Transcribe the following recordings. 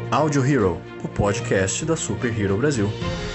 Audio Hero, o podcast da Super Hero Brasil.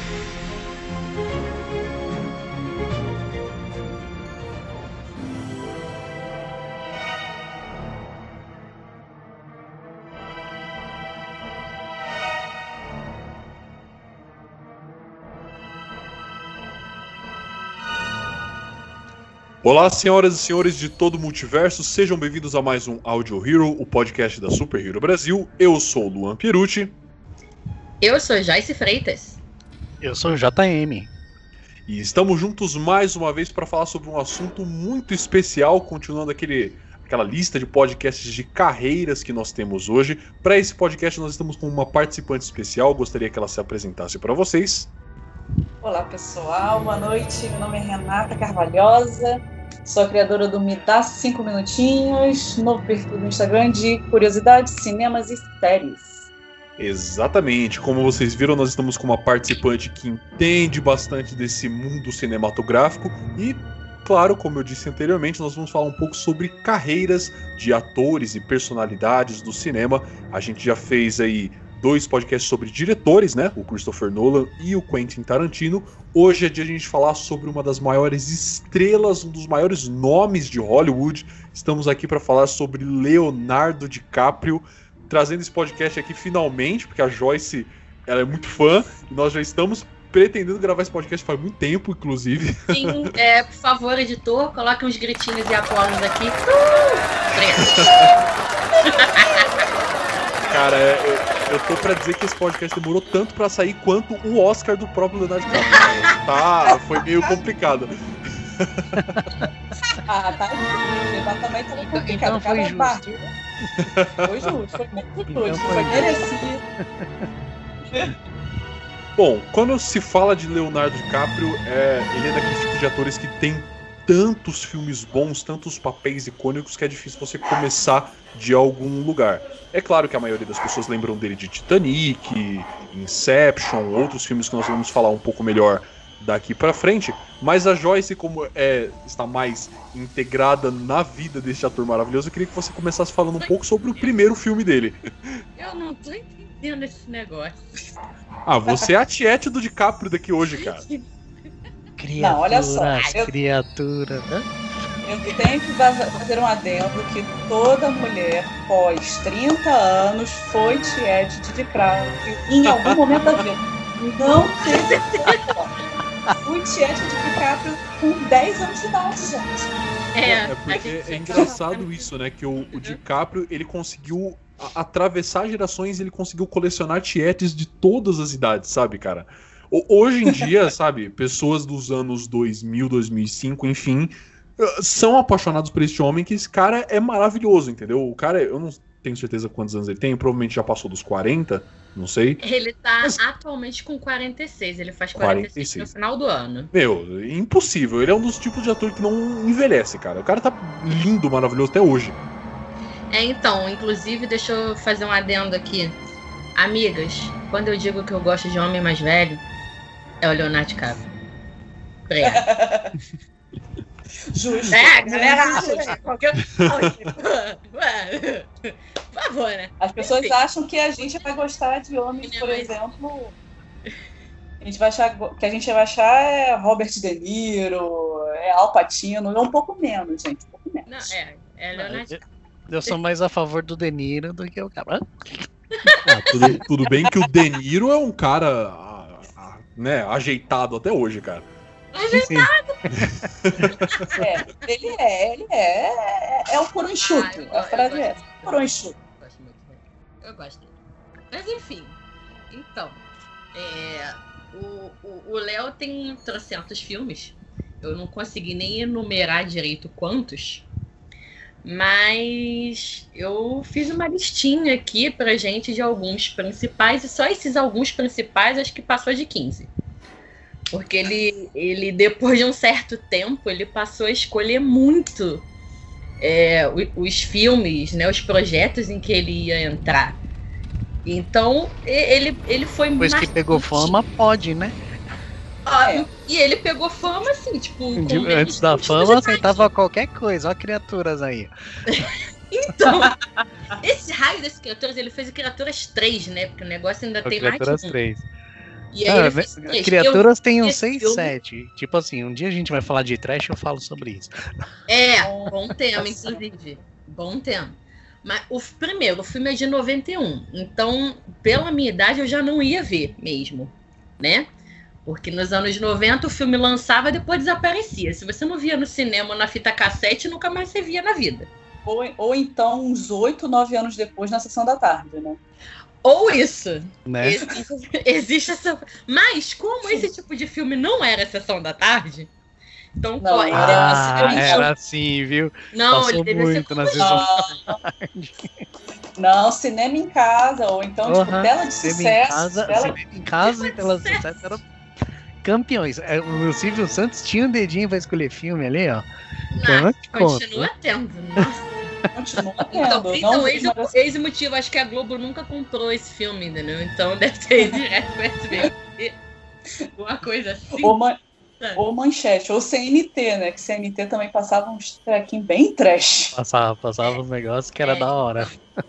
Olá, senhoras e senhores de todo o multiverso, sejam bem-vindos a mais um Audio Hero, o podcast da Super Hero Brasil. Eu sou o Luan Pierucci. Eu sou Joyce Freitas. Eu sou o JM. E estamos juntos mais uma vez para falar sobre um assunto muito especial, continuando aquela lista de podcasts de carreiras que nós temos hoje. Para esse podcast nós estamos com uma participante especial, gostaria que ela se apresentasse para vocês. Olá pessoal, boa noite, meu nome é Renata Carvalhosa, sou a criadora do Me Dá 5 Minutinhos, novo perfil do Instagram de curiosidades, cinemas e séries. Exatamente, como vocês viram, nós estamos com uma participante que entende bastante desse mundo cinematográfico e, claro, como eu disse anteriormente, nós vamos falar um pouco sobre carreiras de atores e personalidades do cinema. A gente já fez aí 2 podcasts sobre diretores, né? O Christopher Nolan e o Quentin Tarantino. Hoje é dia de a gente falar sobre uma das maiores estrelas, um dos maiores nomes de Hollywood. Estamos aqui para falar sobre Leonardo DiCaprio, trazendo esse podcast aqui finalmente, porque a Joyce, ela é muito fã, e nós já estamos pretendendo gravar esse podcast faz muito tempo, inclusive. Sim, por favor, editor, coloque uns gritinhos e aplausos aqui. Cara, eu tô pra dizer que esse podcast demorou tanto pra sair quanto o Oscar do próprio Leonardo DiCaprio. Tá, foi meio complicado. Tá. O levantamento também tá complicado. Então foi justo. Foi justo, foi muito Então justo, foi foi justo. merecido. Bom, quando se fala de Leonardo DiCaprio, ele é daqueles tipos de atores que tem tantos filmes bons, tantos papéis icônicos, que é difícil você começar de algum lugar. É claro que a maioria das pessoas lembram dele de Titanic, Inception, outros filmes que nós vamos falar um pouco melhor daqui pra frente, mas a Joyce, como está mais integrada na vida desse ator maravilhoso, eu queria que você começasse falando um pouco sobre o primeiro filme dele. Eu não tô entendendo esse negócio. Ah, você é a tiete do DiCaprio daqui hoje, cara. Não, olha só, Criatura, né? Eu tenho que fazer um adendo que toda mulher pós 30 anos foi tiete de DiCaprio em algum momento da vida. Não teve fui tiete de DiCaprio com 10 anos de idade, gente. Porque é engraçado isso, né? Que o DiCaprio, ele conseguiu atravessar gerações, ele conseguiu colecionar tietes de todas as idades, sabe, cara? Hoje em dia, sabe, pessoas dos anos 2000, 2005, enfim, são apaixonados por este homem, que esse cara é maravilhoso, entendeu? O cara, eu não tenho certeza quantos anos ele tem, provavelmente já passou dos 40, não sei. Ele tá atualmente com 46, ele faz 46 no final do ano. Meu, impossível, ele é um dos tipos de ator que não envelhece, cara. O cara tá lindo, maravilhoso até hoje. Então, inclusive, deixa eu fazer um adendo aqui. Amigas, quando eu digo que eu gosto de homem mais velho, é o Leonardo DiCaprio. Justo. Galera acha qualquer coisa. Por favor, né? As pessoas acham que a gente vai gostar de homens, por exemplo. A gente vai achar que a gente vai achar Robert De Niro, Al Pacino, um pouco menos, gente. Um pouco menos. Não, é Leonardo DiCaprio. Eu sou mais a favor do De Niro do que o cara. Tudo bem que o De Niro é um cara, né, ajeitado até hoje, cara. Ele é o coronchuto. A frase é coronchuto. Eu gosto dele. Mas enfim, então, o Léo tem trocentos filmes. Eu não consegui nem enumerar direito quantos, mas eu fiz uma listinha aqui pra gente de alguns principais, e só esses alguns principais acho que passou de 15. Porque ele depois de um certo tempo, ele passou a escolher muito os filmes, né, os projetos em que ele ia entrar. Então, ele foi Depois que pegou fama, pode, né? E ele pegou fama, assim, tipo... Antes da fama, aceitava qualquer coisa. Olha criaturas aí. Então, esse raio das criaturas, ele fez o Criaturas 3, né? Porque o negócio ainda tem mais Criaturas de um. 3. E aí ele fez 3. Criaturas tem uns esse 6, filme- 7. Tipo assim, um dia a gente vai falar de trash, eu falo sobre isso. Bom tema, inclusive. Bom tema. Mas o filme é de 91. Então, pela minha idade, eu já não ia ver mesmo, né? Porque nos anos 90 o filme lançava e depois desaparecia. Se você não via no cinema ou na fita cassete, nunca mais você via na vida. Ou então uns 8, 9 anos depois na sessão da tarde, né? Ou isso. Né? Existe essa. Mas, como esse tipo de filme não era sessão da tarde, então Não, ele Era assim, viu? Não, Passou ele devia ser muito na sessão. Não, cinema em casa, ou então, tipo, tela de sucesso. Cinema em casa e tela de sucesso eram campeões. O Silvio Santos tinha um dedinho pra escolher filme ali, ó. Eu não te conto. Continua tendo. Nossa. Continua Então, tendo. esse motivo, acho que a Globo nunca comprou esse filme, entendeu? Então deve ter ido direto pro SBT. Uma coisa assim. Ou Manchete, ou CNT, né? Que CNT também passava uns trequinhos bem trash. Passava uns negócios que era da hora.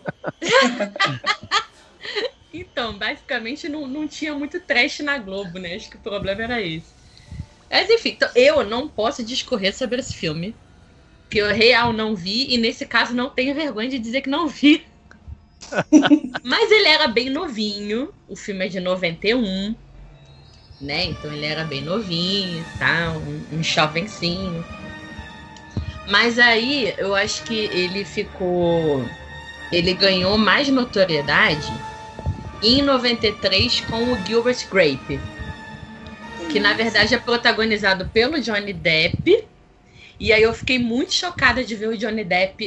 Então, basicamente não tinha muito trash na Globo, né? Acho que o problema era esse. Mas enfim, então, eu não posso discorrer sobre esse filme. Que eu real não vi, e nesse caso não tenho vergonha de dizer que não vi. Mas ele era bem novinho, o filme é de 91, né? Então ele era bem novinho, tá? Um jovencinho. Mas aí eu acho que ele ganhou mais notoriedade em 93 com o Gilbert Grape, que na verdade é protagonizado pelo Johnny Depp. E aí eu fiquei muito chocada de ver o Johnny Depp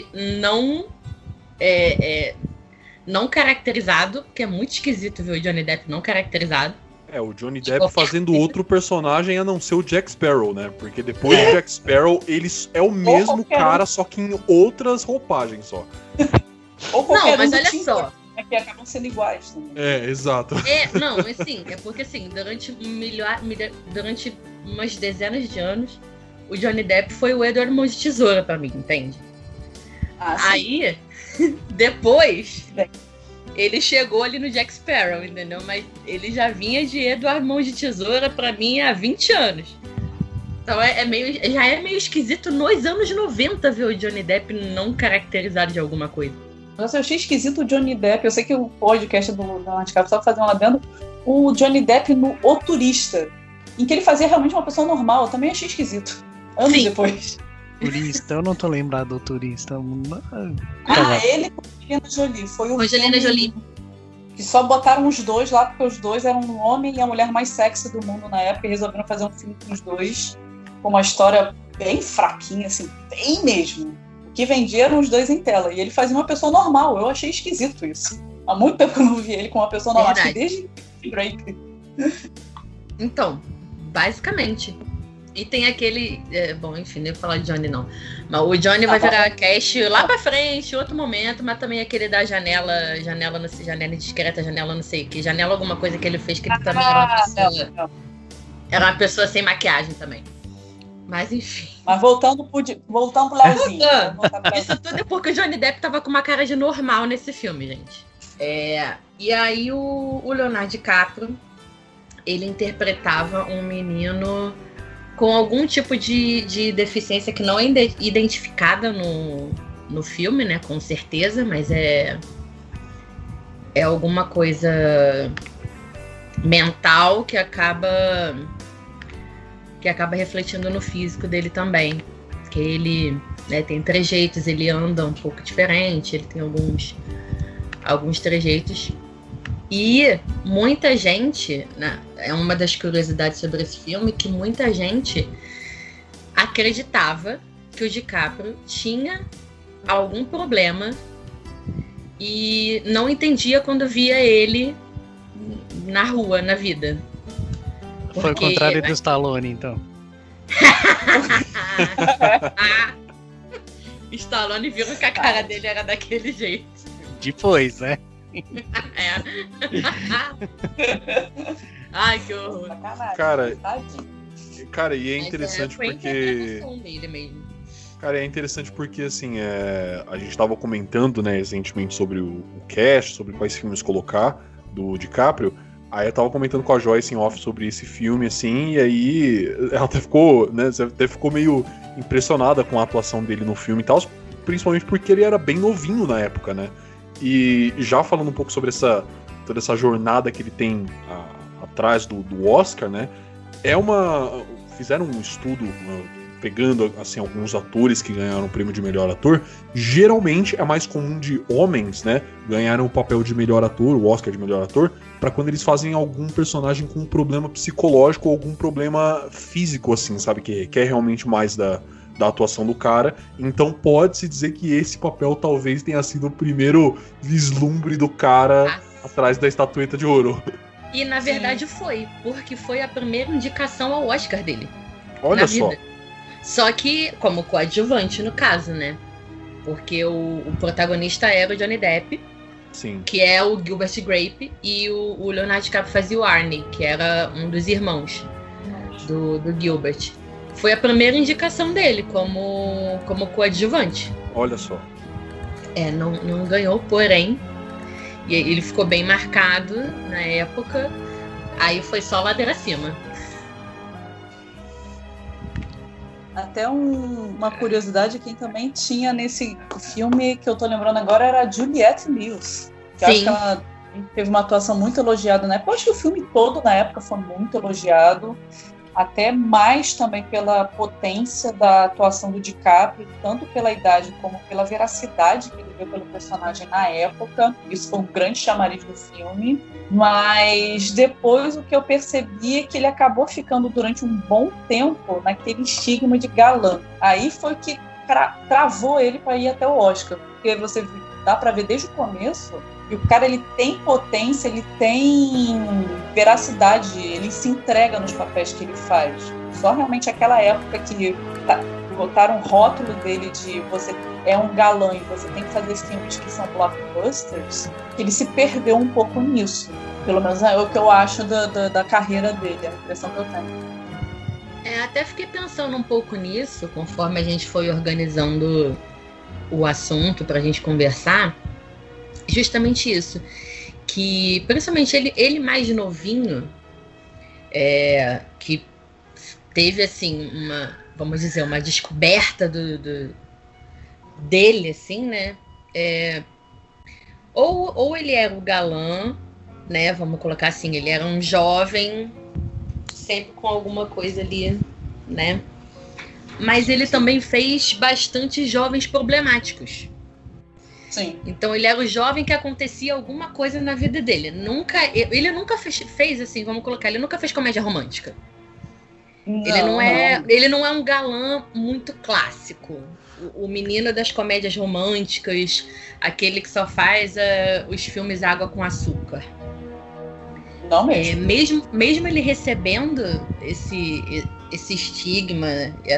não caracterizado, porque é muito esquisito ver o Johnny Depp não caracterizado. O Johnny Depp fazendo outro personagem a não ser o Jack Sparrow, né? Porque depois do Jack Sparrow, ele é o mesmo cara, só que em outras roupagens só. Não, mas olha só. É que acabam sendo iguais também. Exato. Não, assim, é porque assim, durante umas dezenas de anos, o Johnny Depp foi o Edward Mãos de Tesoura pra mim, entende? Aí, depois, ele chegou ali no Jack Sparrow, entendeu? Mas ele já vinha de Edward Mãos de Tesoura pra mim há 20 anos. Então já é meio esquisito nos anos 90 ver o Johnny Depp não caracterizado de alguma coisa. Nossa, eu achei esquisito o Johnny Depp. Eu sei que o podcast do Anticap só fazendo lá dentro. O Johnny Depp no O Turista, em que ele fazia realmente uma pessoa normal. Eu também achei esquisito. Anos depois. Turista, eu não tô lembrado do Turista. Ele com a Angelina Jolie. Foi o Angelina Jolie. Que só botaram os dois lá, porque os dois eram um homem e a mulher mais sexy do mundo na época. E resolveram fazer um filme com os dois. Com uma história bem fraquinha, assim, bem mesmo. O que venderam os dois em tela. E ele fazia uma pessoa normal. Eu achei esquisito isso. Há muito tempo que eu não vi ele com uma pessoa normal. Acho que desde Break. Então, basicamente. E tem aquele... bom, enfim, nem vou falar de Johnny, não. Mas o Johnny vai virar cast lá pra frente, outro momento, mas também aquele da janela não sei, janela discreta, janela não sei o que, janela alguma coisa que ele fez, que ele também era uma pessoa... Era uma pessoa sem maquiagem também. Mas enfim. Mas voltando pro Leozinho. Isso tudo é porque o Johnny Depp tava com uma cara de normal nesse filme, gente. E aí o Leonardo DiCaprio, ele interpretava um menino com algum tipo de deficiência que não é identificada no filme, né? Com certeza, mas é alguma coisa mental que acaba refletindo no físico dele também. Que ele, né, tem trejeitos, ele anda um pouco diferente, ele tem alguns trejeitos. E muita gente, né, é uma das curiosidades sobre esse filme, que muita gente acreditava que o DiCaprio tinha algum problema e não entendia quando via ele na rua, na vida. Foi o contrário do Stallone, então. Stallone viu que a cara dele era daquele jeito. Depois, né? Ai, que horror. Cara, e é interessante foi porque... a interpretação dele mesmo. Cara, é interessante porque, assim, a gente tava comentando, né, recentemente sobre o cast, sobre quais filmes colocar do DiCaprio. Aí eu tava comentando com a Joyce em off sobre esse filme, assim, e aí ela até ficou, né, até ficou meio impressionada com a atuação dele no filme e tal, principalmente porque ele era bem novinho na época, né? E já falando um pouco sobre toda essa jornada que ele tem atrás do Oscar, né? Fizeram um estudo pegando assim alguns atores que ganharam o prêmio de melhor ator. Geralmente é mais comum de homens, né, ganharem o papel de melhor ator, o Oscar de melhor ator, para quando eles fazem algum personagem com um problema psicológico ou algum problema físico, assim, sabe, que é realmente mais da atuação do cara. Então pode-se dizer que esse papel talvez tenha sido o primeiro vislumbre do cara atrás da estatueta de ouro. E na verdade foi, porque foi a primeira indicação ao Oscar dele. Olha só. Só que como coadjuvante no caso, né? Porque o protagonista era o Johnny Depp, sim, que é o Gilbert Grape, e o Leonardo DiCaprio fazia o Arnie, que era um dos irmãos do Gilbert. Foi a primeira indicação dele como coadjuvante. Olha só. Não ganhou, porém, e ele ficou bem marcado na época. Aí foi só ladeira acima. Até uma curiosidade, quem também tinha nesse filme que eu tô lembrando agora era a Juliette Lewis. Que acho que ela teve uma atuação muito elogiada na época. Eu acho que o filme todo na época foi muito elogiado. Até mais também pela potência da atuação do DiCaprio, tanto pela idade como pela veracidade que ele deu pelo personagem na época. Isso foi um grande chamariz do filme. Mas depois o que eu percebi é que ele acabou ficando durante um bom tempo naquele estigma de galã. Aí foi que travou ele para ir até o Oscar. Porque você dá para ver desde o começo. E o cara, ele tem potência, ele tem veracidade, ele se entrega nos papéis que ele faz. Só realmente aquela época que botaram um rótulo dele de você é um galã e você tem que fazer filmes que são blockbusters, que ele se perdeu um pouco nisso. Pelo menos é o que eu acho da carreira dele, a impressão que eu tenho. Até fiquei pensando um pouco nisso, conforme a gente foi organizando o assunto pra gente conversar. Justamente isso, que principalmente ele mais novinho, que teve assim vamos dizer, uma descoberta dele, assim, né? Ou ele era o galã, né? Vamos colocar assim, ele era um jovem, sempre com alguma coisa ali, né? Mas ele também fez bastante jovens problemáticos. Sim. Então ele era o jovem que acontecia alguma coisa na vida dele. Ele nunca fez assim, vamos colocar, ele nunca fez comédia romântica. Não. Ele não é um galã muito clássico. O menino das comédias românticas, aquele que só faz os filmes Água com Açúcar. Não mesmo. Mesmo ele recebendo esse estigma,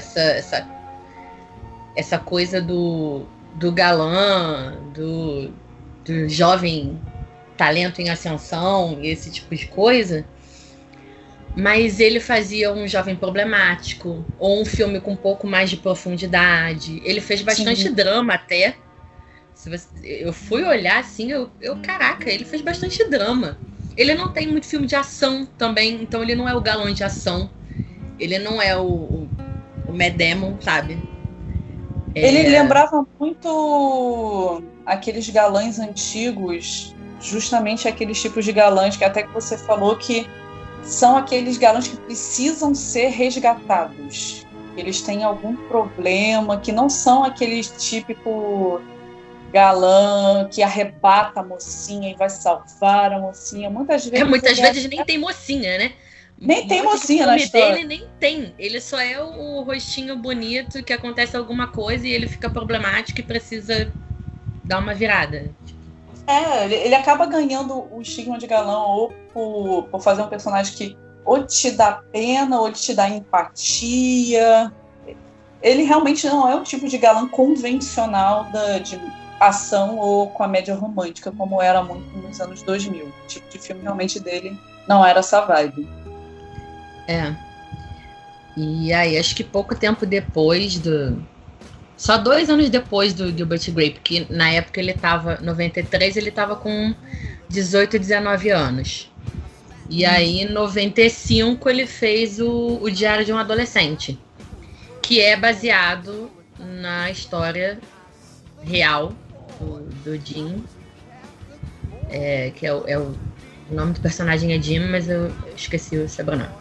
essa coisa do galã, do jovem talento em ascensão, esse tipo de coisa, mas ele fazia um jovem problemático, ou um filme com um pouco mais de profundidade. Ele fez bastante drama até. Eu fui olhar assim, caraca, ele fez bastante drama. Ele não tem muito filme de ação também, então ele não é o galã de ação. Ele não é o Matt Damon, sabe? Ele lembrava muito aqueles galãs antigos, justamente aqueles tipos de galãs que até que você falou que são aqueles galãs que precisam ser resgatados. Eles têm algum problema, que não são aqueles típico galã que arrebata a mocinha e vai salvar a mocinha. Muitas vezes nem tem mocinha, né? Nem tem mocinha na história. Dele nem tem. Ele só é o rostinho bonito que acontece alguma coisa e ele fica problemático e precisa dar uma virada. Ele acaba ganhando o estigma de galã ou por fazer um personagem que ou te dá pena ou te dá empatia. Ele realmente não é o tipo de galã convencional de ação ou comédia romântica, como era muito nos anos 2000. O tipo de filme realmente dele não era essa vibe. E aí, acho que pouco tempo depois Só 2 anos depois do Gilbert Grape, porque na época ele tava, 93, ele tava com 18, 19 anos. E aí, em 95, ele fez o Diário de um Adolescente, que é baseado na história real do Jim. Que o nome do personagem é Jim, mas eu esqueci o sobrenome.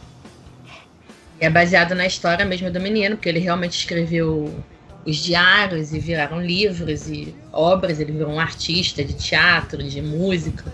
É baseado na história mesmo do menino, porque ele realmente escreveu os diários e viraram livros e obras. Ele virou um artista de teatro, de música.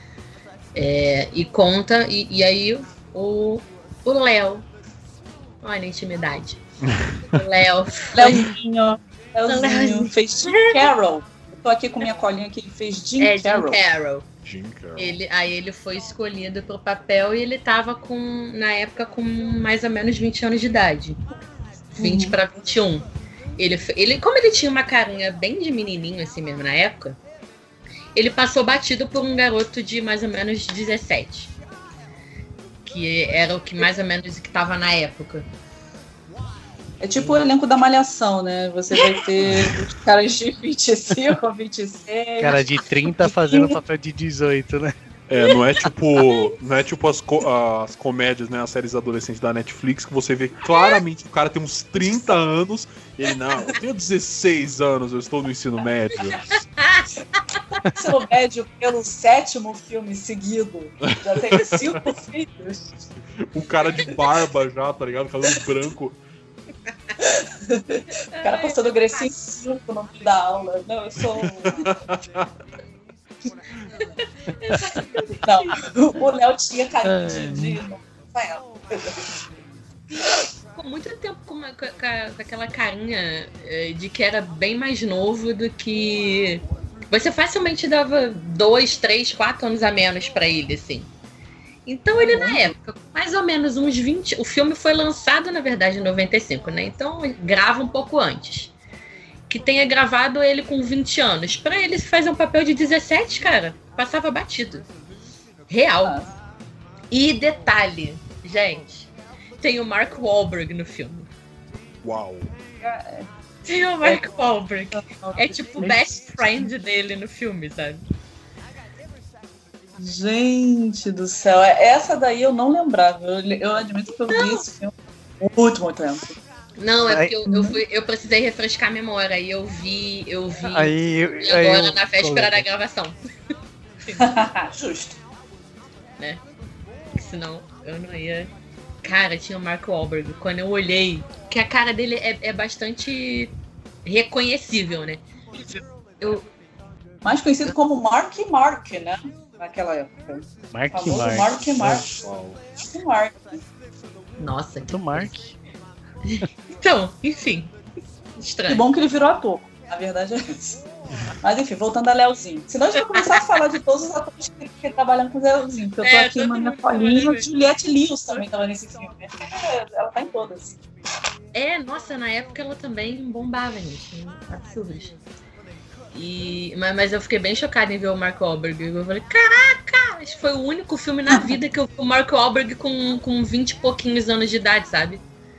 E conta, e aí o Léo, olha a intimidade. O Leozinho fez Jim Carroll. Eu tô aqui com minha colinha que ele fez Jim Carroll. Aí ele foi escolhido pro papel e ele tava na época com mais ou menos 20 anos de idade. 20 para 21. Ele, como ele tinha uma carinha bem de menininho assim mesmo na época, ele passou batido por um garoto de mais ou menos 17. Que era o que mais ou menos que tava na época. É tipo o elenco da Malhação, né? Você vai ter os caras de 25, 26. Cara de 30 fazendo papel de 18, né? Não é tipo as comédias, né? As séries adolescentes da Netflix, que você vê claramente que o cara tem uns 30 anos e ele, não, eu tenho 16 anos, eu estou no ensino médio. Ensino médio pelo 7º filme seguido. Já tem 5 filhos. O cara de barba já, tá ligado? Cabelo branco. O cara postando Grecinho 5 no meio da aula. Não, eu sou... Não, o Léo tinha carinho de Rafael. Ficou muito tempo com aquela carinha de que era bem mais novo do que... Você facilmente dava 2, 3, 4 anos a menos pra ele, assim. Então ele, na época, mais ou menos uns 20... O filme foi lançado, na verdade, em 95, né? Então grava um pouco antes. Que tenha gravado ele com 20 anos. Pra ele fazer um papel de 17, cara, passava batido. Real. E detalhe, gente, tem o Mark Wahlberg no filme. Uau. Tem o Mark Wahlberg. É tipo o best friend dele no filme, sabe? Gente do céu, essa daí eu não lembrava. Eu admito que eu vi esse filme muito tempo. Não, é porque eu precisei refrescar a memória e eu vi agora na véspera da gravação. Justo. Né? Senão eu não ia. Cara, tinha o Mark Wahlberg. Quando eu olhei, que a cara dele é bastante reconhecível, né? Mais conhecido como Mark, né? Naquela época. Mark. Né? Nossa, que Mark. Então, enfim. Estranho. Que bom que ele virou ator. A verdade é essa. Mas enfim, voltando a Léozinho. Senão a gente vai começar a falar de todos os atores que trabalham com o Léozinho. Porque eu tô aqui na minha colinha. Juliette Lewis também tava nesse filme. Ela tá em todas. Nossa, na época ela também bombava, gente. Absurdos. Mas eu fiquei bem chocada em ver o Mark Wahlberg. Eu falei, caraca! Esse foi o único filme na vida que eu vi o Mark Wahlberg com 20 e pouquinhos anos de idade, sabe?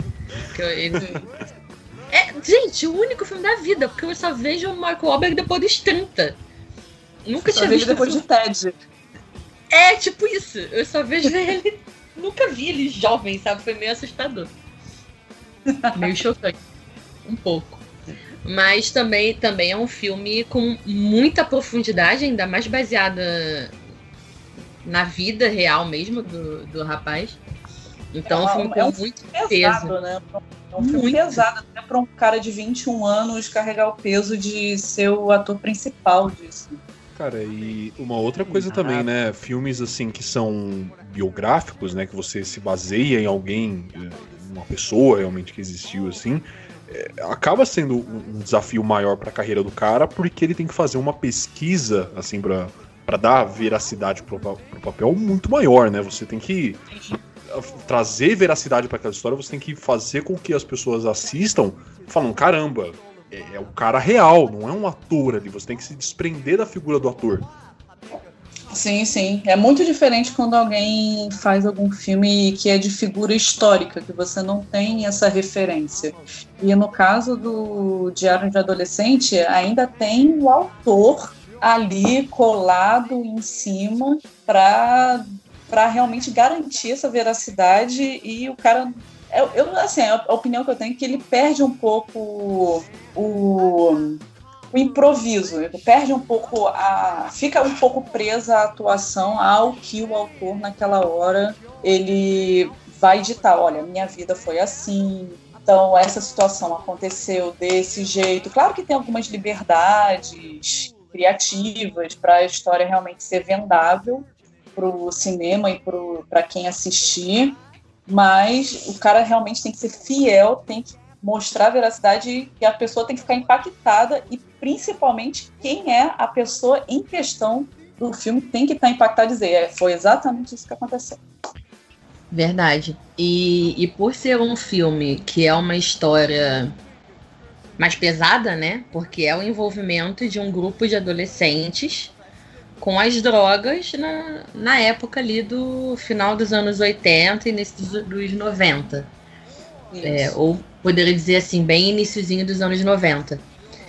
Gente, o único filme da vida, porque eu só vejo o Mark Wahlberg depois dos 30. Nunca tinha visto depois de Ted. Tipo isso. Eu só vejo ele. Nunca vi ele jovem, sabe? Foi meio assustador. Meio chocante. Um pouco. Mas também é um filme com muita profundidade, ainda mais baseada na vida real mesmo do rapaz. Então é um filme com muito pesado, peso. Né? É um filme pesado, até para um cara de 21 anos carregar o peso de ser o ator principal disso. Cara, e uma outra coisa também, né? Filmes assim que são biográficos, né? Que você se baseia em alguém, uma pessoa realmente que existiu assim. Acaba sendo um desafio maior para a carreira do cara, porque ele tem que fazer uma pesquisa assim para dar veracidade pro papel muito maior, né? Você tem que trazer veracidade para aquela história, você tem que fazer com que as pessoas assistam falando, caramba, o cara real, não é um ator ali, você tem que se desprender da figura do ator. Sim, sim. É muito diferente quando alguém faz algum filme que é de figura histórica, que você não tem essa referência. E no caso do Diário de Adolescente, ainda tem o autor ali colado em cima para realmente garantir essa veracidade, e o cara... assim, a opinião que eu tenho é que ele perde um pouco o improviso, ele perde um pouco fica um pouco presa a atuação ao que o autor naquela hora ele vai ditar. Olha, minha vida foi assim, então essa situação aconteceu desse jeito. Claro que tem algumas liberdades criativas para a história realmente ser vendável para o cinema e para quem assistir, mas o cara realmente tem que ser fiel, tem que mostrar a veracidade, e a pessoa tem que ficar impactada, e principalmente quem é a pessoa em questão do filme tem que estar impactada e dizer, foi exatamente isso que aconteceu. Verdade. E por ser um filme que é uma história mais pesada, né? Porque é o envolvimento de um grupo de adolescentes com as drogas na época ali do final dos anos 80 e início dos 90. Ou poderia dizer assim, bem iniciozinho dos anos 90.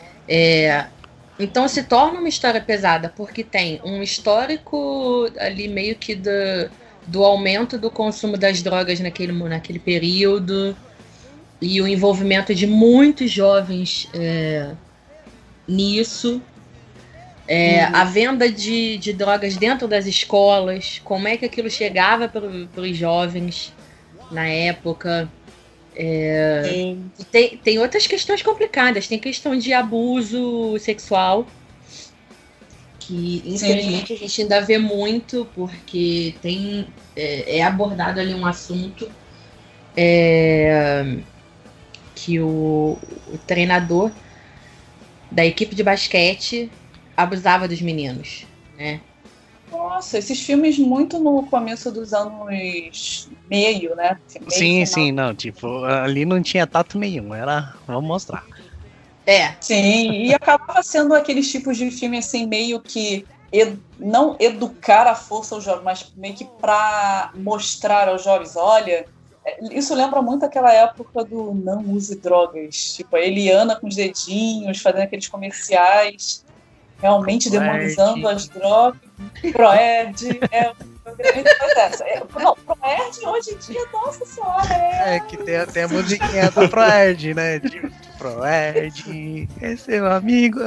Então se torna uma história pesada, porque tem um histórico ali meio que do aumento do consumo das drogas naquele período, e o envolvimento de muitos jovens nisso. A venda de drogas dentro das escolas, como é que aquilo chegava para os jovens na época. Tem outras questões complicadas, tem questão de abuso sexual, que infelizmente a gente ainda vê muito, porque é abordado ali um assunto que o treinador da equipe de basquete abusava dos meninos, né? Nossa, esses filmes muito no começo dos anos meio, né? Sim, não, tipo, ali não tinha tato nenhum, era, vamos mostrar. Sim, e acabava sendo aqueles tipos de filme assim, meio que não educar à força os jovens, mas meio que para mostrar aos jovens, olha, isso lembra muito aquela época do não use drogas, tipo a Eliana com os dedinhos, fazendo aqueles comerciais, realmente demonizando as drogas. Proerd não, Proerd hoje em dia, nossa senhora, que tem a musiquinha do Proerd, né? Tipo, Proerd, esse é meu amigo.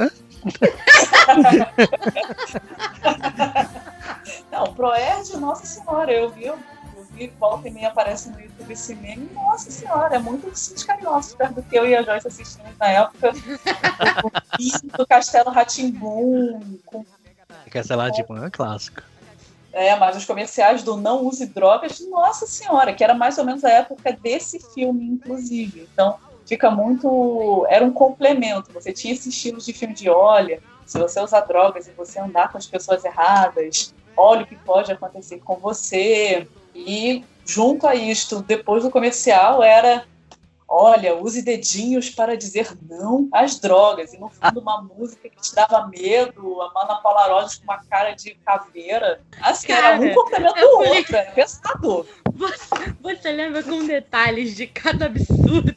Não, Proerd, nossa senhora, eu vi volta e meia aparece no YouTube esse meme, nossa senhora, é muito carinhoso perto do que eu e a Joyce assistimos na época. Do Castelo Rá-Tim-Bum. Castelo Rá-Tim-Bum é clássico. Mas os comerciais do Não Use Drogas, nossa senhora, que era mais ou menos a época desse filme, inclusive. Então, fica muito... Era um complemento. Você tinha esse estilo de filme de, olha, se você usar drogas e você andar com as pessoas erradas, olha o que pode acontecer com você. E junto a isto, depois do comercial, era, olha, use dedinhos para dizer não às drogas. E no fundo, uma música que te dava medo, a Ana Paula Rosas com uma cara de caveira. Assim, cara, era um complemento do outro, era pesado. Você lembra com detalhes de cada absurdo?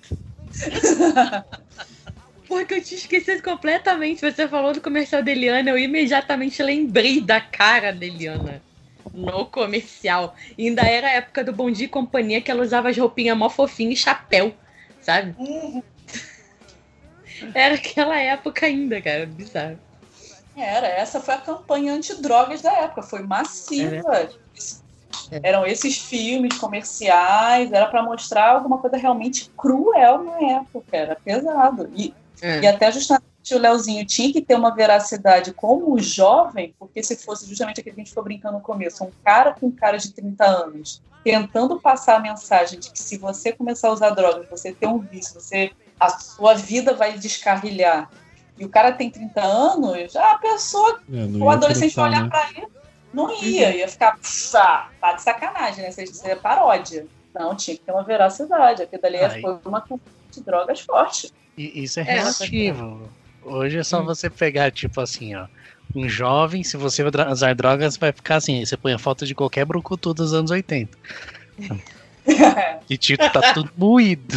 Porque eu tinha esquecido completamente. Você falou do comercial da Eliana, eu imediatamente lembrei da cara da Eliana no comercial. E ainda era a época do Bom Dia e Companhia, que ela usava as roupinhas mó fofinhas e chapéu, sabe? Era aquela época ainda, cara, bizarro. Essa foi a campanha antidrogas da época, foi massiva. Eram esses filmes comerciais, era para mostrar alguma coisa realmente cruel na época, era pesado. E até justamente o Leozinho tinha que ter uma veracidade como jovem, porque se fosse justamente aquele que a gente ficou brincando no começo, um cara com cara de 30 anos, tentando passar a mensagem de que se você começar a usar drogas, você tem um vício, a sua vida vai descarrilhar, e o cara tem 30 anos, já a pessoa, o adolescente vai olhar para ele, não ia ficar, tá de sacanagem, né? Isso é paródia. Não, tinha que ter uma veracidade, aquilo dali foi uma campanha de drogas forte. E isso é relativo. Hoje é só você pegar, tipo assim, ó, Um jovem, se você usar drogas, vai ficar assim. Você põe a foto de qualquer brucutu dos anos 80. E tipo, tá tudo moído.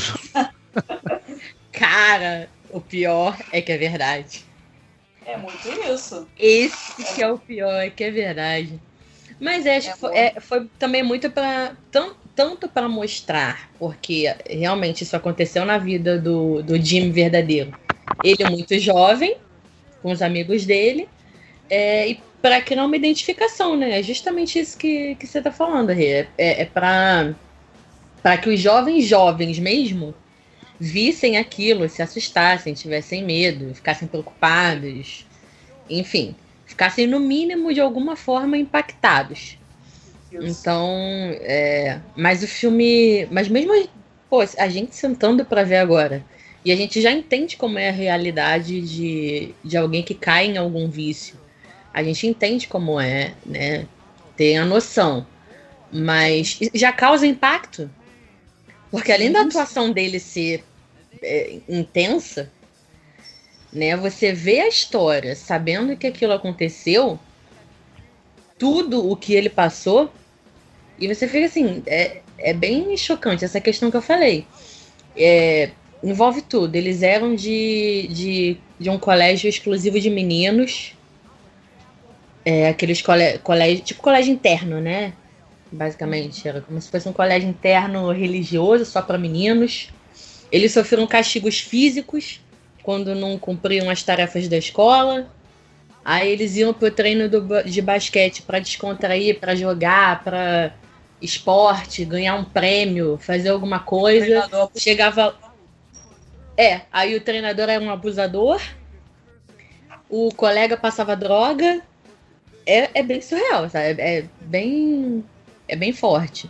Cara, o pior é que é verdade. É muito isso. Esse que é o pior, é que é verdade. Mas acho que foi também muito para tanto para mostrar, porque realmente isso aconteceu na vida do Jim verdadeiro. Ele é muito jovem, com os amigos dele, e para criar uma identificação, né? É justamente isso que você tá falando, Rê. É para que os jovens mesmo vissem aquilo, se assustassem, tivessem medo, ficassem preocupados, enfim, ficassem no mínimo de alguma forma impactados. Isso. Então, mas o filme, mas mesmo a gente sentando para ver agora, e a gente já entende como é a realidade de alguém que cai em algum vício, a gente entende como é, né? Tem a noção, mas já causa impacto. Porque além da atuação dele ser intensa, né, você vê a história sabendo que aquilo aconteceu, tudo o que ele passou, e você fica assim, é bem chocante essa questão que eu falei. Envolve tudo. Eles eram de um colégio exclusivo de meninos, aqueles colégio, tipo colégio interno, né? Basicamente, era como se fosse um colégio interno religioso, só para meninos. Eles sofreram castigos físicos quando não cumpriam as tarefas da escola. Aí eles iam pro treino de basquete para descontrair, para jogar, para esporte, ganhar um prêmio, fazer alguma coisa. Chegava... aí o treinador era um abusador, o colega passava droga. É bem surreal, sabe? É bem forte.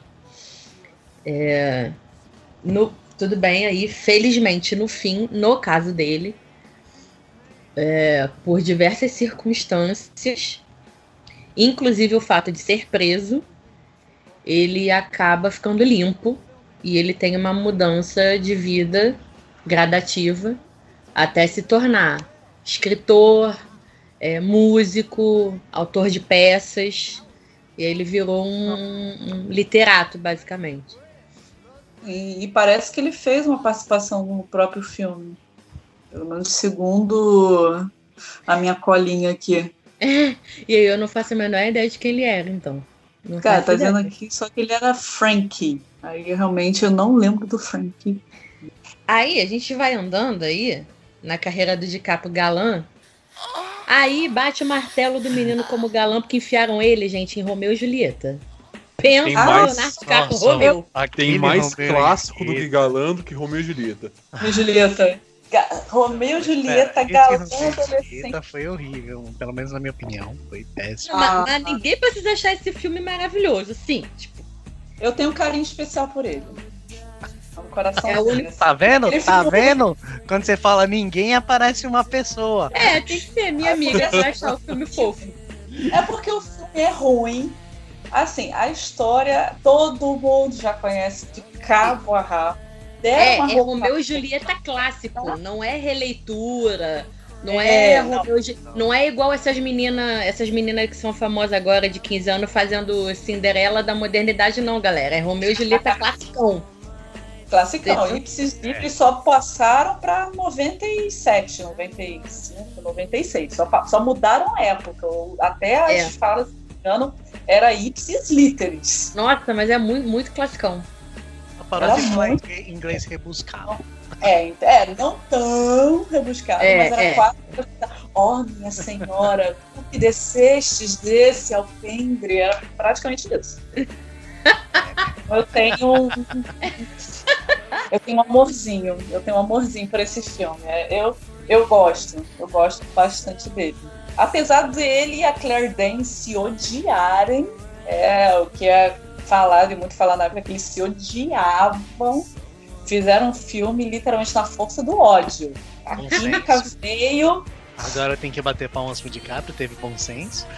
Tudo bem aí, felizmente, no fim, no caso dele, por diversas circunstâncias, inclusive o fato de ser preso, ele acaba ficando limpo e ele tem uma mudança de vida gradativa até se tornar escritor, músico, autor de peças. E aí ele virou um literato, basicamente. E parece que ele fez uma participação no próprio filme. Pelo menos segundo a minha colinha aqui. E aí eu não faço a menor ideia de quem ele era, então. Cara, tá dizendo aqui só que ele era Frankie. Aí realmente eu não lembro do Frankie. Aí a gente vai andando aí, na carreira do DiCaprio galã. Aí bate o martelo do menino como galã, porque enfiaram ele, gente, em Romeu e Julieta. Pensa na Romeu. Tem mais clássico do que galã do que Romeu e Julieta. Romeu e Julieta, galã adolescente. Foi horrível, pelo menos na minha opinião. Foi péssimo. Mas ninguém precisa achar esse filme maravilhoso, sim. Tipo, eu tenho um carinho especial por ele. Um coração. Tá vendo? Tá vendo? Quando você fala ninguém, aparece uma pessoa. Tem que ser minha amiga pra achar o filme fofo. É porque o filme é ruim. Assim, a história todo mundo já conhece de cabo a rabo. Romeu e Julieta clássico, não é releitura. Não é igual essas meninas que são famosas agora de 15 anos fazendo Cinderela da modernidade, não, galera. É Romeu e Julieta classicão. Ipsis Lip só passaram pra 97, 95, 96. Só mudaram a época. Até as falas, se não me engano, era Ipsis Literis. Nossa, mas é muito, muito classicão. A paródia em inglês rebuscado. Não tão rebuscado, mas era quase. Oh, minha senhora, tu que descestes desse alpendre, era praticamente isso. Eu tenho um amorzinho por esse filme. Eu gosto bastante dele. Apesar dele e a Claire Danes se odiarem, o que é falado e muito falado na época, que eles se odiavam, fizeram um filme literalmente na força do ódio. A química veio. Agora tem que bater palmas pro DiCaprio, teve bom senso.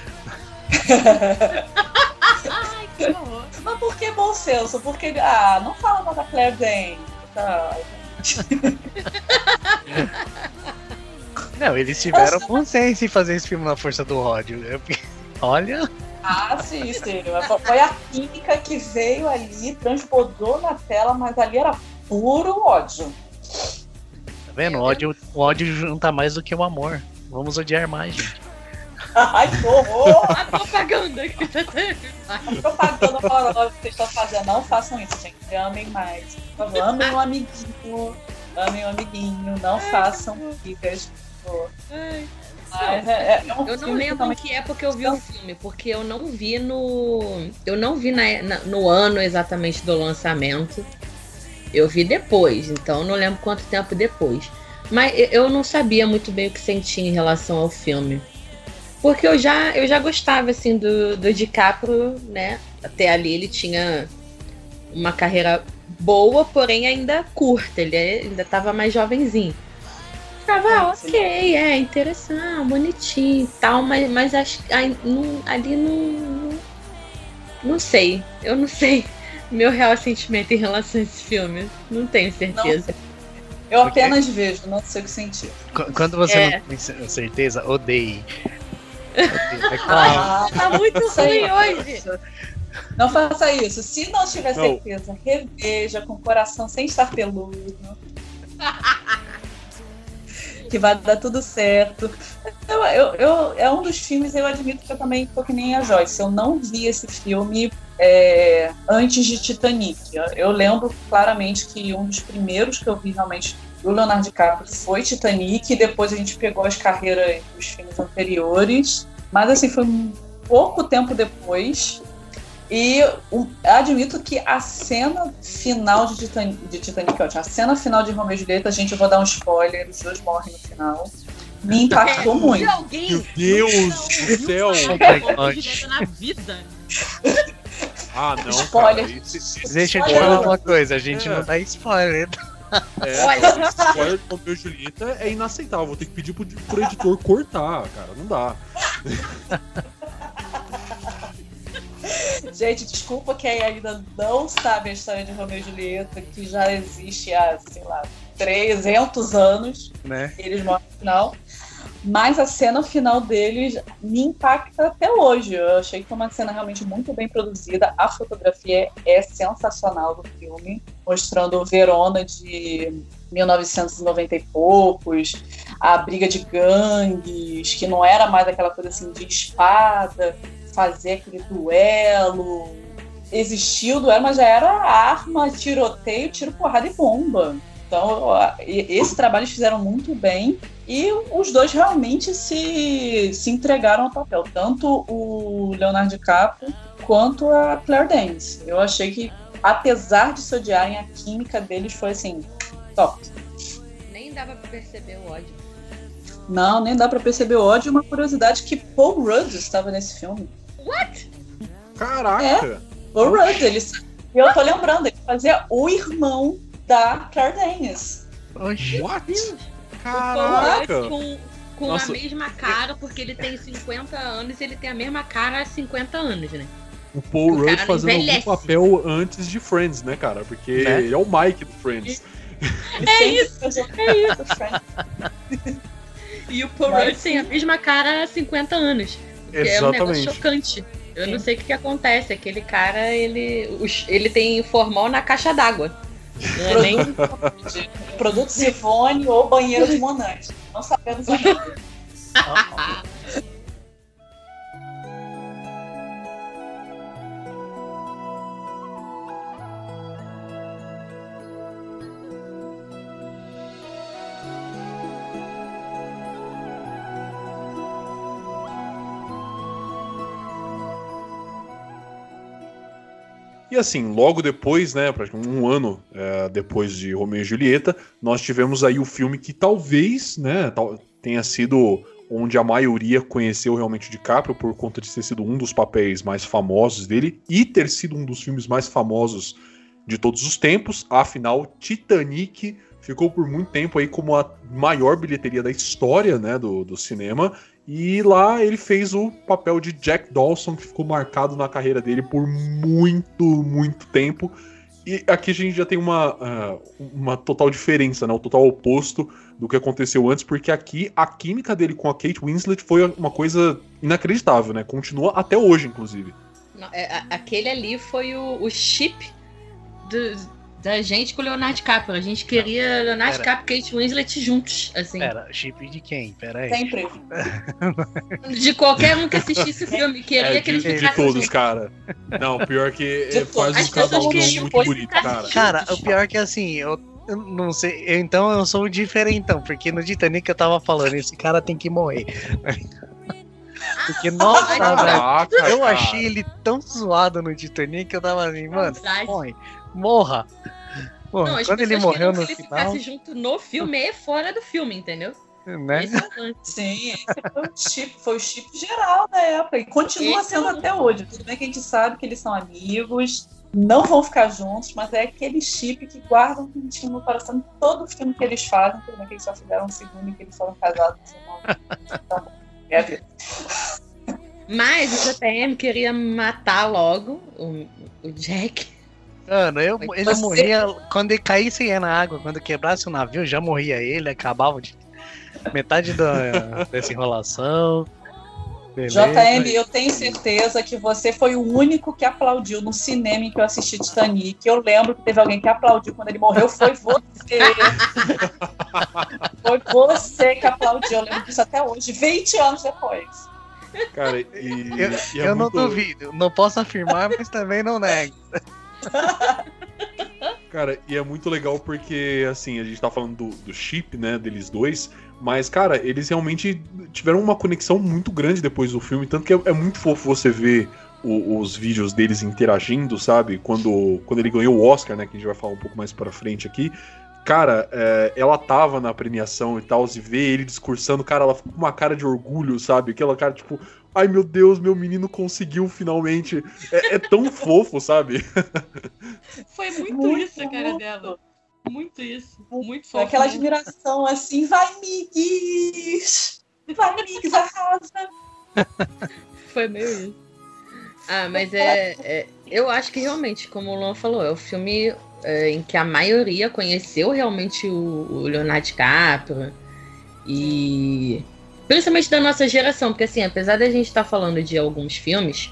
Ai, que horror. Mas por que bom senso? Porque não fala mal da Claire Danes. Tá. Não, eles tiveram bom senso em fazer esse filme na força do ódio. Olha. Ah, sim. Foi a química que veio ali, transbordou na tela, mas ali era puro ódio. Tá vendo? O ódio junta mais do que o amor. Vamos odiar mais, gente. Ai, que horror! A propaganda que tá tendo. A propaganda falando que vocês estão fazendo. Não façam isso, gente. Amem mais. Por favor, amem um amiguinho. Amem um amiguinho. Não façam brigas, por favor. Mas Eu não lembro em que época eu vi o filme, porque eu não vi no ano exatamente do lançamento. Eu vi depois, então não lembro quanto tempo depois. Mas eu não sabia muito bem o que sentia em relação ao filme. Porque eu já gostava assim do DiCaprio, né? Até ali ele tinha uma carreira boa, porém ainda curta. Ele ainda estava mais jovenzinho. Tava ok, interessante, bonitinho e tal, mas acho ali não sei. Eu não sei meu real sentimento em relação a esse filme. Não tenho certeza. Eu apenas vejo, não sei o que sentir. Quando você não tem certeza, odeie. Tá muito ruim hoje. Não faça isso. Se não tiver certeza, reveja com o coração sem estar peludo. Que vai dar tudo certo. É um dos filmes, eu admito que eu também tô que nem a Joyce. Eu não vi esse filme antes de Titanic. Eu lembro claramente que um dos primeiros que eu vi realmente do Leonardo DiCaprio foi Titanic, e depois a gente pegou as carreiras dos filmes anteriores. Mas assim, foi pouco tempo depois. E admito que a cena final de Titanic, a cena final de Romeo e Julieta, gente, eu vou dar um spoiler, os dois morrem no final. Me impactou muito. Meu Deus do céu! Na vida. Ah, não, spoiler. Cara, Deixa eu te falar uma coisa, a gente não dá spoiler. Olha, spoiler de Romeo e Julieta é inaceitável. Vou ter que pedir pro editor cortar, cara. Não dá. Gente, desculpa quem ainda não sabe a história de Romeo e Julieta, que já existe há, sei lá, 300 anos. Né? Eles morrem no final. Mas a cena final deles me impacta até hoje. Eu achei que foi uma cena realmente muito bem produzida. A fotografia é sensacional do filme, mostrando Verona de 1990 e poucos, a briga de gangues, que não era mais aquela coisa assim de espada, fazer aquele duelo. Existia o duelo, mas já era arma, tiroteio, tiro, porrada e bomba. Então, esse trabalho eles fizeram muito bem, e os dois realmente se entregaram ao papel, tanto o Leonardo DiCaprio quanto a Claire Danes. Eu achei que, apesar de se odiarem, a química deles foi assim, top. Nem dava pra perceber o ódio. Não, nem dá pra perceber o ódio. Uma curiosidade que Paul Rudd estava nesse filme. What? Caraca! Paul Rudd, eu tô lembrando, ele fazia o irmão da Claire Danes. What? Caraca! Com Nossa. a mesma cara, porque ele tem 50 anos e ele tem a mesma cara há 50 anos, né? O Paul Rudd cara fazendo algum envelhece. papel antes de Friends, né, cara? Porque ele é o Mike do Friends. Friends. E o Paul Rudd tem a mesma cara há 50 anos. Que é um negócio chocante. Eu não sei o que acontece. Aquele cara, ele tem formal na caixa d'água. Não é nem... Produto Sivone ou banheiro de Monange. Não sabemos ainda. E assim, logo depois, né, praticamente um ano depois de Romeo e Julieta, nós tivemos aí o filme que talvez, né, tenha sido onde a maioria conheceu realmente o DiCaprio, por conta de ter sido um dos papéis mais famosos dele e ter sido um dos filmes mais famosos de todos os tempos. Afinal, Titanic ficou por muito tempo aí como a maior bilheteria da história, né, do cinema. E lá ele fez o papel de Jack Dawson, que ficou marcado na carreira dele por muito, muito tempo. E aqui a gente já tem uma total diferença, né? O total oposto do que aconteceu antes, porque aqui a química dele com a Kate Winslet foi uma coisa inacreditável, né? Continua até hoje, inclusive. Não, aquele ali foi o chip da gente com o Leonardo DiCaprio. A gente queria Leonardo DiCaprio e Kate Winslet juntos, assim. Pera, chip de quem? Pera aí. Sempre. De qualquer um que assistisse o filme, queria que eles de ficassem todos, juntos. cara. Não, pior que faz As um casal pessoas queriam muito bonito, cara. Cara, o pior é que assim, eu não sei. Então eu sou o diferentão, porque no Titanic eu tava falando, esse cara tem que morrer. Porque, nossa, velho, Caraca, eu cara. achei ele tão zoado no Titanic que eu tava assim, mano, Verdade. morra. Porra, Não, as quando ele pessoas morreu queriam no que ele final, ficasse junto no filme e fora do filme, entendeu? né? Esse é o lance. Sim, esse foi o chip geral da época e continua Esse sendo é o- até hoje. Tudo bem que a gente sabe que eles são amigos, não vão ficar juntos, mas é aquele chip que guarda um pintinho no coração em todo filme que eles fazem. Tudo bem que eles só fizeram um segundo e que eles foram casados. Então, é a vida. Mas o JPM queria matar logo o Jack. Mano, ele Você- morria quando ele caísse na água, quando quebrasse o navio, já morria ele, acabava de metade dessa enrolação. Beleza. JM, eu tenho certeza que você foi o único que aplaudiu no cinema em que eu assisti Titanic. Eu lembro que teve alguém que aplaudiu quando ele morreu, foi você. Foi você que aplaudiu, eu lembro disso até hoje, 20 anos depois. Cara, Eu não duvido, não posso afirmar, mas também não nego. Cara, e é muito legal porque, assim, a gente tá falando do chip, né, deles dois, mas, cara, eles realmente tiveram uma conexão muito grande depois do filme, tanto que é muito fofo você ver os vídeos deles interagindo, sabe? Quando ele ganhou o Oscar, né, que a gente vai falar um pouco mais pra frente aqui. Cara, ela tava na premiação e tal, e ver ele discursando, cara, ela ficou com uma cara de orgulho, sabe? Aquela cara, tipo, ai meu Deus, meu menino conseguiu finalmente. É tão fofo, sabe? Foi muito, Muito, isso a cara muito. dela. Muito isso. Muito fofo. Aquela né? admiração assim, vai, Migues! Vai, Migues, arrasa! Foi meio isso. Ah, mas eu acho que realmente, como o Luan falou, é o filme em que a maioria conheceu realmente o Leonardo DiCaprio. E principalmente da nossa geração, porque assim, apesar da gente estar falando de alguns filmes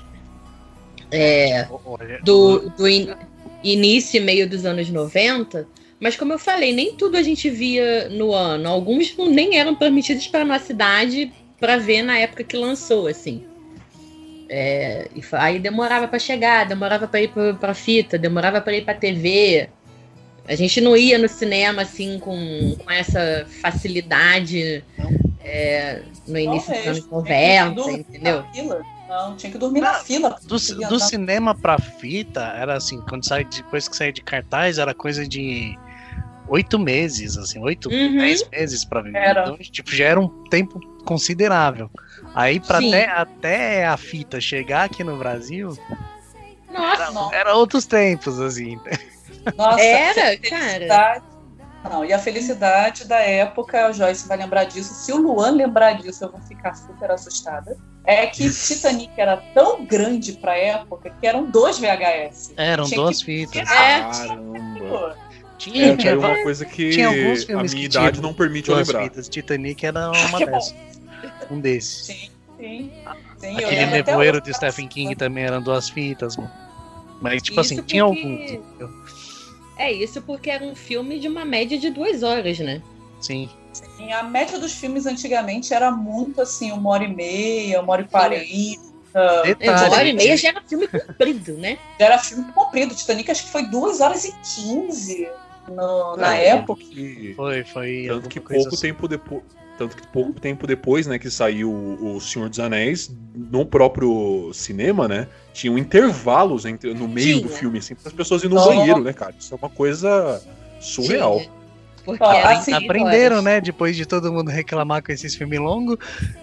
Olha, do início e meio dos anos 90, mas como eu falei, nem tudo a gente via no ano. Alguns nem eram permitidos para nossa idade para ver na época que lançou, assim. E aí demorava para chegar, demorava para ir para fita, demorava para ir para TV. A gente não ia no cinema assim com essa facilidade no início dos anos 90, entendeu? Não, tinha que dormir na fila. Do cinema pra fita, era assim, depois que saía de cartaz, era coisa de 8 meses, assim, 8, Uhum. 10 meses pra ver. Era. Então, tipo, já era um tempo considerável. Aí, pra Sim. até a fita chegar aqui no Brasil, Nossa, era outros tempos, assim. Nossa, era, a cara. felicidade- Não, e a felicidade da época, a Joyce vai lembrar disso. Se o Luan lembrar disso, eu vou ficar super assustada. É que Titanic era tão grande pra época que eram 2 VHS. Eram Tinha 2 que- fitas. Caramba. Tinha Era uma coisa que tinha alguns a filmes minha que idade tinham não permite eu 2 lembrar. fitas. Titanic era uma Que bom. dessas. Um desses. Sim, sim. Sim, eu Aquele lembro até Nevoeiro hoje. de Stephen King também eram 2 fitas, mano. Mas, tipo Isso assim, tinha porque- alguns. Entendeu? Isso porque era um filme de uma média de 2 horas, né? Sim. Sim, a média dos filmes antigamente era muito assim, 1h30, 1h40. Detalhe, 1h30 já era filme comprido, né? Já era filme comprido. Titanic acho que foi 2h15 na época. Foi. Tanto alguma que coisa pouco assim. tempo depois. Tanto que pouco tempo depois, né, que saiu o Senhor dos Anéis, no próprio cinema, né, tinham intervalos no meio do Tinha. filme, assim, para as pessoas irem no Nossa. banheiro, né, cara? Isso é uma coisa surreal. Tinha. Porque Ó, era assim, 5 Aprenderam, horas. né? Depois de todo mundo reclamar com esses filmes longos.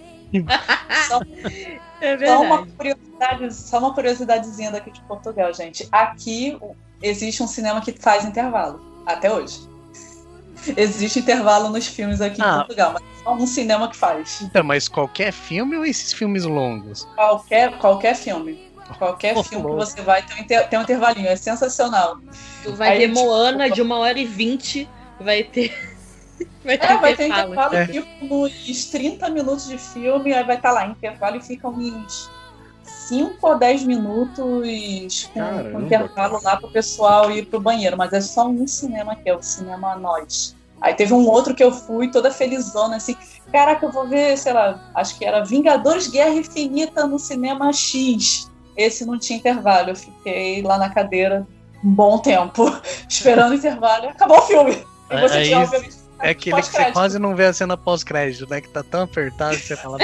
É Só uma curiosidadezinha daqui de Portugal, gente. Aqui existe um cinema que faz intervalo, até hoje. Existe intervalo nos filmes aqui em Portugal, mas só um cinema que faz. Então, mas qualquer filme ou esses filmes longos? Qualquer filme. Qualquer filme que você vai tem um intervalinho, é sensacional. Tu vai ter Moana de 1h20, vai ter. Vai ter intervalo tipo nos 30 minutos de filme, aí vai estar lá, intervalo, e fica uns 5 ou 10 minutos com intervalo lá pro pessoal ir pro banheiro, mas é só um cinema que é o Cinema Nós. Aí teve um outro que eu fui toda felizona, assim, caraca, eu vou ver, sei lá, acho que era Vingadores Guerra Infinita no Cinema X. Esse não tinha intervalo, eu fiquei lá na cadeira um bom tempo, esperando o intervalo, e acabou o filme. E você tinha, obviamente, é aquele que você quase não vê a cena pós-crédito, né? Que tá tão apertado que você fala...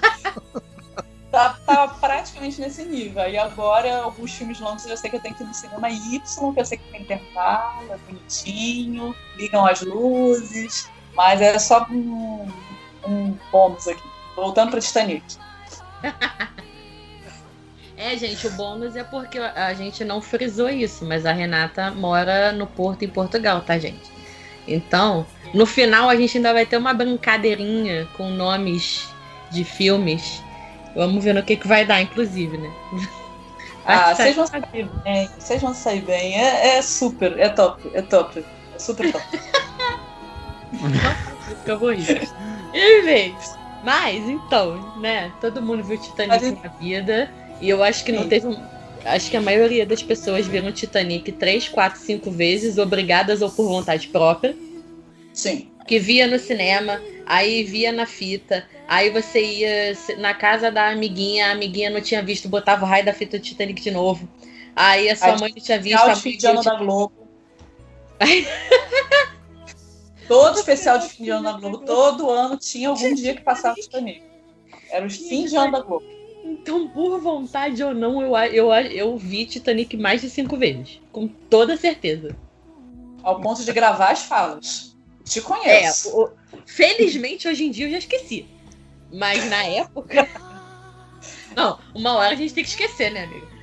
Tá praticamente nesse nível. E agora, alguns filmes longos eu sei que eu tenho que ir no cinema Y, que eu sei que tem intervalo, é bonitinho, ligam as luzes, mas é só um bônus aqui. Voltando pro Titanic. Gente, o bônus é porque a gente não frisou isso, mas a Renata mora no Porto, em Portugal, tá, gente? Então, no final a gente ainda vai ter uma brincadeirinha com nomes de filmes. Vamos ver no que vai dar, inclusive, né? Vocês vão sair bem. Vocês vão sair bem. É super, é top. É super top. Eu vou rir. Mas, então, né? Todo mundo viu Titanic na vida. E eu acho que não teve Acho que a maioria das pessoas viram Titanic 3, 4, 5 vezes, obrigadas ou por vontade própria. Sim. Que via no cinema, aí via na fita, aí você ia na casa da amiguinha, a amiguinha não tinha visto, botava o raio da fita do Titanic de novo. Aí a sua mãe não tinha visto. Especial de fim de ano da Globo. Todo especial de fim de ano da Globo, todo ano tinha algum dia que passava o Titanic. Era os fins de ano da Globo. Então, por vontade ou não, eu vi Titanic mais de 5 vezes. Com toda certeza. Ao ponto de gravar as falas. Te conheço. Felizmente, hoje em dia, eu já esqueci. Mas na época... Não, uma hora a gente tem que esquecer, né, amigo?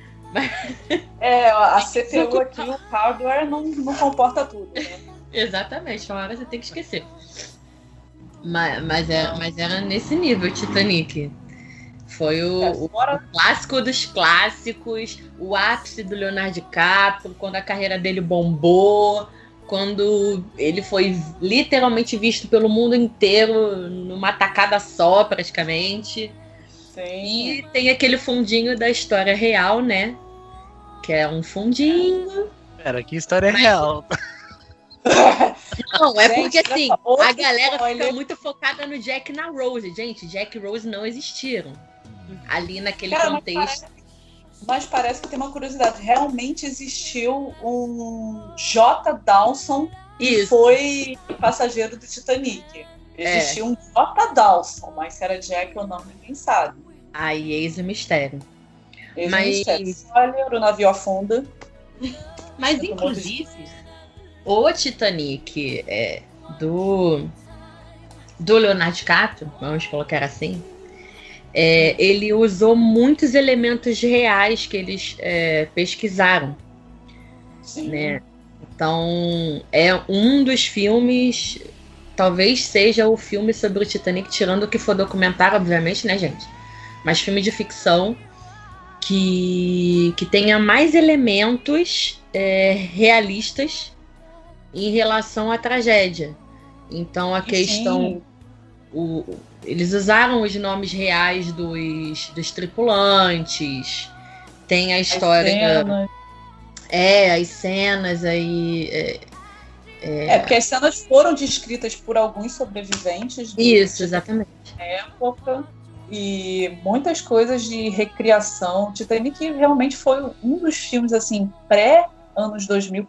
A CPU aqui, o hardware não comporta tudo, né? Exatamente, uma hora você tem que esquecer. Mas era nesse nível, Titanic. Foi o clássico dos clássicos, o ápice do Leonardo DiCaprio, quando a carreira dele bombou, quando ele foi literalmente visto pelo mundo inteiro numa tacada só, praticamente. Sim. E tem aquele fundinho da história real, né? Que é um fundinho. Pera, que história real? Não, porque assim, a galera fica muito focada no Jack e na Rose. Gente, Jack e Rose não existiram. Ali naquele contexto. Mas parece que tem uma curiosidade. Realmente existiu um J. Dawson que foi passageiro do Titanic. Existiu um J. Dawson, mas se era Jack ou não, ninguém sabe. Aí, eis o mistério. Olha, o navio afunda. Mas, inclusive, o Titanic do Leonardo DiCaprio, vamos colocar assim, ele usou muitos elementos reais que eles pesquisaram. Sim. Né? Então, é um dos filmes, talvez seja o filme sobre o Titanic, tirando o que for documentário, obviamente, né, gente? Mas filme de ficção que tenha mais elementos realistas em relação à tragédia. Então, a questão... eles usaram os nomes reais dos tripulantes. Tem a história... as cenas aí... porque as cenas foram descritas por alguns sobreviventes. Isso, exatamente. Na época. E muitas coisas de recriação. Titanic realmente foi um dos filmes, assim, pré-anos 2000,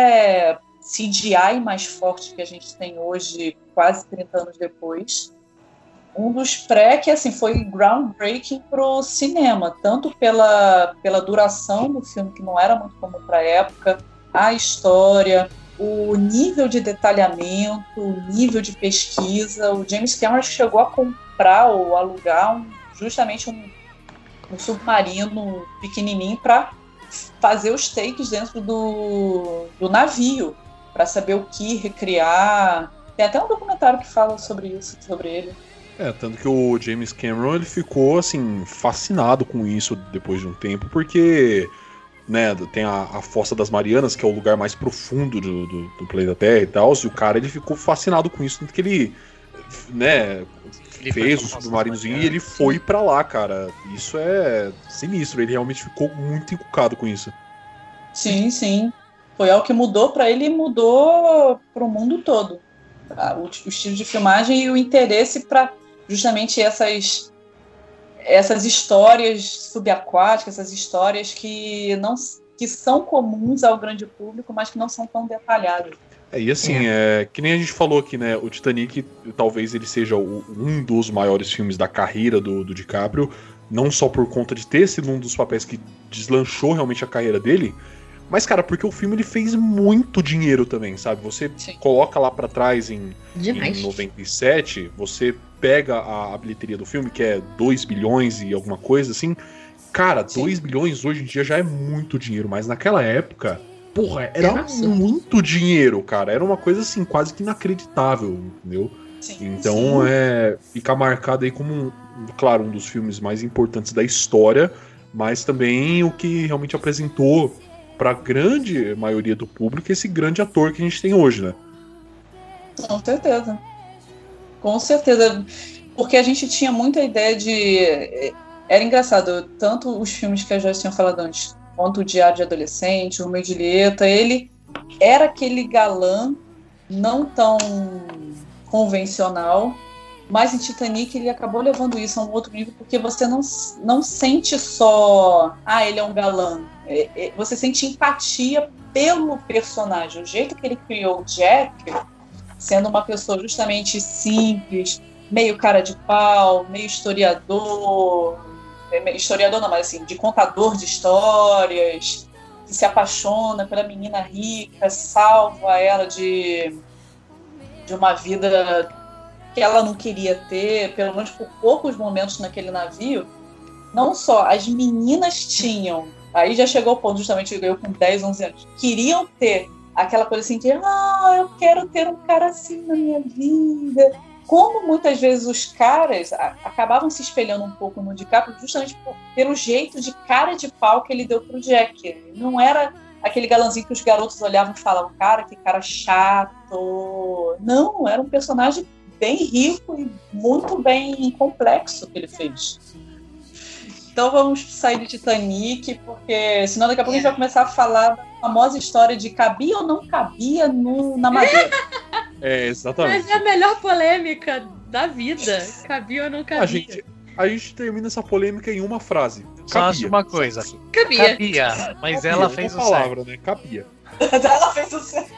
pré-CGI mais forte que a gente tem hoje, quase 30 anos depois. Um dos que, assim, foi groundbreaking pro cinema, tanto pela duração do filme, que não era muito comum pra época, a história, o nível de detalhamento, o nível de pesquisa. O James Cameron chegou a comprar ou alugar justamente um submarino pequenininho para fazer os takes dentro do navio, para saber o que recriar. Tem até um documentário que fala sobre isso, sobre ele. Tanto que o James Cameron ele ficou assim fascinado com isso depois de um tempo, porque né, tem a Fossa das Marianas, que é o lugar mais profundo do planeta Terra e tal, e o cara ele ficou fascinado com isso, tanto que ele, né, ele fez o submarinozinho e ele foi pra lá, cara. Isso é sinistro, ele realmente ficou muito encucado com isso. Sim, sim. Foi algo que mudou pra ele e mudou pro mundo todo. O estilo de filmagem e o interesse para justamente essas histórias subaquáticas, essas histórias que são comuns ao grande público, mas que não são tão detalhadas. E assim, que nem a gente falou aqui, né? O Titanic, talvez ele seja um dos maiores filmes da carreira do DiCaprio, não só por conta de ter sido um dos papéis que deslanchou realmente a carreira dele, mas, cara, porque o filme ele fez muito dinheiro também, sabe? Você coloca lá pra trás em 97, você pega a bilheteria do filme, que é 2 bilhões e alguma coisa assim. Cara, 2 bilhões hoje em dia já é muito dinheiro, mas naquela época, porra, era muito dinheiro, cara. Era uma coisa assim, quase que inacreditável, entendeu? Então, fica marcado aí como, claro, um dos filmes mais importantes da história, mas também o que realmente apresentou pra grande maioria do público esse grande ator que a gente tem hoje, né? Com certeza. Com certeza. Porque a gente tinha muita ideia de... Era engraçado, tanto os filmes que eu já tinha falado antes, quanto o Diário de Adolescente, o Romeo e Julieta, ele era aquele galã não tão convencional, mas em Titanic ele acabou levando isso a um outro nível, porque você não sente só, ele é um galã, você sente empatia pelo personagem, o jeito que ele criou o Jack, sendo uma pessoa justamente simples, meio cara de pau, meio historiador não, mas assim, de contador de histórias, que se apaixona pela menina rica, salva ela de uma vida que ela não queria ter, pelo menos por poucos momentos naquele navio. Não só as meninas tinham, aí já chegou o ponto, justamente eu com 10, 11 anos, queriam ter aquela coisa assim de, eu quero ter um cara assim na minha vida. Como muitas vezes os caras acabavam se espelhando um pouco no DiCaprio justamente pelo jeito de cara de pau que ele deu pro Jack. Não era aquele galãzinho que os garotos olhavam e falavam, cara, que cara chato. Não, era um personagem bem rico e muito bem complexo que ele fez. Então vamos sair de Titanic, porque senão daqui a pouco a gente vai começar a falar da famosa história de cabia ou não cabia na madeira. Exatamente. Mas é a melhor polêmica da vida. Cabia ou não cabia? A gente termina essa polêmica em uma frase. Só acho uma coisa. Cabia. Mas ela fez o certo. Né? Cabia. Ela fez o certo.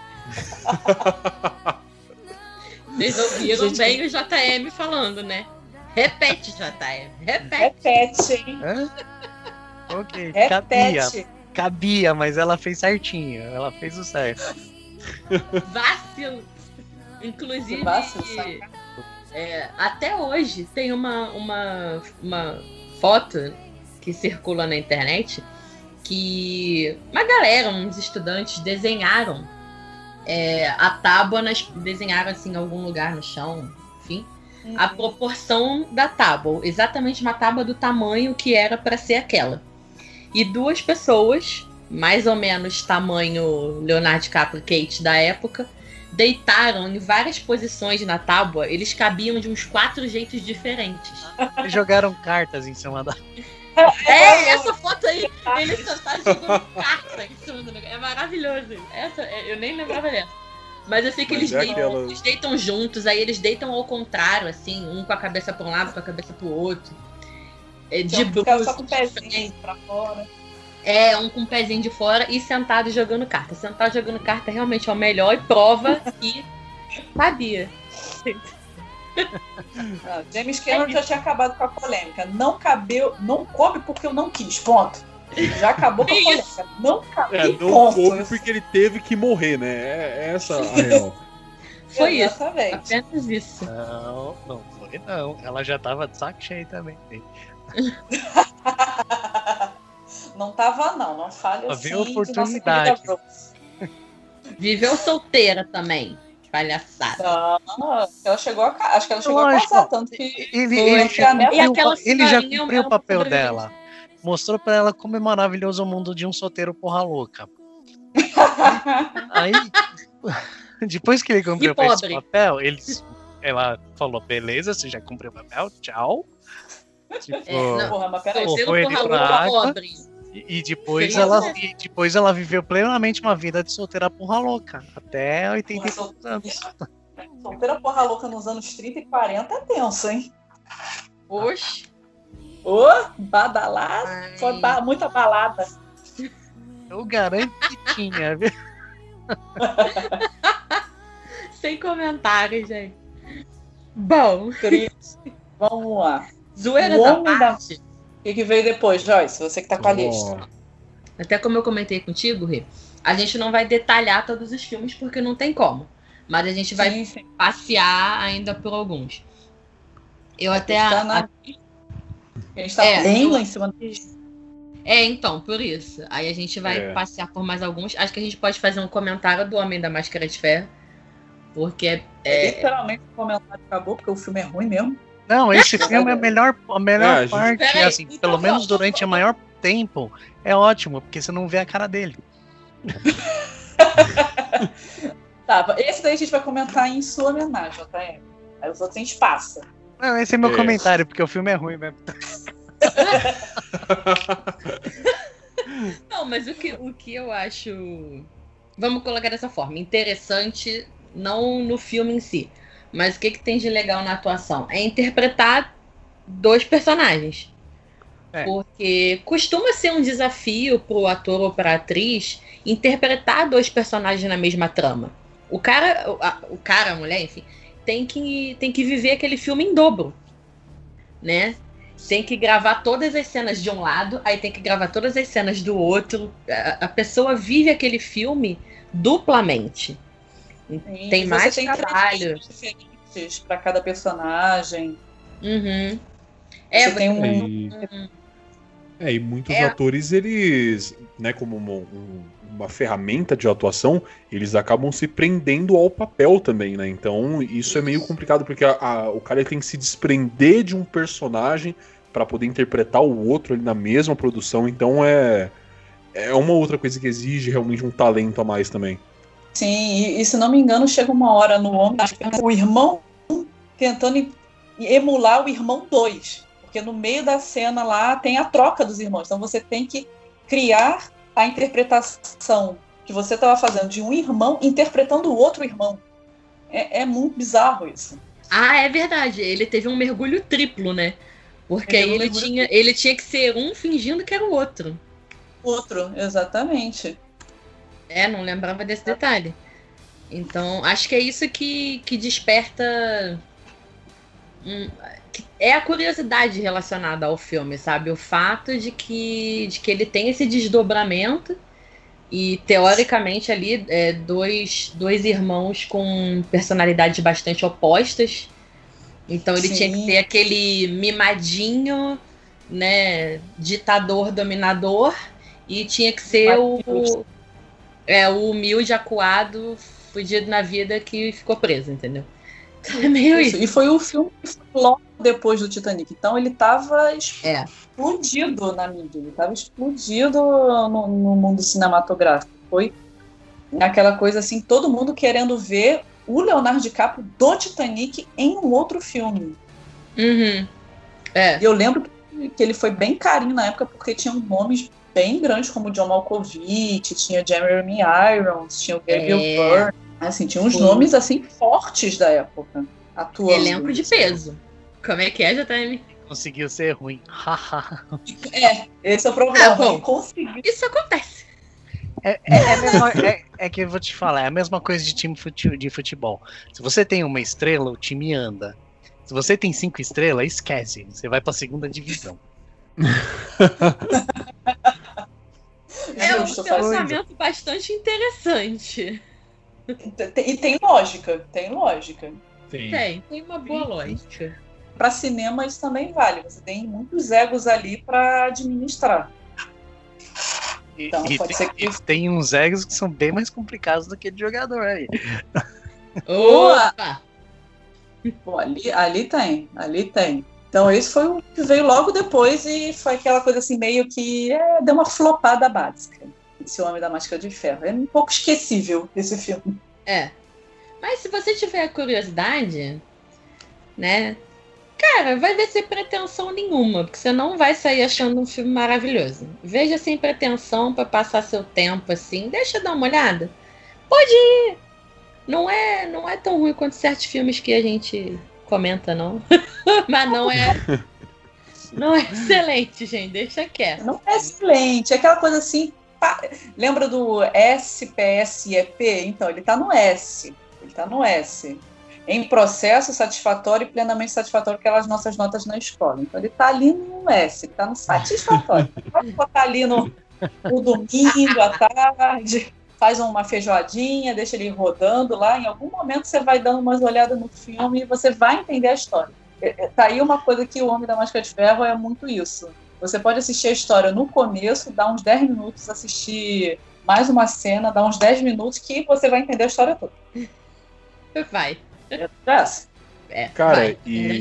Vocês ouviram bem o JM falando, né? Repete, JM. Repete, hein? Ok, repete. Cabia, mas ela fez certinho. Ela fez o certo. Vacilo. Inclusive, até hoje tem uma foto que circula na internet que uma galera, uns estudantes desenharam a tábua, desenharam assim em algum lugar no chão, enfim, a proporção da tábua, exatamente uma tábua do tamanho que era para ser aquela. E 2 pessoas, mais ou menos tamanho Leonardo DiCaprio e Kate da época, deitaram em várias posições na tábua. Eles cabiam de uns 4 jeitos diferentes. Eles jogaram cartas em cima da... Essa foto aí, eles sentaram jogando carta em cima do negócio. É maravilhoso. Essa, eu nem lembrava dessa. Mas eu sei que eles deitam juntos, aí eles deitam ao contrário, assim, um com a cabeça para um lado, com a cabeça pro outro. De bruxo, só com o pezinho pra fora. Um com o pezinho de fora e sentado jogando carta. Sentado jogando carta realmente é o melhor e prova que cabia. James Cameron já tinha acabado com a polêmica. Não coube porque eu não quis, ponto. Já acabou com a polêmica. Não cabe, não coube porque ele teve que morrer, né? É essa a real. Foi exatamente. Isso, apenas isso. Não foi não. Ela já tava de saco cheio também. Não tava não fale assim. Havia oportunidade. Viveu solteira também. Palhaçada. Não, ela chegou acho que ela chegou Lógico. a casar, tanto que Ele já senhorinha cumpriu é o papel uma dela. Mostrou pra ela como é maravilhoso o mundo de um solteiro porra louca. Aí, depois que ele cumpriu E esse pobre. papel, ela falou, beleza, você já cumpriu o papel, tchau. Tipo, não. Porra, mas peraí. Solteiro foi ele porra pra louca água. pobre. e depois Feliz, ela, né? e depois ela viveu plenamente uma vida de solteira porra louca. Até 80 e Porra, poucos anos. Solteira porra louca nos anos 30 e 40 é tenso, hein? Oxe. Ô, badalada. Ai. Foi muita balada. Eu garanto que tinha, viu? Sem comentários, gente. Bom, Cris, vamos lá. zoeira O da homem parte. O que veio depois, Joyce? Você que tá com a Ó, lista. Até como eu comentei contigo, Rê, a gente não vai detalhar todos os filmes porque não tem como. Mas a gente vai Sim. passear ainda por alguns. Eu até. Tá na- A gente tá É. bem lá em cima. Então, por isso. Aí a gente vai passear por mais alguns. Acho que a gente pode fazer um comentário do Homem da Máscara de Ferro. Porque Literalmente o comentário acabou, porque o filme é ruim mesmo. Não, esse filme é a melhor a gente- parte, Peraí, assim, então pelo menos vamos- durante o maior tempo, é ótimo, porque você não vê a cara dele. Tá, esse daí a gente vai comentar em sua homenagem, tá? Aí os outros a gente passa. Não, esse é meu É. comentário, porque o filme é ruim mesmo. Não, mas o que eu acho. Vamos colocar dessa forma. Interessante, não no filme em si. Mas o que tem de legal na atuação? É interpretar dois personagens. É. Porque costuma ser um desafio pro ator ou pra atriz interpretar dois personagens na mesma trama. O cara, a mulher, enfim, tem que viver aquele filme em dobro, né? Tem que gravar todas as cenas de um lado, aí tem que gravar todas as cenas do outro. A pessoa vive aquele filme duplamente. Tem E mais você trabalho. diferentes para cada personagem. Uhum. Você tem E muitos É. atores, eles, né, como uma ferramenta de atuação, eles acabam se prendendo ao papel também, né? Então isso é meio complicado, porque o cara ele tem que se desprender de um personagem para poder interpretar o outro ali na mesma produção. Então é uma outra coisa que exige realmente um talento a mais também. Sim, e se não me engano, chega uma hora no Homem o irmão tentando emular o irmão 2. Porque no meio da cena lá tem a troca dos irmãos. Então você tem que criar a interpretação que você estava fazendo de um irmão interpretando o outro irmão. É muito bizarro isso. Ah, é verdade. Ele teve um mergulho triplo, né? Porque aí ele tinha que ser um fingindo que era o outro. Outro, exatamente. Não lembrava desse detalhe. Então, acho que é isso que desperta. É a curiosidade relacionada ao filme, sabe? O fato de que ele tem esse desdobramento e, teoricamente, ali, dois irmãos com personalidades bastante opostas. Então, ele tinha que ser aquele mimadinho, né? Ditador, dominador. E tinha que ser o humilde, acuado, fudido na vida que ficou preso, entendeu? É meio isso. E foi o filme que foi logo depois do Titanic. Então ele estava explodido na mídia. Ele estava explodido no mundo cinematográfico. Foi aquela coisa assim, todo mundo querendo ver o Leonardo DiCaprio do Titanic em um outro filme. Uhum. E eu lembro que ele foi bem carinho na época, porque tinha nomes bem grandes, como John Malkovich, tinha Jeremy Irons, tinha o Gabriel Byrne. Assim, tinha uns nomes assim fortes da época atuando. Elenco de peso. Como é que é, JM? Conseguiu ser ruim. Esse é o problema. Bom, conseguiu. isso acontece. É que eu vou te falar, é a mesma coisa de time de futebol. Se você tem uma estrela, o time anda. Se você tem 5 estrelas, esquece. Você vai pra segunda divisão. É um pensamento bastante interessante. E tem lógica, tem lógica. Tem uma boa lógica. Para cinema isso também vale. Você tem muitos egos ali para administrar. Então, pode ser que... tem uns egos que são bem mais complicados do que de jogador aí. Opa! Pô, ali tem. Então esse foi o que veio logo depois e foi aquela coisa assim meio que deu uma flopada básica. Esse Homem da Máscara de Ferro. É um pouco esquecível esse filme. Mas se você tiver curiosidade, né? Cara, vai ver sem pretensão nenhuma, porque você não vai sair achando um filme maravilhoso. Veja sem pretensão pra passar seu tempo assim. Deixa eu dar uma olhada. Pode ir. Não é tão ruim quanto certos filmes que a gente comenta, não. Mas não é excelente, gente. Deixa quieto. Não é excelente. É aquela coisa assim. Lembra do SPSEP? Então, ele tá no S. Em processo satisfatório e plenamente satisfatório, aquelas nossas notas na escola. Então, ele tá ali no S, ele tá no satisfatório. Pode botar ali no domingo à tarde, faz uma feijoadinha, deixa ele rodando lá. Em algum momento você vai dando umas olhadas no filme e você vai entender a história. Tá aí uma coisa que o Homem da Máscara de Ferro é muito isso. Você pode assistir a história no começo, dar uns 10 minutos, assistir mais uma cena, dar uns 10 minutos que você vai entender a história toda. Vai. Cara, vai.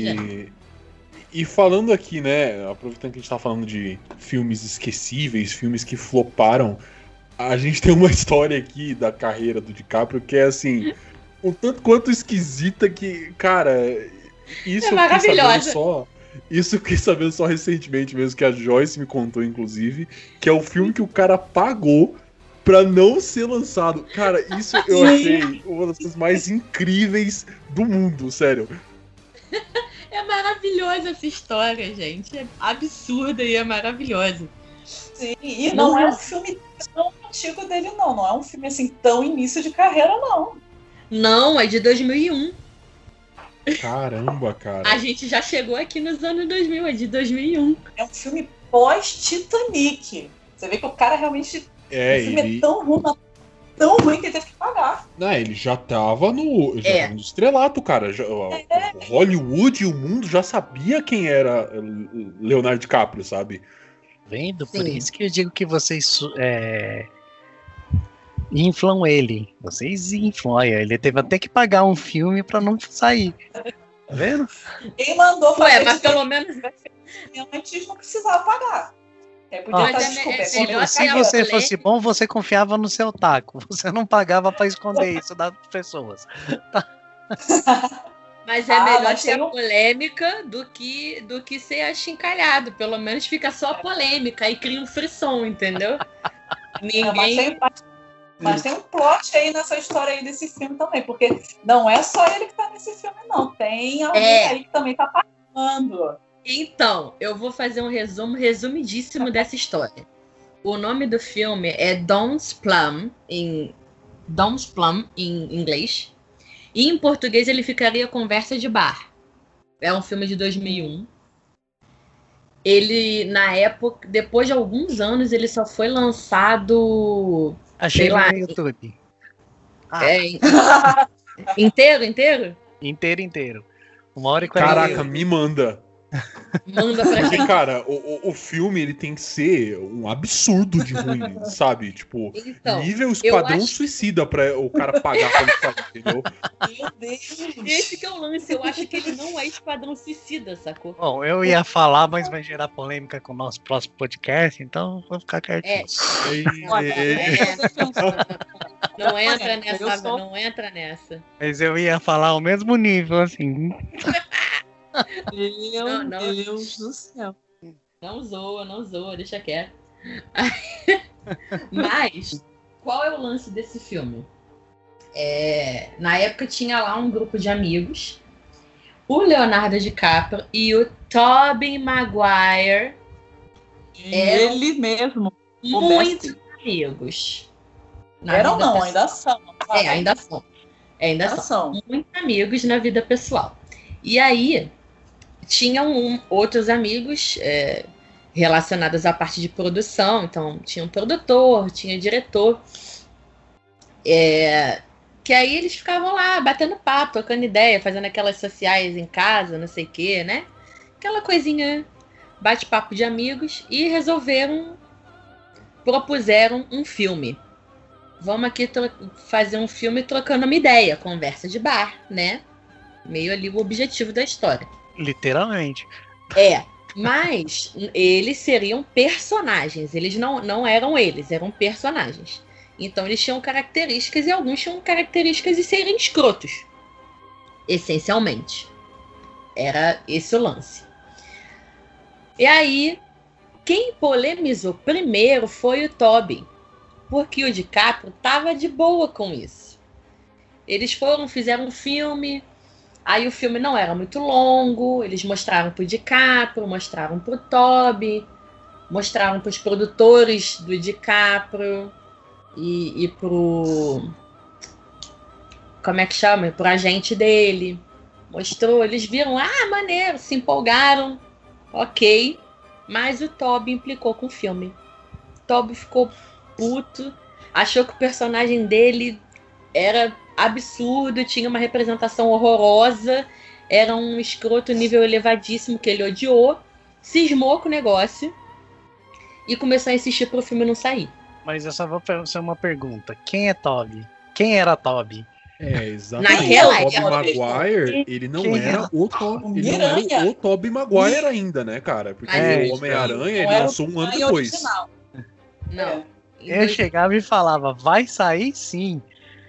E falando aqui, né, aproveitando que a gente tá falando de filmes esquecíveis, filmes que floparam, a gente tem uma história aqui da carreira do DiCaprio que é assim, um tanto quanto esquisita que, cara, isso eu fiquei sabendo só. Isso eu fiquei sabendo só recentemente mesmo, que a Joyce me contou, inclusive, que é o filme que o cara pagou pra não ser lançado. Cara, isso eu achei uma das coisas mais incríveis do mundo, sério. É maravilhosa essa história, gente. É absurda e é maravilhosa. Sim, e não é um filme tão antigo dele, não. Não é um filme assim tão início de carreira, não. Não, é de 2001. Caramba, cara. A gente já chegou aqui nos anos 2000, é de 2001. É um filme pós-Titanic. Você vê que o cara realmente... o filme é tão ruim que ele teve que pagar. Não, ele já tava no estrelato, cara. O Hollywood e o mundo já sabia quem era Leonardo DiCaprio, sabe? Vendo? Sim. Por isso que eu digo que vocês inflam ele. Vocês inflam. Olha, ele teve até que pagar um filme pra não sair. Tá vendo? Quem mandou fazer mas pelo menos... antes não precisava pagar. Se você fosse bom, você confiava no seu taco. Você não pagava pra esconder isso das pessoas. Mas é melhor ter a polêmica do que ser achincalhado. Pelo menos fica só a polêmica e cria um frisson, entendeu? Ninguém... Mas tem um plot aí nessa história aí desse filme também, porque não é só ele que tá nesse filme, não. Tem alguém aí que também tá pagando. Então, eu vou fazer um resumidíssimo dessa história. O nome do filme é Don's Plum, em inglês. E em português ele ficaria Conversa de Bar. É um filme de 2001. Ele, na época, depois de alguns anos, ele só foi lançado... Achei lá no YouTube. Inteiro? Inteiro. 1h40. Caraca, me manda. Manda pra gente. Cara, o filme ele tem que ser um absurdo de ruim, sabe? Tipo, então, nível Esquadrão Suicida pra o cara pagar pra ele sair, entendeu? Meu Deus! Esse que é o lance. Eu acho que ele não é Esquadrão Suicida, sacou? Bom, eu ia falar, mas vai gerar polêmica com o nosso próximo podcast, então vou ficar quietinho. Não entra nessa. Mas eu ia falar ao mesmo nível, assim. Meu Deus do céu. Não zoa, deixa quieto. Mas, qual é o lance desse filme? Na época tinha lá um grupo de amigos, o Leonardo DiCaprio e o Tobey Maguire. Ele mesmo. Muito amigos. Ainda são. Ainda são. Muito amigos na vida pessoal. E aí, tinham outros amigos relacionados à parte de produção. Então, tinha um produtor, tinha diretor. Que aí eles ficavam lá, batendo papo, trocando ideia, fazendo aquelas sociais em casa, não sei o quê, né? Aquela coisinha, bate-papo de amigos. E propuseram um filme. vamos aqui fazer um filme trocando uma ideia, conversa de bar, né? Meio ali o objetivo da história. Literalmente. Mas eles seriam personagens, eles não eram eles, eram personagens. Então eles tinham características e alguns tinham características de serem escrotos. Essencialmente. Era esse o lance. E aí, quem polemizou primeiro foi o Tobey, porque o DiCaprio tava de boa com isso. Eles fizeram um filme, aí o filme não era muito longo, eles mostraram pro DiCaprio, mostraram pro Tobey, mostraram pros produtores do DiCaprio e pro... como é que chama? Pro agente dele. Mostrou, eles viram, maneiro, se empolgaram, ok, mas o Tobey implicou com o filme. O Tobey ficou puto, achou que o personagem dele era absurdo, tinha uma representação horrorosa, era um escroto nível elevadíssimo que ele odiou, cismou com o negócio e começou a insistir pro filme não sair. Mas eu só vou fazer uma pergunta. Quem é Tobey? Quem era Tobey? Exatamente. O Tobey Maguire, ele não era o Tobey. Ele não era o Tobey Maguire ainda, né, cara? Porque o Homem-Aranha ele lançou um ano depois. Original. Não. Eu chegava e falava, vai sair sim.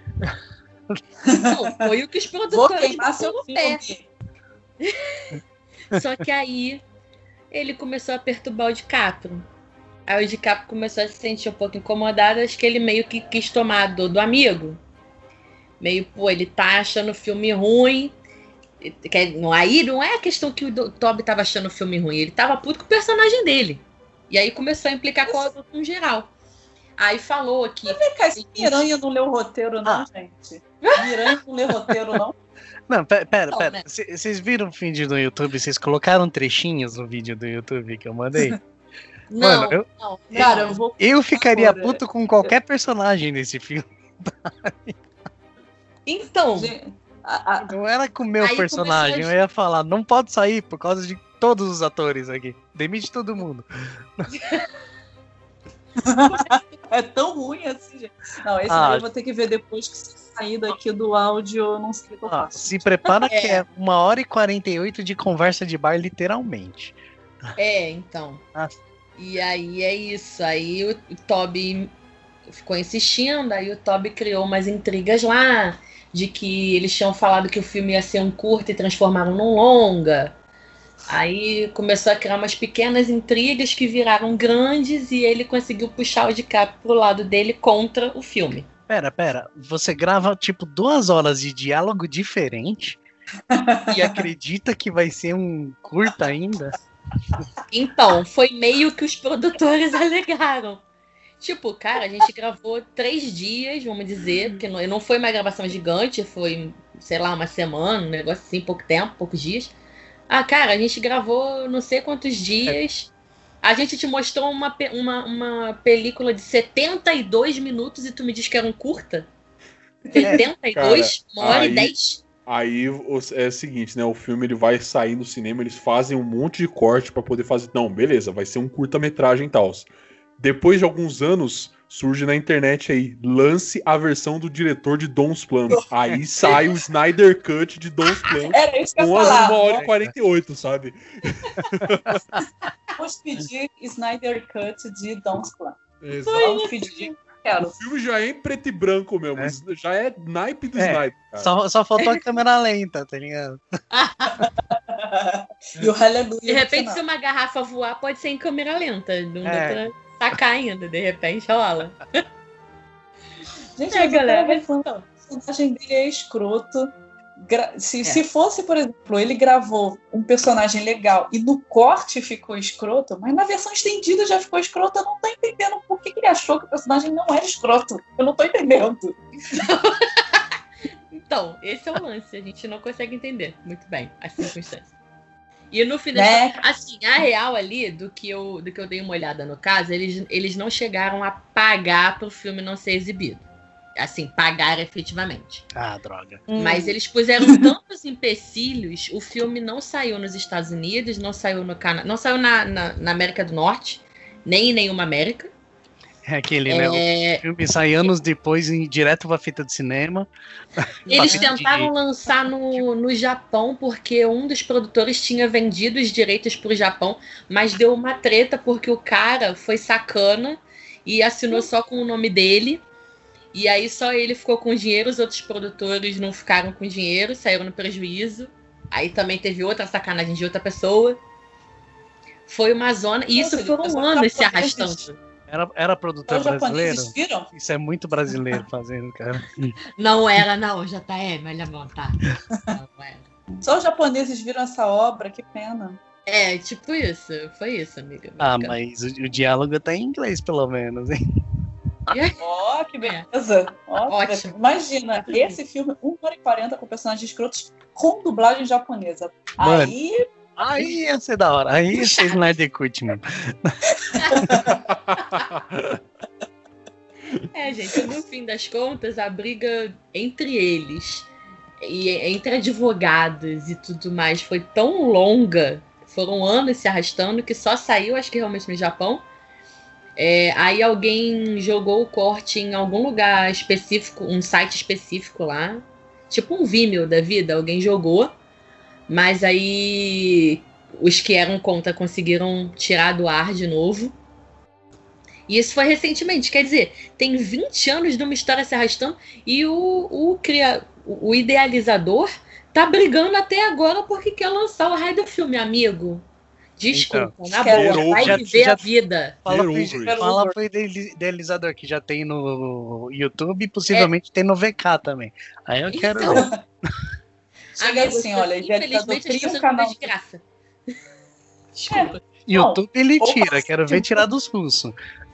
Não, foi o que os Vou produtores queimar seu botaram no pé. filme. Só que aí ele começou a perturbar o DiCaprio. Aí o DiCaprio começou a se sentir um pouco incomodado, acho que ele meio que quis tomar a dor do amigo. Meio, ele tá achando o filme ruim. Aí não é a questão que o Tobey tava achando o filme ruim, ele tava puto com o personagem dele. E aí começou a implicar com geral. Aí falou aqui. Esse Miranha não leu o roteiro, não, gente? Miranha não leu o roteiro, não? Não, pera. Né? Vocês viram o vídeo do YouTube? Vocês colocaram trechinhos no vídeo do YouTube que eu mandei? Não, Mano, não. Cara, eu ficaria puto com qualquer personagem desse filme. Então, Não era com o meu Aí personagem, começou eu ia falar, não pode sair por causa de todos os atores aqui. Demite todo mundo. é tão ruim assim, gente. Não, esse aí eu vou ter que ver depois que sair daqui do áudio, eu não sei o que eu faço. Se prepara que é 1h48 de conversa de bar, literalmente. então. E aí é isso. Aí o Tobey ficou insistindo, aí o Tobey criou umas intrigas lá, de que eles tinham falado que o filme ia ser um curta e transformaram num longa. Aí começou a criar umas pequenas intrigas que viraram grandes e ele conseguiu puxar o DiCaprio pro lado dele contra o filme. Pera, você grava tipo 2 horas de diálogo diferente e acredita que vai ser um curta ainda? Então, foi meio que os produtores alegaram. Tipo, cara, a gente gravou 3 dias, vamos dizer, porque não foi uma gravação gigante, foi, sei lá, uma semana, um negócio assim, pouco tempo, poucos dias. Cara, a gente gravou não sei quantos dias. A gente te mostrou uma película de 72 minutos e tu me diz que era um curta? 72? Cara, 1h10? Aí é o seguinte, né? O filme ele vai sair no cinema, eles fazem um monte de corte pra poder fazer. Não, beleza, vai ser um curta-metragem e tal. Depois de alguns anos, surge na internet aí, lance a versão do diretor de Don's Plan. Aí sai o Snyder Cut de Don's Plan Era isso que eu com ia as falar. 1h48, sabe? Vamos pedir Snyder Cut de Don's Plan. Exato. Vamos pedir. O filme já é em preto e branco mesmo, já é naipe do Snyder. Cara. Só faltou a câmera lenta, tá ligado? E o Hallelujah. De repente, se uma garrafa voar, pode ser em câmera lenta. Não dá pra sacar ainda, de repente, rola. Gente, galera. O personagem dele é escroto. Se fosse, por exemplo, ele gravou um personagem legal e no corte ficou escroto, mas na versão estendida já ficou escroto, eu não tô entendendo por que ele achou que o personagem não era escroto. Eu não tô entendendo. Então, esse é o lance, a gente não consegue entender muito bem as circunstâncias. E no final, assim, a real ali, do que eu dei uma olhada no caso, eles não chegaram a pagar pro filme não ser exibido. Assim, pagar efetivamente. Droga. Mas eles puseram tantos empecilhos, o filme não saiu nos Estados Unidos, não saiu no Canadá, não saiu na América do Norte, nem em nenhuma América. É aquele, né? O filme sai anos depois, direto pra fita de cinema. Eles tentaram lançar no Japão, porque um dos produtores tinha vendido os direitos pro Japão, mas deu uma treta porque o cara foi sacana e assinou só com o nome dele. E aí só ele ficou com dinheiro, os outros produtores não ficaram com dinheiro, saíram no prejuízo. Aí também teve outra sacanagem de outra pessoa. Foi uma zona. E isso foi um ano se arrastando. Era produtor brasileiro? Viram? Isso é muito brasileiro fazendo, cara. Não era, não, JM, olha a vontade. Não era. Só os japoneses viram essa obra, que pena. É, tipo isso. Foi isso, amiga. Ah, mas o diálogo tá em inglês, pelo menos, hein? Ó, que beleza. Ótimo. Imagina, esse filme, 1h40 com personagens escrotos com dublagem japonesa. Mano, aí ia ser da hora. Aí ia ser Snyder Cut, mano. Gente, no fim das contas, a briga entre eles e entre advogados e tudo mais foi tão longa, foram anos se arrastando, que só saiu, acho que realmente no Japão. Aí alguém jogou o corte em algum lugar específico, um site específico lá, tipo um Vimeo da vida, alguém jogou, mas aí os que eram contra conseguiram tirar do ar de novo. E isso foi recentemente, quer dizer, tem 20 anos de uma história se arrastando e o idealizador tá brigando até agora porque quer lançar o raio do filme, amigo. Desculpa, então, na boa, vai viver a vida. Fala pro idealizador que já tem no YouTube e possivelmente tem no VK também. Aí eu quero ver. Chega assim, olha, infelizmente as pessoas não de graça. Desculpa. YouTube ele tira, quero ver tirar dos russos.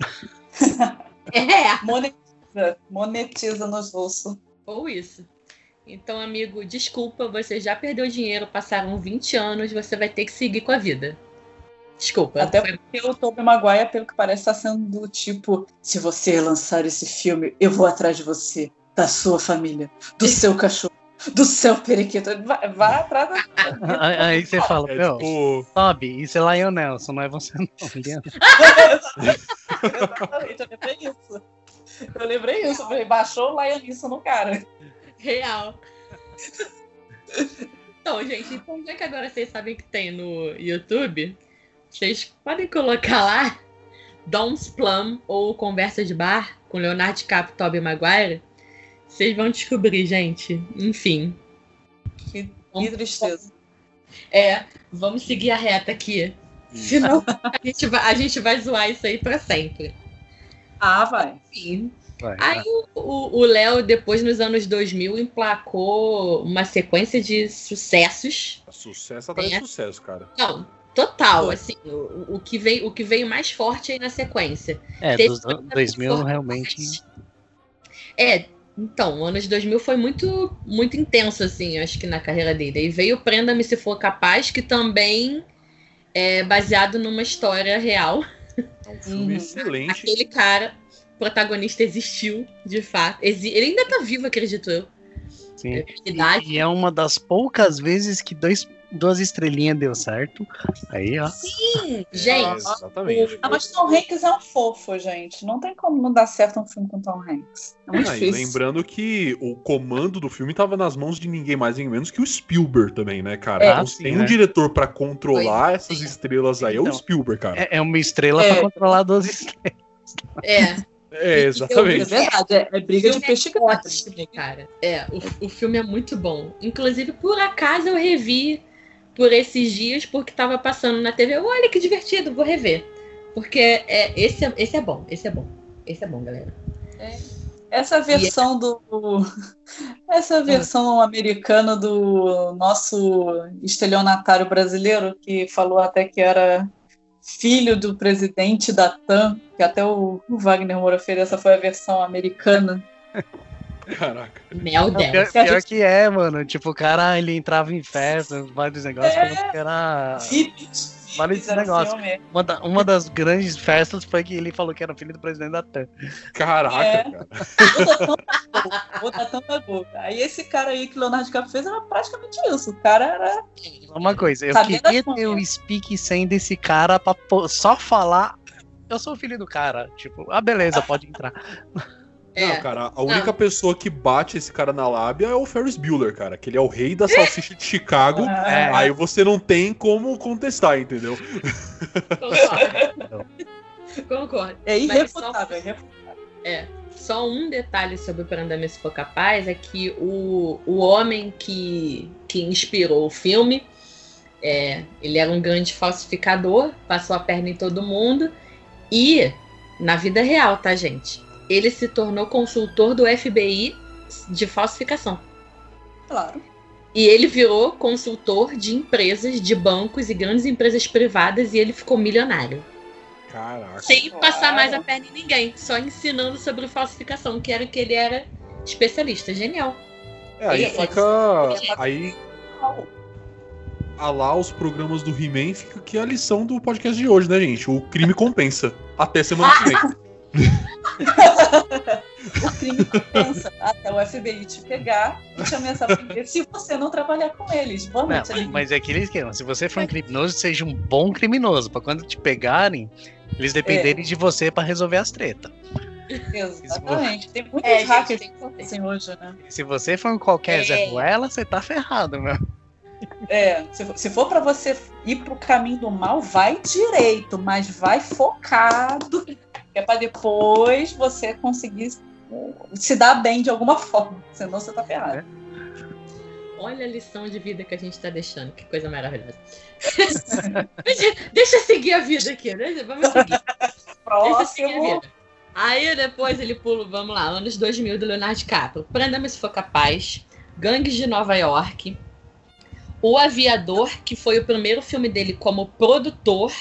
Monetiza nos russos. Ou isso. Então, amigo, desculpa, você já perdeu dinheiro, passaram 20 anos, você vai ter que seguir com a vida. Desculpa. Até porque o Tobey Maguire, pelo que parece, está sendo do tipo: se você lançar esse filme, eu vou atrás de você, da sua família, do seu cachorro, do seu periquito. Vai atrás da... Aí você fala, meu, Toby, isso é Lion Nelson, não é você não. Exatamente, eu lembrei isso. Baixou o Lion Nelson no cara. Real. Então, gente, já que agora vocês sabem que tem no YouTube, vocês podem colocar lá Dom's Plum ou Conversa de Bar com Leonardo DiCaprio e Tobey Maguire. Vocês vão descobrir, gente. Enfim. Que tristeza. Vamos seguir a reta aqui. Senão a gente vai zoar isso aí pra sempre. Vai. Enfim. Aí o Léo, depois nos anos 2000, emplacou uma sequência de sucessos. Sucesso atrás de sucesso, cara. Não, total, assim, o que veio mais forte aí na sequência. Dos 2000 realmente... Então, anos 2000 foi muito, muito intenso, assim, acho que na carreira dele. Aí veio Prenda-me Se For Capaz, que também é baseado numa história real. É um filme excelente. Aquele cara... protagonista existiu, de fato. Ele ainda tá vivo, acredito eu. Sim. E é uma das poucas vezes que duas estrelinhas deu certo. Aí, ó. Sim, gente. Exatamente. Mas Tom Hanks é um fofo, gente. Não tem como não dar certo um filme com Tom Hanks. É muito difícil. E lembrando que o comando do filme tava nas mãos de ninguém mais nem menos que o Spielberg também, né, cara? Tem um diretor pra controlar essas estrelas aí, é o Spielberg, cara. É uma estrela pra controlar duas estrelas. Exatamente. É verdade, é briga de peixe grande, cara. O filme é muito bom. Inclusive, por acaso, eu revi por esses dias, porque tava passando na TV. Olha que divertido, vou rever. Porque esse é bom, galera. Essa versão essa versão americana do nosso estelionatário brasileiro, que falou até que era filho do presidente da TAM, que até o Wagner Moura fez, essa foi a versão americana. Caraca. Meu Deus. Pior que mano. Tipo, o cara, ele entrava em festas, vários negócios, que era... Vários negócios. Uma das grandes festas foi que ele falou que era filho do presidente da TAM. Caraca, cara. Vou dar tanta boca. Aí esse cara aí que o Leonardo DiCaprio fez era praticamente isso. O cara era... Uma coisa, eu queria ter o speak sem desse cara pra só falar eu sou o filho do cara. Tipo, beleza, pode entrar. Não, cara, a única pessoa que bate esse cara na lábia é o Ferris Bueller, cara. Que ele é o rei da salsicha de Chicago. Aí você não tem como contestar, entendeu? Concordo. É irrefutável, Só um detalhe sobre o Prenda-me se for capaz é que o homem que inspirou o filme, ele era um grande falsificador, passou a perna em todo mundo e, na vida real, tá, gente? Ele se tornou consultor do FBI de falsificação. Claro. E ele virou consultor de empresas, de bancos e grandes empresas privadas e ele ficou milionário. Caraca. Sem passar mais a perna em ninguém, só ensinando sobre falsificação, que era o que ele era especialista. Genial. Aí fica... Aí... lá os programas do He-Man, fica aqui a lição do podcast de hoje, né, gente? O crime compensa. Até semana que vem. O crime compensa até o FBI te pegar e te ameaçar primeiro se você não trabalhar com eles. Mas é que eles querem. Se você for um criminoso, seja um bom criminoso. Pra quando te pegarem, eles dependerem de você pra resolver as tretas. Exatamente. Tem muitos hackers que acontecem hoje, né? Se você for um qualquer Zé Ruela, você tá ferrado, meu. Se for pra você ir pro caminho do mal, vai direito, mas vai focado, que é pra depois você conseguir se dar bem de alguma forma, senão você tá ferrado. Olha a lição de vida que a gente tá deixando, que coisa maravilhosa. Deixa eu seguir a vida aqui, né? Vamos seguir. Deixa eu seguir a vida. Aí depois ele pula, vamos lá, anos 2000 do Leonardo DiCaprio. Prenda-me se for capaz, Gangues de Nova York, O Aviador, que foi o primeiro filme dele como produtor,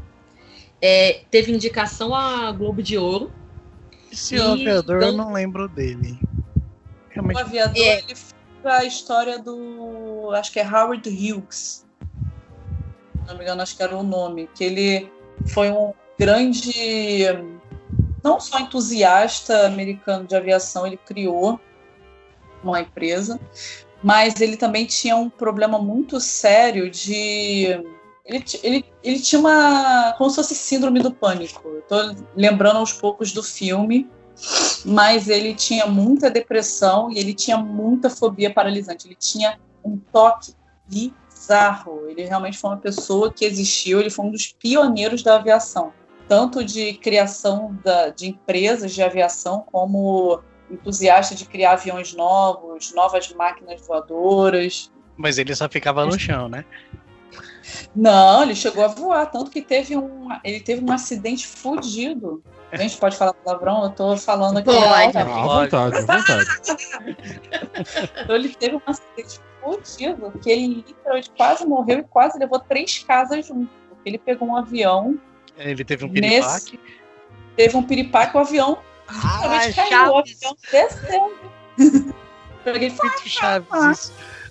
teve indicação a Globo de Ouro. Esse Aviador eu não lembro dele. O Aviador, ele fez a história do... acho que é Howard Hughes. Se não me engano, acho que era o nome. Que ele foi um grande... não só entusiasta americano de aviação, ele criou uma empresa, mas ele também tinha um problema muito sério de... Ele tinha uma... como se fosse síndrome do pânico. Estou lembrando aos poucos do filme, mas ele tinha muita depressão e ele tinha muita fobia paralisante. Ele tinha um toque bizarro. Ele realmente foi uma pessoa que existiu, ele foi um dos pioneiros da aviação. Tanto de criação de empresas de aviação, como entusiasta de criar aviões novos, novas máquinas voadoras. Mas ele só ficava no chão, né? Não, ele chegou a voar, tanto que ele teve um acidente fudido. A gente pode falar palavrão? Eu tô falando aqui. À vontade, à vontade. Então ele teve um acidente fudido, que ele literalmente quase morreu e quase levou 3 casas junto. Porque ele pegou um avião. Ele teve um piripaque. Teve um piripaque, o avião caiu, o avião desceu. Peguei muito Chaves.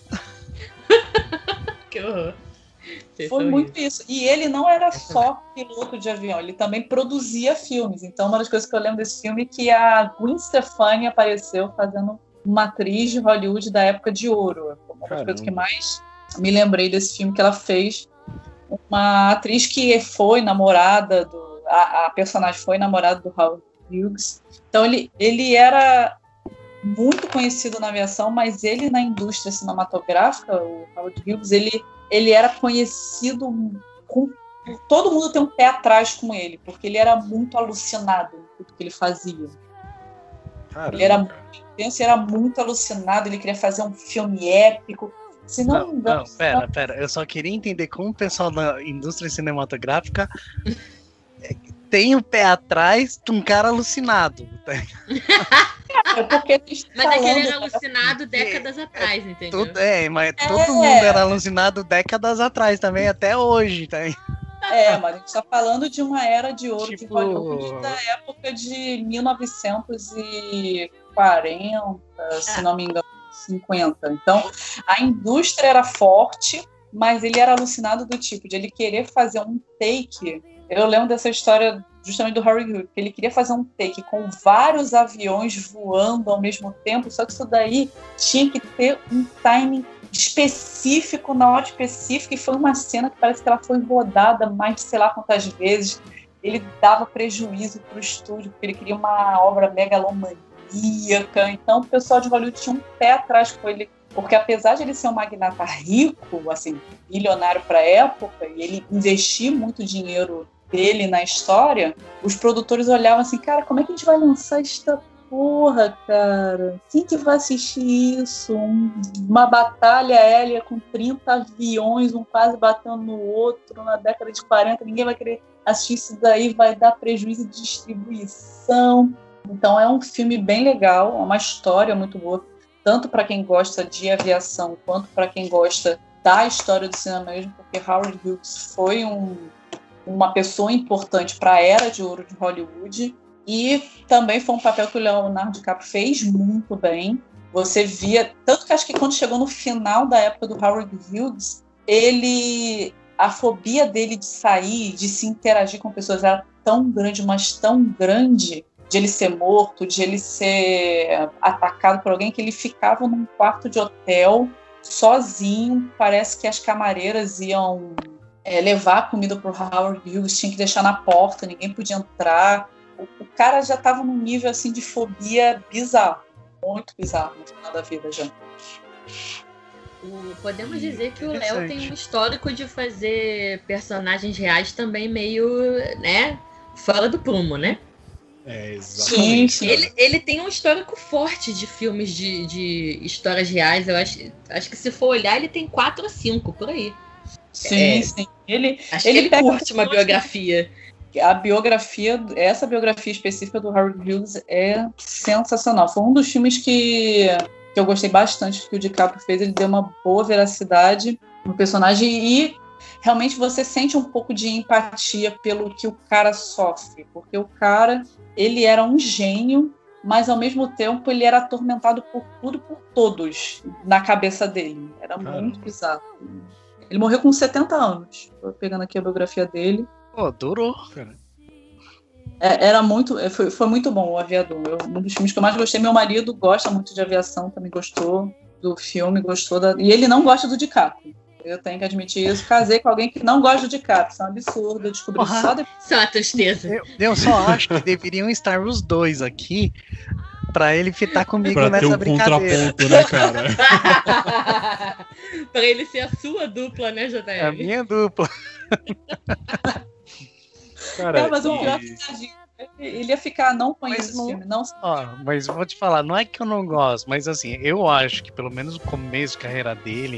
Que horror. Foi muito isso. E ele não era só piloto de avião, ele também produzia filmes. Então, uma das coisas que eu lembro desse filme é que a Gwen Stefani apareceu fazendo uma atriz de Hollywood da época de ouro. Uma das coisas que mais me lembrei desse filme que ela fez. Uma atriz que foi namorada a personagem foi namorada do Howard Hughes. Então, ele era muito conhecido na aviação, mas ele na indústria cinematográfica, o Howard Hughes, ele era conhecido todo mundo tem um pé atrás com ele, porque ele era muito alucinado em tudo que ele fazia. Caramba. Ele era muito intenso, era muito alucinado, ele queria fazer um filme épico. Se não me engano, pera, eu só queria entender como o pessoal da indústria cinematográfica tem o pé atrás de um cara alucinado. Mas é que ele era alucinado décadas atrás, entendeu? Mas todo mundo era alucinado décadas atrás também, até hoje. Tá? Mas a gente tá falando de uma era de ouro de Hollywood da época de 1940, se não me engano, 50. Então, a indústria era forte, mas ele era alucinado do tipo de ele querer fazer um take. Eu lembro dessa história justamente do Howard Hughes, que ele queria fazer um take com vários aviões voando ao mesmo tempo, só que isso daí tinha que ter um timing específico, na hora específica, e foi uma cena que parece que ela foi rodada mais de sei lá quantas vezes. ele dava prejuízo para o estúdio, porque ele queria uma obra megalomaníaca. Então o pessoal de Hollywood tinha um pé atrás com ele, porque apesar de ele ser um magnata rico, assim, bilionário para a época, e ele investir muito dinheiro dele na história, os produtores olhavam assim, cara, como é que a gente vai lançar esta porra, cara? Quem que vai assistir isso? Uma batalha aérea com 30 aviões, um quase batendo no outro na década de 40, ninguém vai querer assistir isso daí, vai dar prejuízo de distribuição. Então é um filme bem legal, é uma história muito boa, tanto para quem gosta de aviação, quanto para quem gosta da história do cinema mesmo, porque Howard Hughes foi uma pessoa importante para a era de ouro de Hollywood, e também foi um papel que o Leonardo DiCaprio fez muito bem. Você via, tanto que acho que quando chegou no final da época do Howard Hughes, a fobia dele de sair, de se interagir com pessoas era tão grande, mas tão grande, de ele ser morto, de ele ser atacado por alguém, que ele ficava num quarto de hotel sozinho. Parece que as camareiras iam levar a comida pro Howard Hughes, tinha que deixar na porta, ninguém podia entrar. O cara já estava num nível assim de fobia bizarro, muito bizarro no final da vida já. Podemos dizer que o Léo tem um histórico de fazer personagens reais também meio, né, fora do prumo, né? Exatamente. Sim. Ele tem um histórico forte de filmes de histórias reais. Eu acho que se for olhar, ele tem 4 ou 5 por aí. Sim. Acho que ele curte uma biografia. Essa biografia específica do Howard Hughes é sensacional. Foi um dos filmes que eu gostei bastante que o DiCaprio fez. Ele deu uma boa veracidade no personagem e realmente você sente um pouco de empatia pelo que o cara sofre, porque o cara, ele era um gênio, mas ao mesmo tempo ele era atormentado por tudo, por todos na cabeça dele. Era muito bizarro. Ele morreu com 70 anos. Tô pegando aqui a biografia dele. Pô, durou, cara. Foi muito bom o Aviador. Um dos filmes que eu mais gostei. Meu marido gosta muito de aviação, também gostou do filme, e ele não gosta do DiCaprio. Eu tenho que admitir isso. Casei com alguém que não gosta do DiCaprio. Isso é um absurdo. Eu descobri só depois. Isso é uma tristeza. Eu só acho que deveriam estar os dois aqui pra ele fitar comigo pra nessa ter um brincadeira. Contraponto, né, cara? Pra ele ser a sua dupla, né, JR? É a minha dupla. Cara, mas o pior é que ele ia ficar, não conheço esse filme, não. Mas vou te falar, não é que eu não gosto, mas assim, eu acho que pelo menos no começo da carreira dele,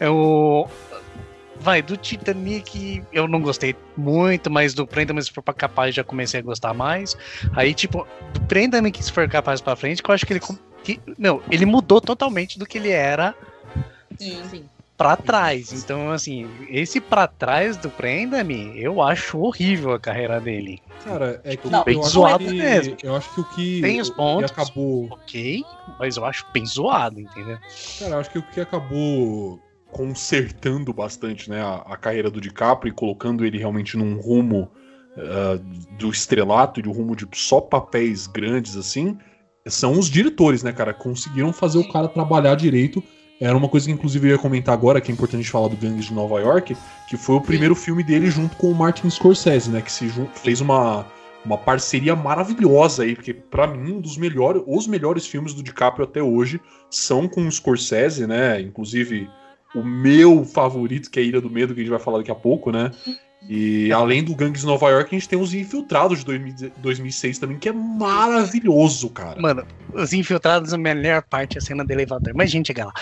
do Titanic eu não gostei muito, mas do Prenda-me se for capaz já comecei a gostar mais. Aí, tipo, do Prenda-me se for capaz pra frente, que eu acho que ele mudou totalmente do que ele era. Sim. Pra trás. Então, assim, esse pra trás do Prenda-me, eu acho horrível a carreira dele. Cara, é que bem zoado mesmo. Eu acho que o que tem os pontos, acabou, ok, mas eu acho bem zoado, entendeu? Cara, eu acho que o que acabou consertando bastante, né, a carreira do DiCaprio e colocando ele realmente num rumo do estrelato e de um rumo de só papéis grandes, assim, são os diretores, né, cara? Conseguiram fazer o cara trabalhar direito. Era uma coisa que, inclusive, eu ia comentar agora, que é importante falar do Gangues de Nova York, que foi o primeiro filme dele junto com o Martin Scorsese, né? Que fez uma parceria maravilhosa aí, porque, pra mim, os melhores filmes do DiCaprio até hoje são com o Scorsese, né? Inclusive, o meu favorito, que é Ilha do Medo, que a gente vai falar daqui a pouco, né? E além do Gangues de Nova York, a gente tem os Infiltrados de 2006 também, que é maravilhoso, cara. Mano, os Infiltrados, a melhor parte é a cena do elevador. Mas a gente chega lá.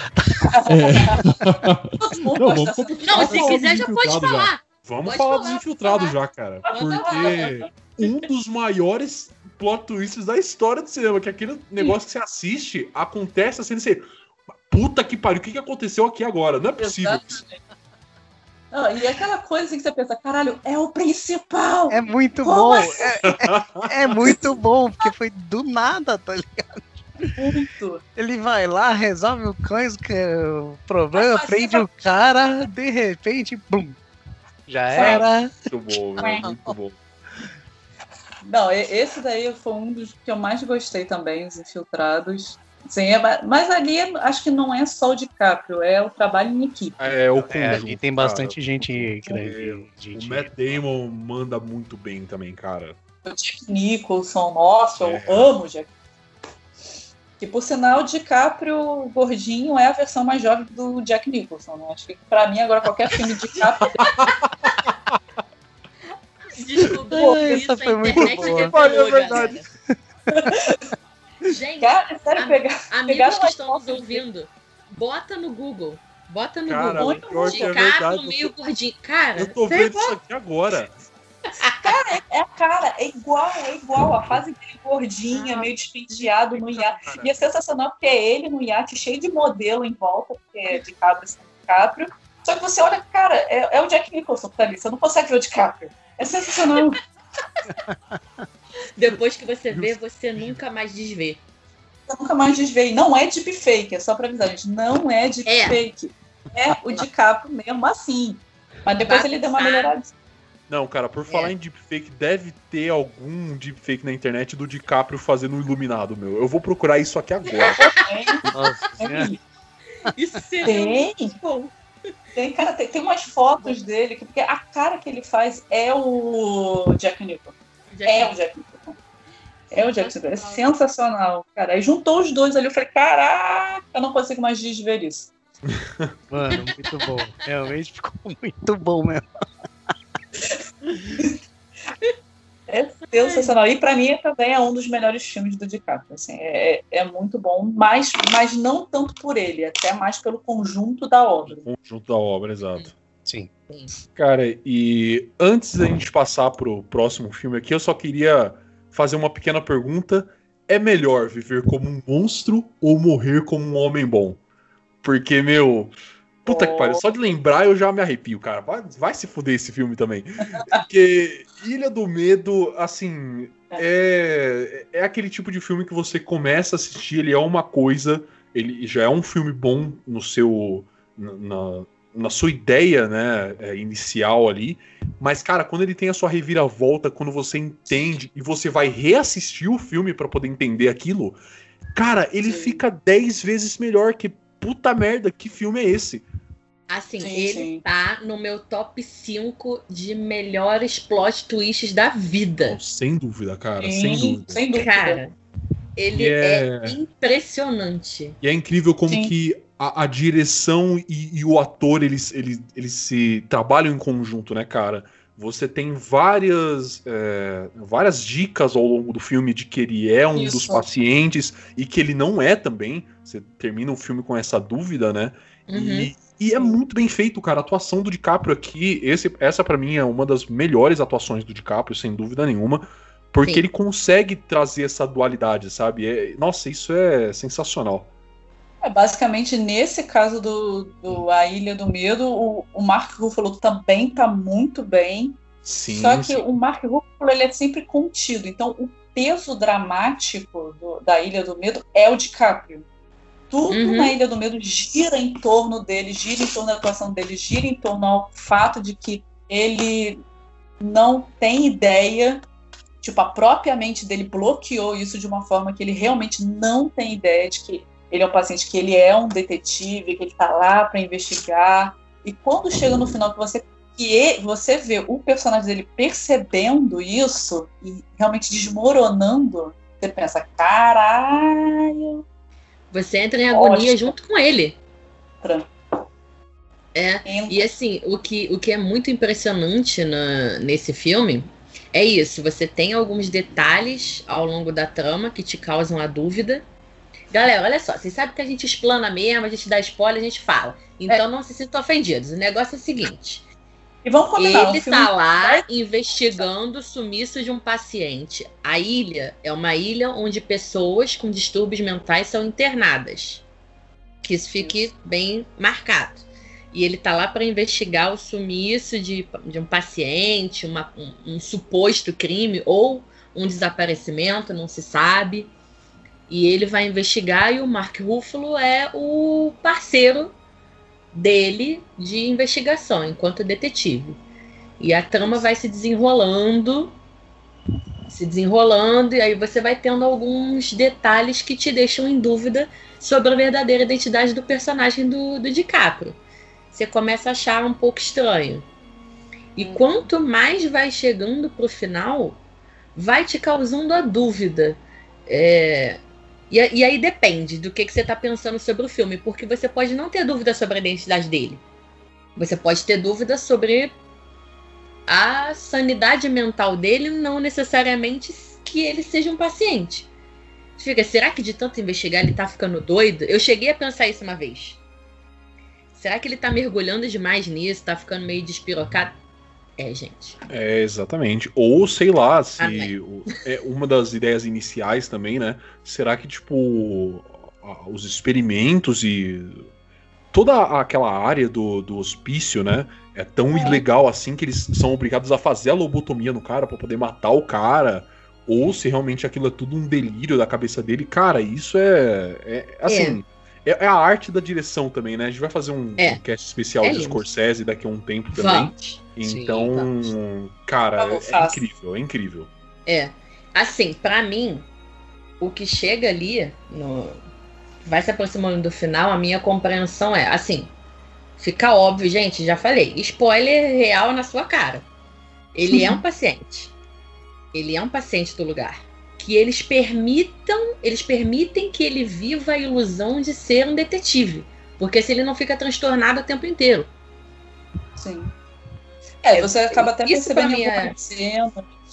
Não, se quiser já pode falar. Vamos falar dos Infiltrados já, cara. Porque um dos maiores plot twists da história do cinema, que é aquele negócio que você assiste, acontece assim, você... Puta que pariu, o que aconteceu aqui agora? Não é possível isso. Não, e aquela coisa assim que você pensa, caralho, é o principal! É muito bom! É muito bom, porque foi do nada, tá ligado? Muito. Ele vai lá, resolve o problema, prende o cara, de repente, bum! Já era. Muito bom, muito bom. Não, esse daí foi um dos que eu mais gostei também, os Infiltrados. Sim, mas ali acho que não é só o DiCaprio, é o trabalho em equipe. É o conjunto, ali tem bastante cara. gente O grande. Matt Damon manda muito bem também, cara. O Jack Nicholson, nossa, eu É. amo o Jack. Que, por sinal, o DiCaprio gordinho é a versão mais jovem do Jack Nicholson, né? Acho que, pra mim, agora qualquer filme de DiCaprio... Descobriu isso, Essa foi a muito internet boa. revelou, É verdade. galera. Gente, Cara, sério, amigos pegaram que as estão nos fotos ouvindo, bota no Google. Bota no Cara, Google. muito pior que é DiCaprio verdade. meio gordinho. Cara, Eu tô vendo isso aqui agora. É a cara, é igual. A fase dele gordinha, meio despenteado no iate. Cara. E é sensacional porque é ele no iate, cheio de modelo em volta, porque é DiCaprio. Só que você olha, cara, é o Jack Nicholson que tá ali. Você não consegue ver o DiCaprio. É sensacional. depois que você vê, você nunca mais desvê. Eu nunca mais desviei. Não é deepfake, é só pra avisar, gente. Não é deepfake. É o DiCaprio mesmo assim. Mas depois ele deu uma melhorada. Não, cara, por falar em deepfake, deve ter algum deepfake na internet do DiCaprio fazendo um iluminado, meu. Eu vou procurar isso aqui agora. Nossa Senhora. Isso seria Tem. muito bom. Tem umas fotos dele, porque a cara que ele faz é o Jack Nicholson. É o Jack Nicholson. É o Jack Nicholson. É sensacional, cara. Aí juntou os dois ali, eu falei, caraca, eu não consigo mais desver isso. Mano, muito bom. Realmente ficou muito bom mesmo. É sensacional. E pra mim também é um dos melhores filmes do DiCaprio. Assim, é muito bom, mas não tanto por ele, até mais pelo conjunto da obra. Conjunto da obra, exato. Sim. Cara, e antes da gente passar pro próximo filme aqui, eu só queria fazer uma pequena pergunta. É melhor viver como um monstro ou morrer como um homem bom? Porque, meu... Puta que pariu, só de lembrar eu já me arrepio, cara. Vai se fuder esse filme também. Porque Ilha do Medo, assim, é aquele tipo de filme que você começa a assistir, ele é uma coisa, ele já é um filme bom no seu... na sua ideia, né, inicial ali, mas, cara, quando ele tem a sua reviravolta, quando você entende e você vai reassistir o filme pra poder entender aquilo, cara, ele fica 10 vezes melhor. Que puta merda, que filme é esse? Assim, ele tá no meu top 5 de melhores plot twists da vida. Oh, sem dúvida, cara, sem dúvida. Cara, ele é impressionante. E é incrível como que a direção e o ator, eles se trabalham em conjunto, né, cara? Você tem várias dicas ao longo do filme de que ele é um dos pacientes e que ele não é também. Você termina o filme com essa dúvida, né? E é muito bem feito, cara. A atuação do DiCaprio aqui, essa pra mim é uma das melhores atuações do DiCaprio, sem dúvida nenhuma. Porque ele consegue trazer essa dualidade, sabe? Nossa, isso é sensacional. Basicamente, nesse caso do A Ilha do Medo, o Mark Ruffalo também tá muito bem. Sim, só que o Mark Ruffalo, ele é sempre contido. Então, o peso dramático da Ilha do Medo é o DiCaprio. Tudo na Ilha do Medo gira em torno dele, gira em torno da atuação dele, gira em torno ao fato de que ele não tem ideia, tipo, a própria mente dele bloqueou isso de uma forma que ele realmente não tem ideia de que ele é um paciente, que ele é um detetive, que ele tá lá para investigar. E quando chega no final que você vê o personagem dele percebendo isso e realmente desmoronando, você pensa, caralho. Você entra em agonia junto com ele. Entra. E assim, o que é muito impressionante nesse filme é isso. Você tem alguns detalhes ao longo da trama que te causam a dúvida. Galera, olha só, vocês sabem que a gente explana mesmo, a gente dá spoiler, a gente fala. Então não se sintam ofendidos. O negócio é o seguinte. E vamos combinar, ele tá lá investigando o sumiço de um paciente. A ilha é uma ilha onde pessoas com distúrbios mentais são internadas. Que isso fique bem marcado. E ele tá lá para investigar o sumiço de um paciente, um suposto crime ou um desaparecimento, não se sabe. E ele vai investigar e o Mark Ruffalo é o parceiro dele de investigação, enquanto detetive. E a trama vai se desenrolando se desenrolando, e aí você vai tendo alguns detalhes que te deixam em dúvida sobre a verdadeira identidade do personagem do DiCaprio. Você começa a achar um pouco estranho. E quanto mais vai chegando pro final, vai te causando a dúvida. E aí depende do que você está pensando sobre o filme, porque você pode não ter dúvida sobre a identidade dele. Você pode ter dúvida sobre a sanidade mental dele, não necessariamente que ele seja um paciente. Você fica, será que de tanto investigar ele tá ficando doido? Eu cheguei a pensar isso uma vez. Será que ele tá mergulhando demais nisso, tá ficando meio despirocado? Gente. Exatamente. Ou, sei lá, se uma das ideias iniciais também, né? Será que, tipo, os experimentos e toda aquela área do hospício, né? É tão ilegal assim que eles são obrigados a fazer a lobotomia no cara pra poder matar o cara. Ou se realmente aquilo é tudo um delírio da cabeça dele. Cara, isso assim... É a arte da direção também, né? A gente vai fazer um cast especial de Scorsese daqui a um tempo também. Então, sim, cara, é incrível. Assim, pra mim, o que chega ali, vai se aproximando do final, a minha compreensão assim, fica óbvio, gente, já falei, spoiler real na sua cara. Ele é um paciente. Ele é um paciente do lugar. Que eles permitem que ele viva a ilusão de ser um detetive. Porque se ele não fica transtornado o tempo inteiro. Sim. Você acaba até percebendo em algumas cenas.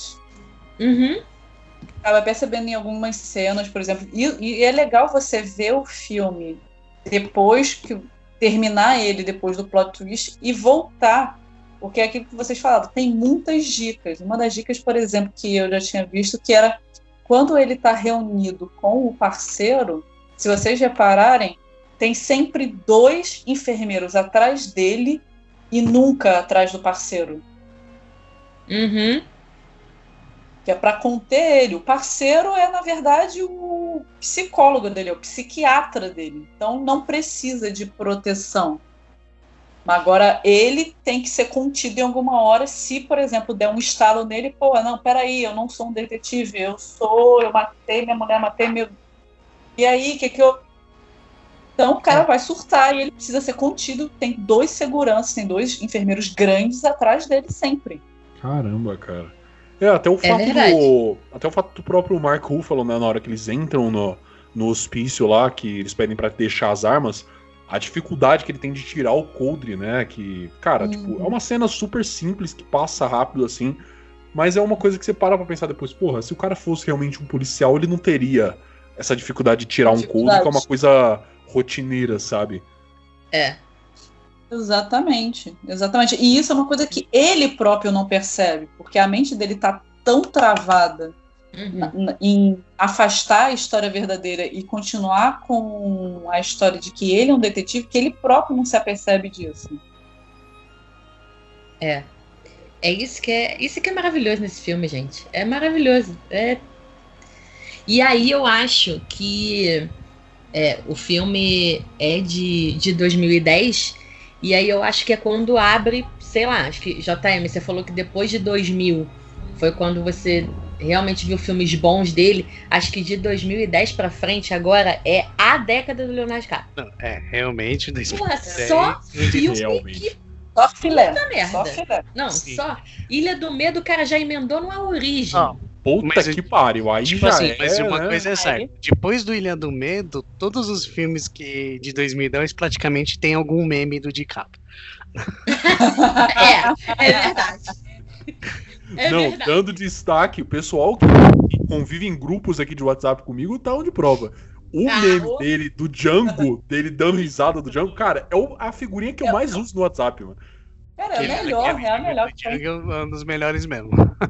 Acaba percebendo em algumas cenas, por exemplo. E é legal você ver o filme depois que terminar ele, depois do plot twist, e voltar. Porque é aquilo que vocês falaram, tem muitas dicas. Uma das dicas, por exemplo, que eu já tinha visto, que era quando ele está reunido com o parceiro, se vocês repararem, tem sempre 2 enfermeiros atrás dele e nunca atrás do parceiro. Que é para conter ele. O parceiro é, na verdade, o psicólogo dele, é o psiquiatra dele. Então, não precisa de proteção. Agora, ele tem que ser contido em alguma hora se, por exemplo, der um estalo nele, não, peraí, eu não sou um detetive, eu matei minha mulher, matei meu... E aí, que eu... Então, o cara vai surtar e ele precisa ser contido. Tem 2 seguranças, tem 2 enfermeiros grandes atrás dele sempre. Caramba, cara. Até o fato do próprio Mark Ruffalo, né, na hora que eles entram no hospício lá, que eles pedem pra deixar as armas, a dificuldade que ele tem de tirar o coldre, né? Que, cara, tipo, é uma cena super simples, que passa rápido, assim, mas é uma coisa que você para pra pensar depois, porra, se o cara fosse realmente um policial, ele não teria essa dificuldade de tirar um coldre, que é uma coisa rotineira, sabe? Exatamente. E isso é uma coisa que ele próprio não percebe, porque a mente dele tá tão travada em afastar a história verdadeira e continuar com a história de que ele é um detetive, que ele próprio não se apercebe disso. Isso que é maravilhoso nesse filme, gente. É maravilhoso. E aí eu acho que o filme é de 2010, e aí eu acho que é quando abre, sei lá, acho que, JM, você falou que depois de 2000 foi quando você realmente viu filmes bons dele. Acho que de 2010 pra frente agora é a década do Leonardo DiCaprio. Não, realmente. Porra, só filme que... Só filé. Merda. Só filé. Não, sim. Só Ilha do Medo, o cara já emendou numa origem. Puta que pariu, aí tipo já assim, mas uma coisa é certa. Depois do Ilha do Medo, todos os filmes de 2010 praticamente tem algum meme do DiCaprio. É verdade. Verdade. Dando destaque, o pessoal que convive em grupos aqui de WhatsApp comigo tá onde prova. O meme dele, do Django, dele dando risada do Django, cara, é a figurinha que eu mais uso no WhatsApp, mano. Cara, é a melhor. O Django é um dos melhores mesmo.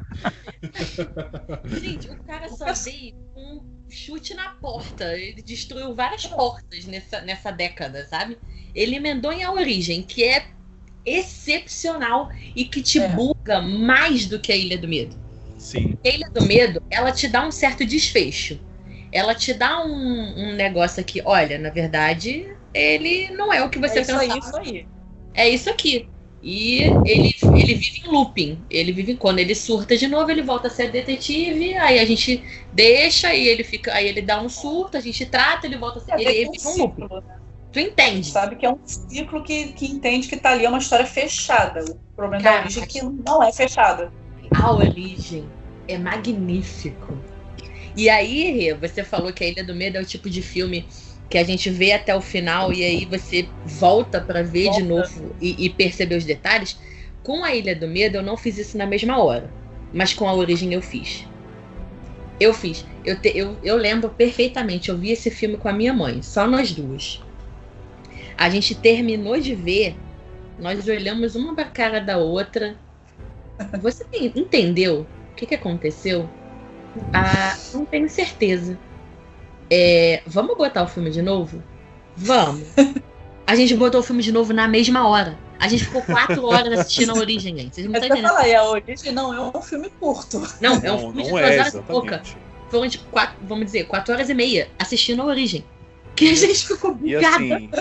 Gente, o cara só veio com um chute na porta. Ele destruiu várias portas nessa década, sabe? Ele emendou em A Origem, que é excepcional e que te buga mais do que a Ilha do Medo. Sim. A Ilha do Medo, ela te dá um certo desfecho. Ela te dá um negócio aqui, olha, na verdade, ele não é o que você pensava. Isso aí. É isso aqui. E ele vive em looping. Quando ele surta de novo, ele volta a ser detetive, aí a gente deixa e ele fica. Aí ele dá um surto, a gente trata, ele volta a ser. Ele vive um looping. Né? Tu entende? Sabe que é um ciclo que entende que tá ali é uma história fechada. O problema da origem é que não é fechada. A origem é magnífico. E aí, Rê, você falou que a Ilha do Medo é o tipo de filme que a gente vê até o final e aí você volta pra ver de novo e perceber os detalhes. Com a Ilha do Medo eu não fiz isso na mesma hora, mas com a origem eu fiz. Eu lembro perfeitamente, eu vi esse filme com a minha mãe, só nós duas. A gente terminou de ver, nós olhamos uma pra cara da outra. Você entendeu o que aconteceu? Não tenho certeza. Vamos botar o filme de novo? Vamos. A gente botou o filme de novo na mesma hora. A gente ficou 4 horas assistindo a origem, gente. Vocês não estão entendendo. Falar, a origem não é um filme curto. Não, é um filme de 2 horas e pouca. Foram tipo 4 horas e meia assistindo a origem. Que a gente ficou bugada. E assim,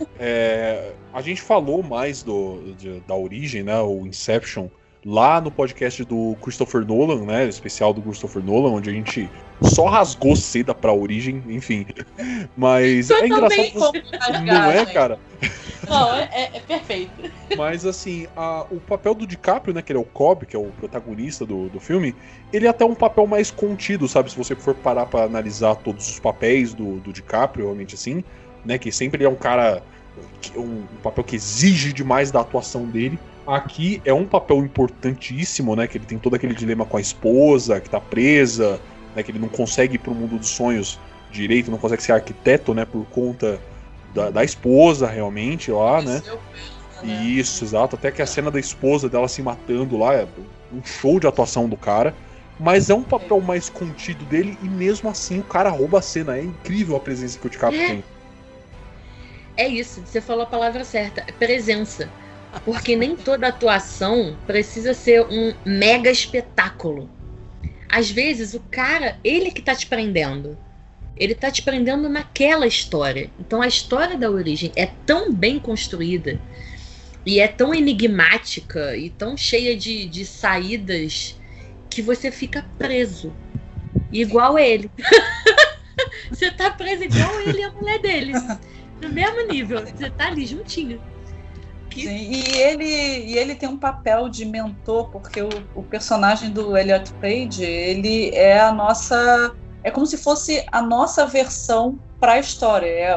a gente falou mais da origem, né? O Inception, lá no podcast do Christopher Nolan, né? Especial do Christopher Nolan, onde a gente só rasgou seda pra origem, enfim. Mas é engraçado. Não é, cara? Não, é perfeito. Mas assim, o papel do DiCaprio, né? Que ele é o Cobb, que é o protagonista do filme, ele é até um papel mais contido, sabe? Se você for parar pra analisar todos os papéis do DiCaprio, realmente assim, né? Que sempre ele é um cara. Um papel que exige demais da atuação dele. Aqui é um papel importantíssimo, né? Que ele tem todo aquele dilema com a esposa, que tá presa, né? Que ele não consegue ir pro mundo dos sonhos direito, não consegue ser arquiteto, né? Por conta da esposa, realmente, lá, né? Isso, exato. Até que a cena da esposa dela se matando lá é um show de atuação do cara. Mas é um papel mais contido dele e mesmo assim o cara rouba a cena. É incrível a presença que o DiCaprio tem. É isso, você falou a palavra certa. Presença. Porque nem toda atuação precisa ser um mega espetáculo. Às vezes o cara, ele que tá te prendendo. Ele tá te prendendo naquela história. Então a história da origem é tão bem construída e é tão enigmática e tão cheia de saídas que você fica preso. Igual ele. Você tá preso igual ele e a mulher dele. No mesmo nível. Você tá ali juntinho. Sim, e ele tem um papel de mentor, porque o personagem do Elliot Page, ele é a nossa... É como se fosse a nossa versão para a história.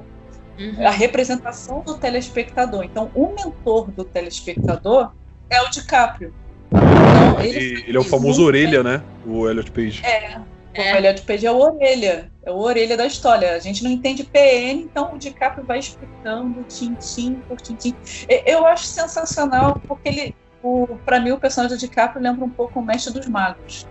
A representação do telespectador. Então, o mentor do telespectador é o DiCaprio. Então, ele é o famoso orelha, né? O Elliot Page. O Elliot Page é o orelha. É o orelha da história. A gente não entende PN, então o DiCaprio vai explicando tintim por tintim. Eu acho sensacional, porque para mim, o personagem do DiCaprio lembra um pouco o Mestre dos Magos.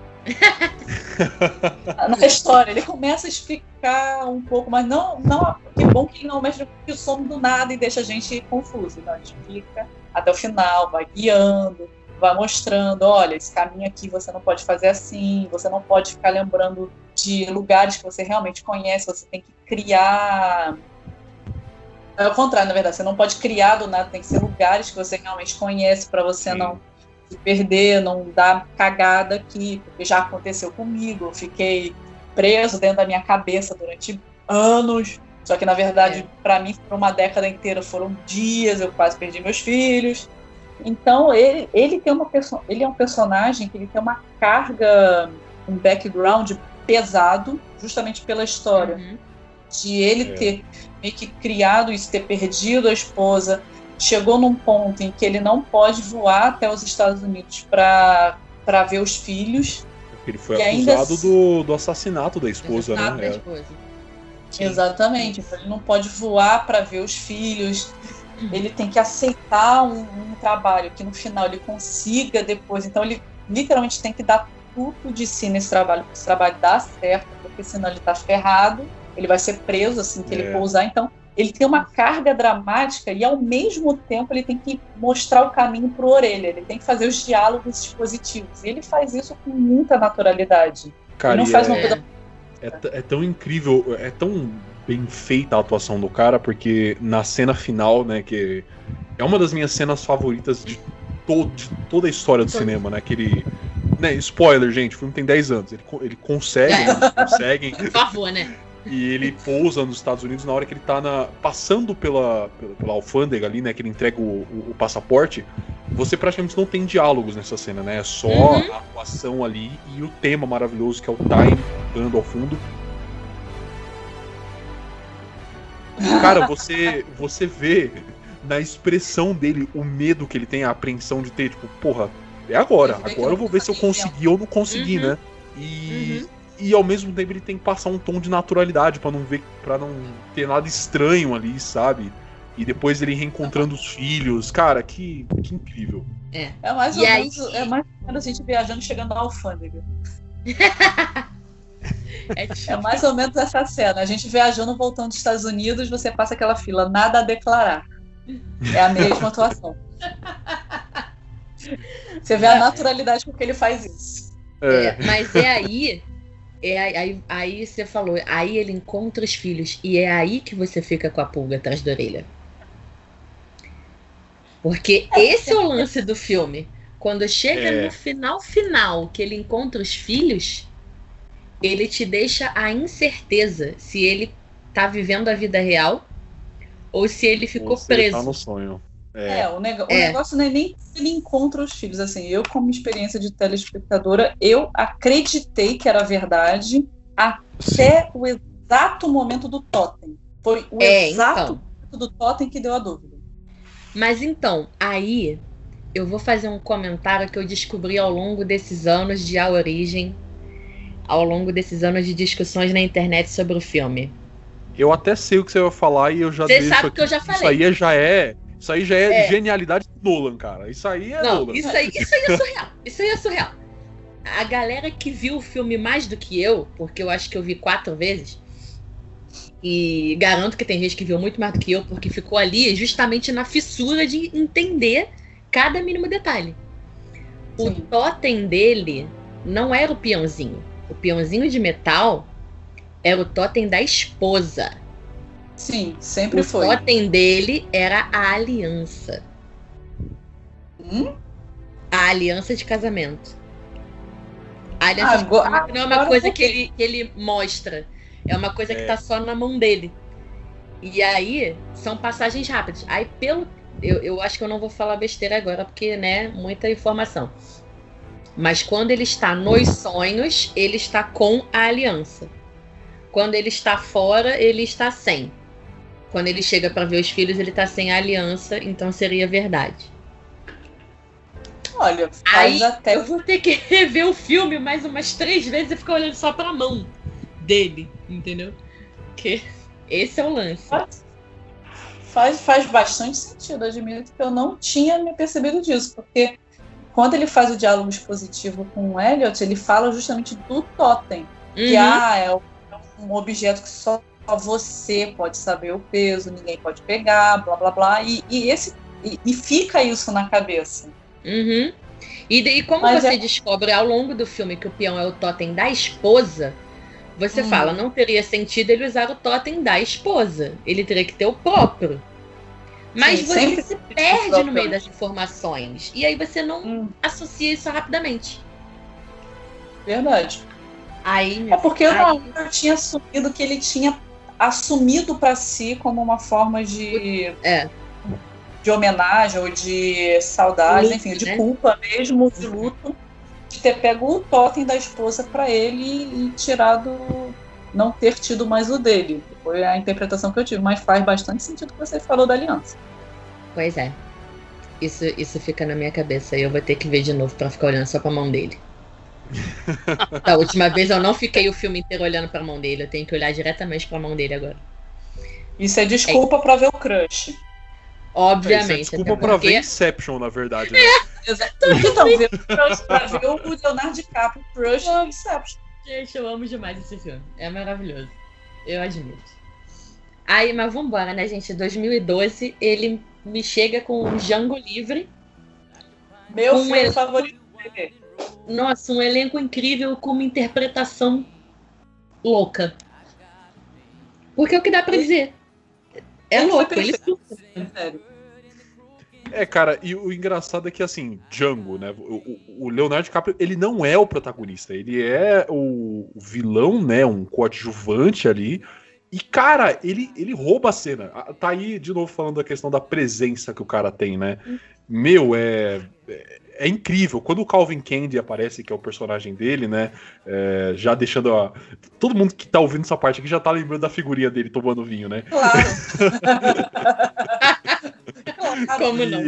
Na história, ele começa a explicar um pouco, mas não que bom que ele não mexe que some do nada e deixa a gente confuso. Não, ele explica até o final, vai guiando, vai mostrando, olha, esse caminho aqui você não pode fazer assim, você não pode ficar lembrando de lugares que você realmente conhece, você tem que criar. Ao contrário, na verdade, você não pode criar do nada, tem que ser lugares que você realmente conhece para você não se perder, não dar cagada aqui, porque já aconteceu comigo, eu fiquei preso dentro da minha cabeça durante anos, só que na verdade para mim foi uma década inteira, foram dias, eu quase perdi meus filhos. Então ele é um personagem que ele tem uma carga, um background pesado, justamente pela história, de ele ter meio que criado isso, ter perdido a esposa. Chegou num ponto em que ele não pode voar até os Estados Unidos para ver os filhos. Ele foi acusado do assassinato da esposa, né? Exatamente. Então ele não pode voar para ver os filhos. Ele tem que aceitar um trabalho que no final ele consiga depois. Então ele literalmente tem que dar tudo de si nesse trabalho, para esse trabalho dar certo, porque senão ele está ferrado. Ele vai ser preso assim que ele pousar. Então ele tem uma carga dramática e, ao mesmo tempo, ele tem que mostrar o caminho para o orelha. Ele tem que fazer os diálogos expositivos. E ele faz isso com muita naturalidade. Cara, ele não faz uma coisa... é tão incrível, é tão bem feita a atuação do cara, porque na cena final, né, que é uma das minhas cenas favoritas de toda a história do cinema, né? Aquele... Né, spoiler, gente, o filme tem 10 anos. Ele consegue, eles conseguem. Por favor, né? E ele pousa nos Estados Unidos na hora que ele tá passando pela alfândega ali, né? Que ele entrega o passaporte. Você praticamente não tem diálogos nessa cena, né? É só a atuação ali e o tema maravilhoso que é o Time dando ao fundo. Cara, você vê na expressão dele o medo que ele tem, a apreensão de ter, tipo, porra, é agora eu vou ver se eu consegui ou não consegui, né? E ao mesmo tempo ele tem que passar um tom de naturalidade pra não ter nada estranho ali, sabe? E depois ele reencontrando os filhos, cara, que incrível. É mais ou menos a gente viajando chegando na alfândega. É mais ou menos essa cena. A gente viajando, voltando dos Estados Unidos, você passa aquela fila, nada a declarar. É a mesma atuação. Você vê a naturalidade com que ele faz isso. Mas aí você falou, aí ele encontra os filhos e é aí que você fica com a pulga atrás da orelha. Porque esse é o lance do filme. Quando chega no final que ele encontra os filhos, ele te deixa a incerteza se ele tá vivendo a vida real ou se ele ficou preso. Tá no sonho. O negócio não é nem se ele encontra os filhos. Assim, eu, como experiência de telespectadora, eu acreditei que era verdade até o exato momento do totem. Foi o exato momento do totem que deu a dúvida. Mas então, aí eu vou fazer um comentário que eu descobri ao longo desses anos de A Origem, ao longo desses anos de discussões na internet sobre o filme. Eu até sei o que você vai falar e eu já deixo. Você sabe aqui. que eu já falei. Isso aí já é genialidade do Nolan, cara. Isso aí é Nolan. Isso aí é surreal. Isso aí é surreal. A galera que viu o filme mais do que eu, porque eu acho que eu vi 4 vezes, e garanto que tem gente que viu muito mais do que eu, porque ficou ali justamente na fissura de entender cada mínimo detalhe. O totem dele não era o peãozinho. O peãozinho de metal era o totem da esposa. Sim, sempre foi. O totem dele era a aliança. A aliança de casamento. A aliança de casamento não é uma coisa que ele mostra. É uma coisa que tá só na mão dele. E aí, são passagens rápidas. Aí, eu acho que eu não vou falar besteira agora, porque, né, muita informação. Mas quando ele está nos sonhos, ele está com a aliança. Quando ele está fora, ele está sem. Quando ele chega para ver os filhos, ele está sem a aliança, então seria verdade. Olha, aí eu vou ter que rever o filme mais umas 3 vezes e ficar olhando só pra mão dele, entendeu? Porque esse é o lance. Faz bastante sentido. Admito que eu não tinha me percebido disso, porque quando ele faz o diálogo expositivo com o Elliot, ele fala justamente do totem, que é um objeto que só você pode saber o peso, ninguém pode pegar, blá blá blá, e fica isso na cabeça. E daí, como você descobre ao longo do filme que o peão é o totem da esposa, você fala, não teria sentido ele usar o totem da esposa. Ele teria que ter o próprio. Mas você se perde no meio das informações. E aí você não associa isso rapidamente. Verdade. Aí, porque eu tinha assumido que ele tinha assumido para si como uma forma de homenagem ou de saudade, luto, enfim, de culpa mesmo, de luto, de ter pego o totem da esposa para ele e não ter tido mais o dele. Foi a interpretação que eu tive, mas faz bastante sentido o que você falou da aliança. Pois é. Isso fica na minha cabeça e eu vou ter que ver de novo para ficar olhando só pra mão dele. Da última vez eu não fiquei o filme inteiro olhando pra mão dele, eu tenho que olhar diretamente pra mão dele agora. Isso é desculpa pra ver o crush. Obviamente. Isso é desculpa pra ver Inception, na verdade. Né? Exatamente. Então, ver o crush pra ver o Leonardo DiCaprio, crush do Inception. Gente, eu amo demais esse filme. É maravilhoso. Eu admito. Aí, mas vambora, né, gente? 2012, ele me chega com um Django Livre. Meu filme favorito dele. Nossa, um elenco incrível com uma interpretação louca. Porque é o que dá pra dizer. É louco, ele surta. Cara, e o engraçado é que, assim, Django, né? O Leonardo DiCaprio, ele não é o protagonista, ele é o vilão, né? Um coadjuvante ali. E, cara, ele rouba a cena. Tá aí, de novo, falando da questão da presença que o cara tem, né? Meu, é incrível. Quando o Calvin Candy aparece, que é o personagem dele, né? Já deixando todo mundo que tá ouvindo essa parte aqui já tá lembrando da figurinha dele tomando vinho, né? Claro. Como não?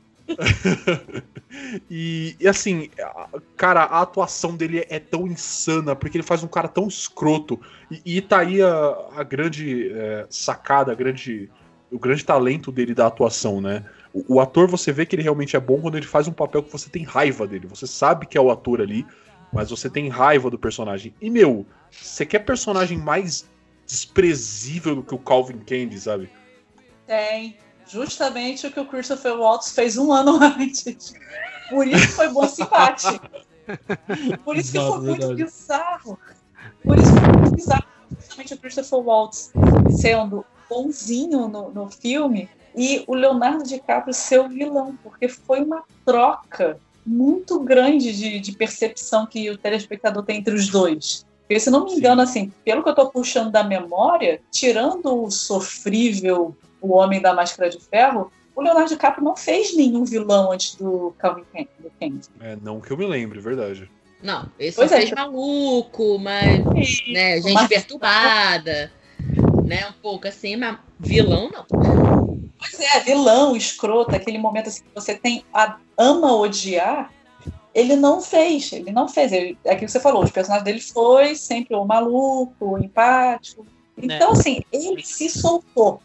E assim, cara, a atuação dele é tão insana, porque ele faz um cara tão escroto. E tá aí a grande sacada, o grande talento dele da atuação, né? O ator, você vê que ele realmente é bom quando ele faz um papel que você tem raiva dele. Você sabe que é o ator ali, mas você tem raiva do personagem. E, meu, você quer personagem mais desprezível do que o Calvin Candy, sabe? Tem. Justamente o que o Christopher Waltz fez um ano antes. Por isso foi bom esse empate. Por isso que foi muito bizarro. Por isso que foi muito bizarro. Justamente o Christopher Waltz sendo bonzinho no filme e o Leonardo DiCaprio ser o vilão, porque foi uma troca muito grande de percepção que o telespectador tem entre os dois. Porque, se não me engano, assim, pelo que eu estou puxando da memória, tirando o sofrível O Homem da Máscara de Ferro, o Leonardo DiCaprio não fez nenhum vilão antes do Calvin Candy. Não que eu me lembre, verdade. Não, esse fez maluco, mas né, gente perturbada, né, um pouco assim, mas vilão não. Pois é, vilão, escroto, aquele momento assim que você tem ama odiar, ele não fez. É aquilo que você falou, os personagens dele foi sempre o maluco, o empático. Então, assim, ele se soltou.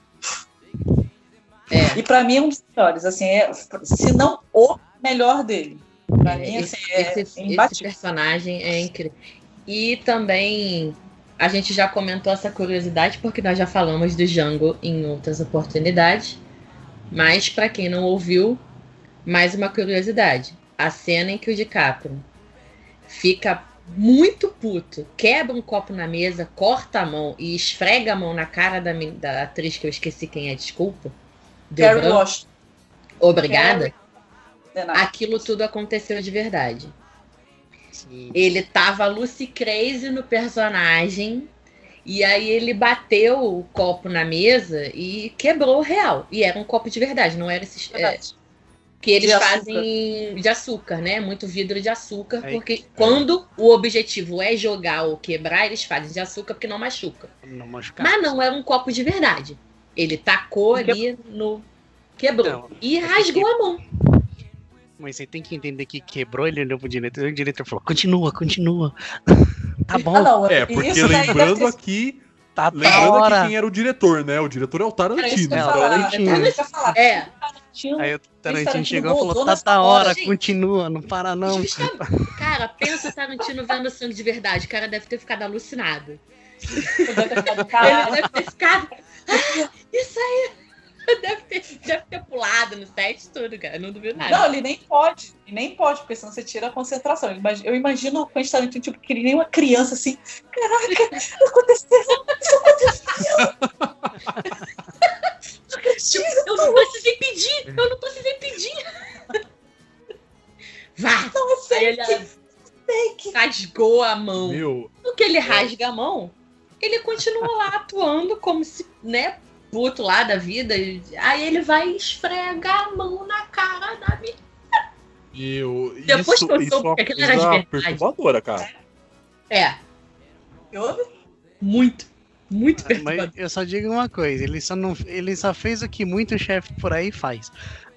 E pra mim é um dos melhores, assim, se não o melhor dele. Pra mim, assim, esse personagem é incrível. E também a gente já comentou essa curiosidade porque nós já falamos do Django em outras oportunidades. Mas pra quem não ouviu, mais uma curiosidade. A cena em que o DiCaprio fica muito puto, quebra um copo na mesa, corta a mão e esfrega a mão na cara da atriz, que eu esqueci quem é, desculpa. Kerry Washington. Obrigada. Aquilo tudo aconteceu de verdade. Sim. Ele tava Lucy Crazy no personagem, e aí ele bateu o copo na mesa e quebrou o real. E era um copo de verdade, não era esses... que eles fazem de açúcar, né? Muito vidro de açúcar, porque quando o objetivo é jogar ou quebrar, eles fazem de açúcar porque não machuca. Mas não era um copo de verdade. Ele tacou ali no... Quebrou. E rasgou a mão. Mas você tem que entender que quebrou, ele olhou pro diretor e o diretor falou, continua. Tá bom. Porque lembrando aqui... Lembrando aqui quem era o diretor, né? O diretor é o Tarantino. Aí o Tarantino chegou e falou, tá da hora, continua, não para não. Cara, pensa o Tarantino vendo sangue de verdade. O cara deve ter ficado alucinado. Ele deve ter ficado... isso aí! Deve ter pulado no set tudo, cara. Não duvido nada. Não, ele nem pode, porque senão você tira a concentração. Eu imagino o Quentin Tarantino, tipo, que nem uma criança assim. Caraca, aconteceu! Eu não precisei pedir! Vá! Não, é fake! Aí ele rasgou a mão. No que ele rasga a mão, ele continua lá atuando como se, né, puto lá da vida. Aí ele vai esfregar a mão na cara da minha. Depois que eu soube que aquilo era de verdade. Perturbadora, cara. Muito perturbador. Mas eu só digo uma coisa, ele só fez o que muito chefe por aí faz.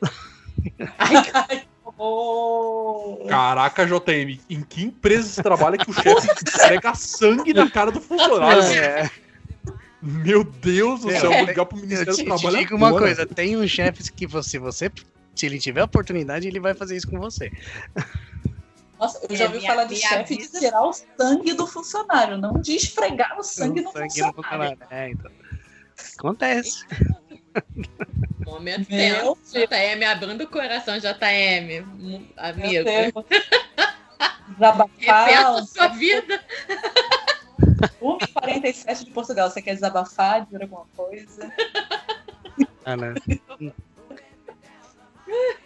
Caraca, JM, em que empresa você trabalha que o chefe esfrega sangue na cara do funcionário? Meu Deus do céu, vou ligar pro Ministério do Trabalho. Te digo uma coisa, tem uns chefes que se ele tiver oportunidade, ele vai fazer isso com você. Nossa, eu já ouvi falar de chefe de tirar o sangue do funcionário, não de esfregar o sangue no funcionário. Então. Acontece. Momento tenso. JM abrindo o coração, JM. Amigo. Desabafar. Repensa a sua vida. 1h47 de Portugal. Você quer desabafar, dizer alguma coisa? Não.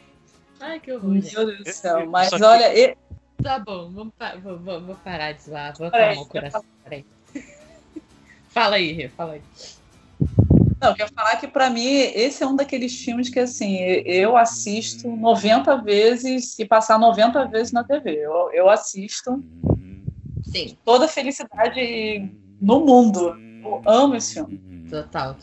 Ai, que horror, gente. Meu Deus do céu. Mas Só que- olha, Tá bom, vou parar de zoar. Vou Peraí, acalmar o coração. Peraí. Fala aí, Rê, fala aí. não, eu quero falar que pra mim esse é um daqueles filmes que assim, eu assisto 90 vezes e passar 90 vezes na TV. Eu assisto Sim, toda a felicidade no mundo. Eu amo esse filme. total.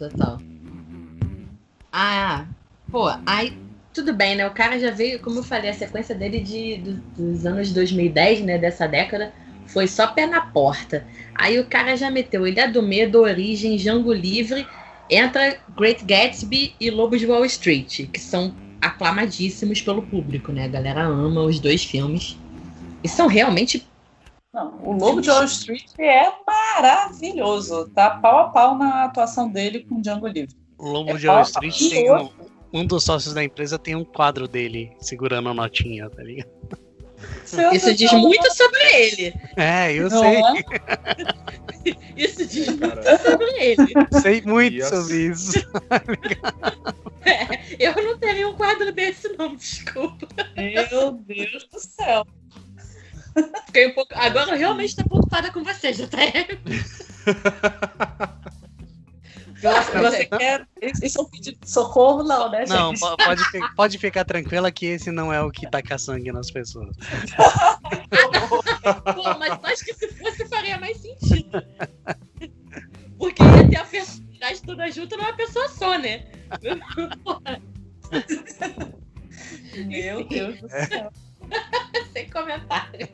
Ah, pô, aí tudo bem, né? O cara já veio, como eu falei, a sequência dele dos anos 2010, né? Dessa década, foi só pé na porta. Aí o cara já meteu Ilha do Medo, Origem, Django Livre, entra Great Gatsby e Lobo de Wall Street, que são aclamadíssimos pelo público, né? A galera ama os dois filmes. E são realmente... Não, o Lobo de Wall Street é maravilhoso. Tá pau a pau na atuação dele com Django Livre. O Lobo É de Wall foda. Street tem um dos sócios da empresa tem um quadro dele segurando a notinha, tá ligado? Isso diz muito sobre ele. É, eu Não sei. é? Isso diz muito Cara, sobre ele. Sei muito E sobre isso. Eu não teria um quadro desse, não, desculpa. Meu Deus do céu. Fiquei um pouco... Agora eu realmente tô preocupada com você, JR. Você quer. Isso é um pedido de socorro, não, né, Não, gente? pode ficar tranquila que esse não é o que taca sangue nas pessoas. Pô, mas acho que se fosse faria mais sentido. Porque ia ter a personalidade toda junto numa pessoa só, né? Meu Deus do céu. Sem comentário.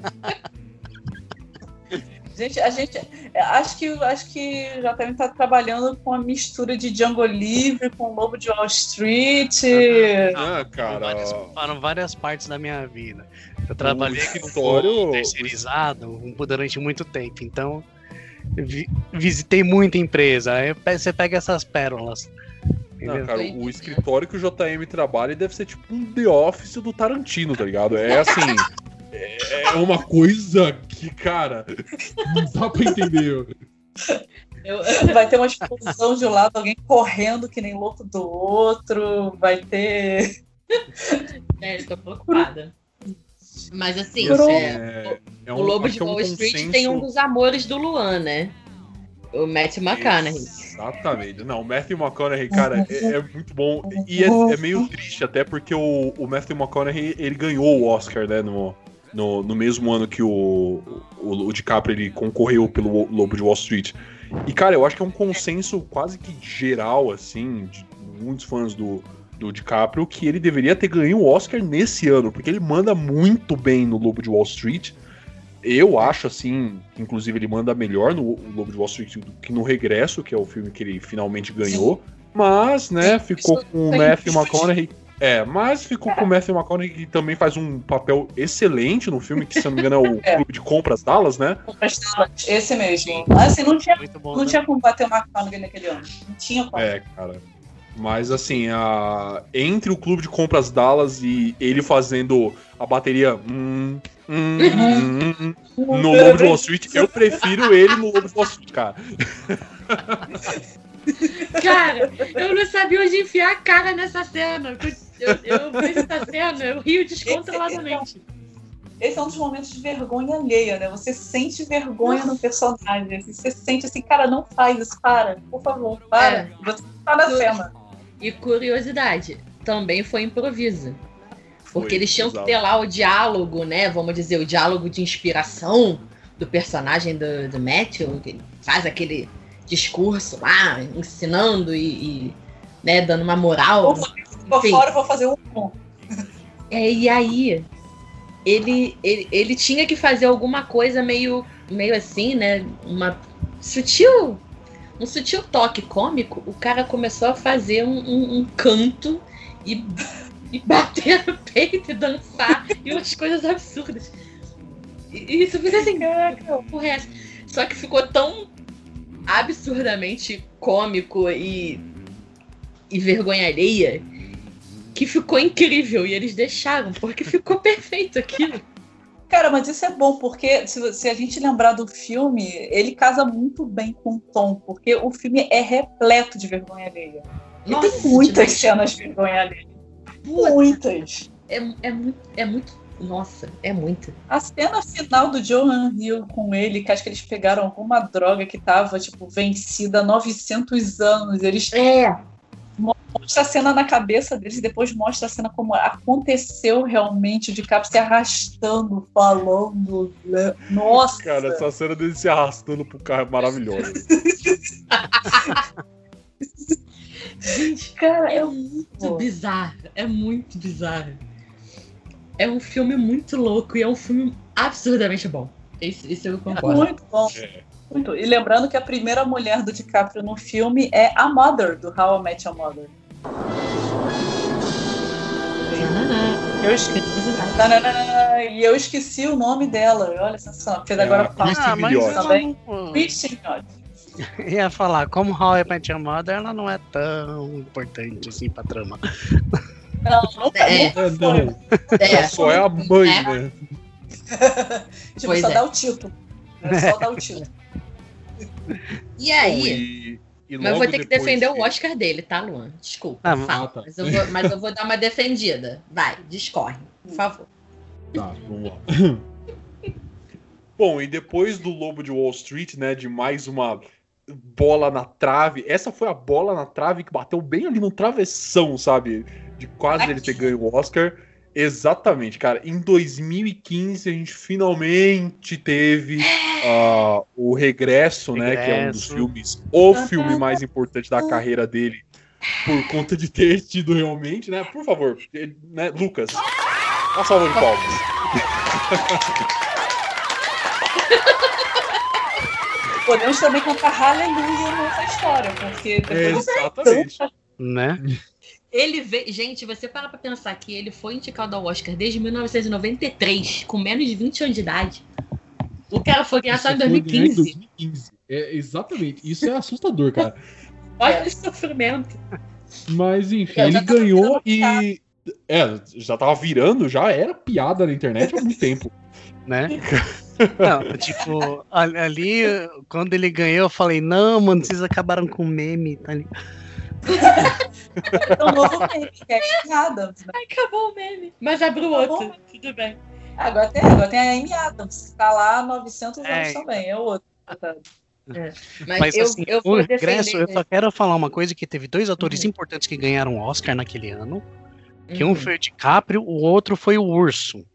Gente, acho que já deve estar trabalhando com a mistura de Django Livre com Lobo de Wall Street. cara. Foram várias partes da minha vida. Eu trabalhei com escritório- terceirizado durante muito tempo, então visitei muita empresa. Aí você pega essas pérolas. Não, Entendeu? cara, o escritório que o JM trabalha deve ser tipo um The Office do Tarantino, tá ligado? É assim. É uma coisa que, cara, não dá pra entender. Vai ter uma explosão de um lado, alguém correndo que nem louco do outro. Vai ter. Eu tô preocupada. Mas assim, E, assim, o Lobo acho de que é um Wall Street consenso- tem um dos amores do Luan, né? O Matthew McConaughey. Exatamente. Não, o Matthew McConaughey, cara, é muito bom. E é meio triste até porque o Matthew McConaughey, ele ganhou o Oscar, né, no mesmo ano que o DiCaprio ele concorreu pelo Lobo de Wall Street. E, cara, eu acho que é um consenso quase que geral, assim, de muitos fãs do DiCaprio, que ele deveria ter ganho o Oscar nesse ano, porque ele manda muito bem no Lobo de Wall Street. Eu acho, assim, inclusive ele manda melhor no Lobo de Wall Street do que no Regresso, que é o filme que ele finalmente ganhou. Mas, né, ficou Isso com o tem Matthew que McConaughey. Mas ficou com o Matthew McConaughey, que também faz um papel excelente no filme, que se eu não me engano é o Clube de Compras Dallas, né? Esse mesmo. Assim, não tinha, Muito bom, não né? tinha como bater o McConaughey naquele ano. Não tinha como. Cara. Mas assim, entre o Clube de Compras Dallas e ele fazendo a bateria no Lobo de Wall Street, eu prefiro ele no Lobo de Wall Street, cara. Cara, eu não sabia onde enfiar a cara nessa cena. Eu vejo essa cena, eu rio descontroladamente. Esse é um dos momentos de vergonha alheia, né? Você sente vergonha no personagem. Você sente assim, cara, não faz isso, para, por favor, para. Você tá na cena. E curiosidade, também foi improviso. Porque Foi, eles tinham exato. que ter lá o diálogo, né? Vamos dizer, o diálogo de inspiração do personagem do Matthew, que faz aquele discurso lá, ensinando e né, dando uma moral. Vou Enfim. fora, vou fazer um. E aí, ele tinha que fazer alguma coisa meio assim, né? Um sutil toque cômico. O cara começou a fazer um canto e bater no peito e dançar e umas coisas absurdas. E isso fica assim, porra, é essa? Só que ficou tão absurdamente cômico e vergonha alheia que ficou incrível. E eles deixaram, porque ficou perfeito aquilo. Cara, mas isso é bom, porque se a gente lembrar do filme, ele casa muito bem com o tom, porque o filme é repleto de vergonha alheia. E Nossa, tem muitas demais. cenas de vergonha alheia. Puta. Muitas. É muito. Nossa, é muito. A cena final do Jonah Hill com ele, que acho que eles pegaram alguma droga que tava, tipo, vencida há 900 anos. Eles mostram a cena na cabeça deles e depois mostra a cena como aconteceu realmente, o DiCaprio se arrastando, falando. Nossa! Cara, essa cena dele se arrastando pro carro é maravilhosa. Gente, cara, é muito bizarro. É muito bizarro. É um filme muito louco e é um filme absurdamente bom. Isso eu concordo. Muito bom. Muito. E lembrando que a primeira mulher do DiCaprio no filme é a Mother, do How I Met Your Mother. Eu esqueci. E eu esqueci o nome dela. Olha só, fez agora mas também. Christine ia falar, como How I Met Your Mother, ela não é tão importante assim pra trama. Não Ela só é a mãe, né? Tipo, Pois só é. dá o título. Só dá o título. E aí? E Mas eu vou logo ter que depois defender o Oscar dele, tá, Luan? Desculpa. Ah, fala. tá. Mas eu vou dar uma defendida. Vai, discorre, por favor. Tá, vamos lá. Bom, e depois do Lobo de Wall Street, né, de mais uma bola na trave, essa foi a bola na trave que bateu bem ali no travessão, sabe? De quase ele ter ganho o Oscar. Exatamente, cara. Em 2015 a gente finalmente teve o Regresso, né? Que é um dos filmes, o filme mais importante da carreira dele, por conta de ter tido realmente, né? Por favor, né, Lucas, uma salva de palmas. Podemos também cantar Hallelujah nessa história, porque depois Exatamente. Né? Ele veio. Gente, você para pra pensar que ele foi indicado ao Oscar desde 1993, com menos de 20 anos de idade. O cara foi ganhar só em 2015. 2015. Exatamente. Isso é assustador, cara. Olha o sofrimento. Mas, enfim, Eu ele já tava ganhou virando e... Já tava virando, já era piada na internet há muito tempo. Né? Não, tipo, ali, quando ele ganhou, eu falei, não, mano, vocês acabaram com o meme, tá ali. tem um novo meme, que é a Amy Adams, né? Acabou o meme. Mas abriu outro. Tudo bem. Agora tem a Amy Adams, que tá lá há 900 anos também, é outro. Mas assim, eu o vou Regresso, defender. eu só quero falar uma coisa, que teve dois atores importantes que ganharam o Oscar naquele ano, que um foi o DiCaprio, o outro foi o Urso.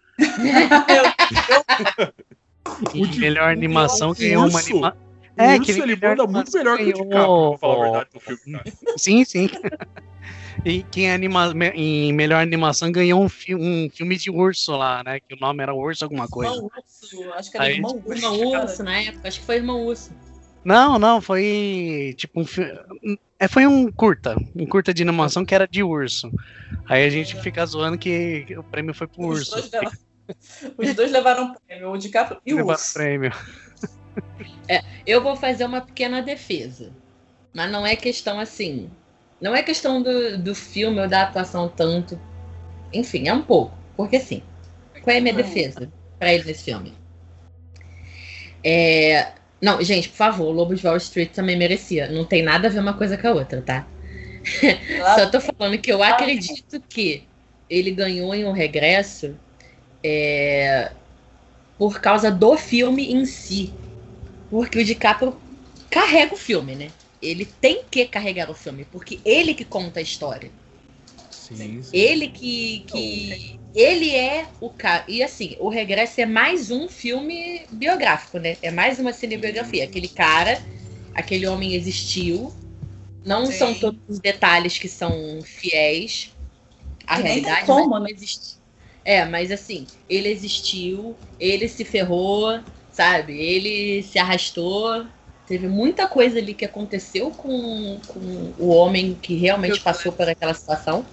E melhor animação ganhou uma animação. O Urso, ele manda muito melhor que o DiCaprio, pra falar a verdade do filme, cara. Sim. E quem em melhor animação ganhou um filme de urso lá, né? Que o nome era Urso alguma coisa. Irmão Urso, acho que era Aí, Irmão Urso. Irmão Urso, na época. Acho que foi Irmão Urso. Não, foi tipo um filme. Foi um curta de animação que era de urso. Aí a gente fica zoando que o prêmio foi pro urso. Os dois levaram prêmio, o DiCaprio e o Levaram Urso. prêmio. Eu vou fazer uma pequena defesa. Mas não é questão assim. Não é questão do filme ou da atuação tanto. Enfim, é um pouco. Porque sim. Qual é a minha defesa pra ele nesse filme? Não, gente, por favor, o Lobo de Wall Street também merecia. Não tem nada a ver uma coisa com a outra, tá? Só tô falando que eu acredito que ele ganhou em O Regresso por causa do filme em si. Porque o DiCaprio carrega o filme, né? Ele tem que carregar o filme, porque ele que conta a história. Sim. Ele que ele é o cara. E assim, O Regresso é mais um filme biográfico, né? É mais uma cinebiografia. Aquele cara, aquele homem existiu. Não são todos os detalhes que são fiéis à realidade, como, mas existe. Mas assim, ele existiu, ele se ferrou, sabe? Ele se arrastou. Teve muita coisa ali que aconteceu com o homem que realmente passou por aquela situação.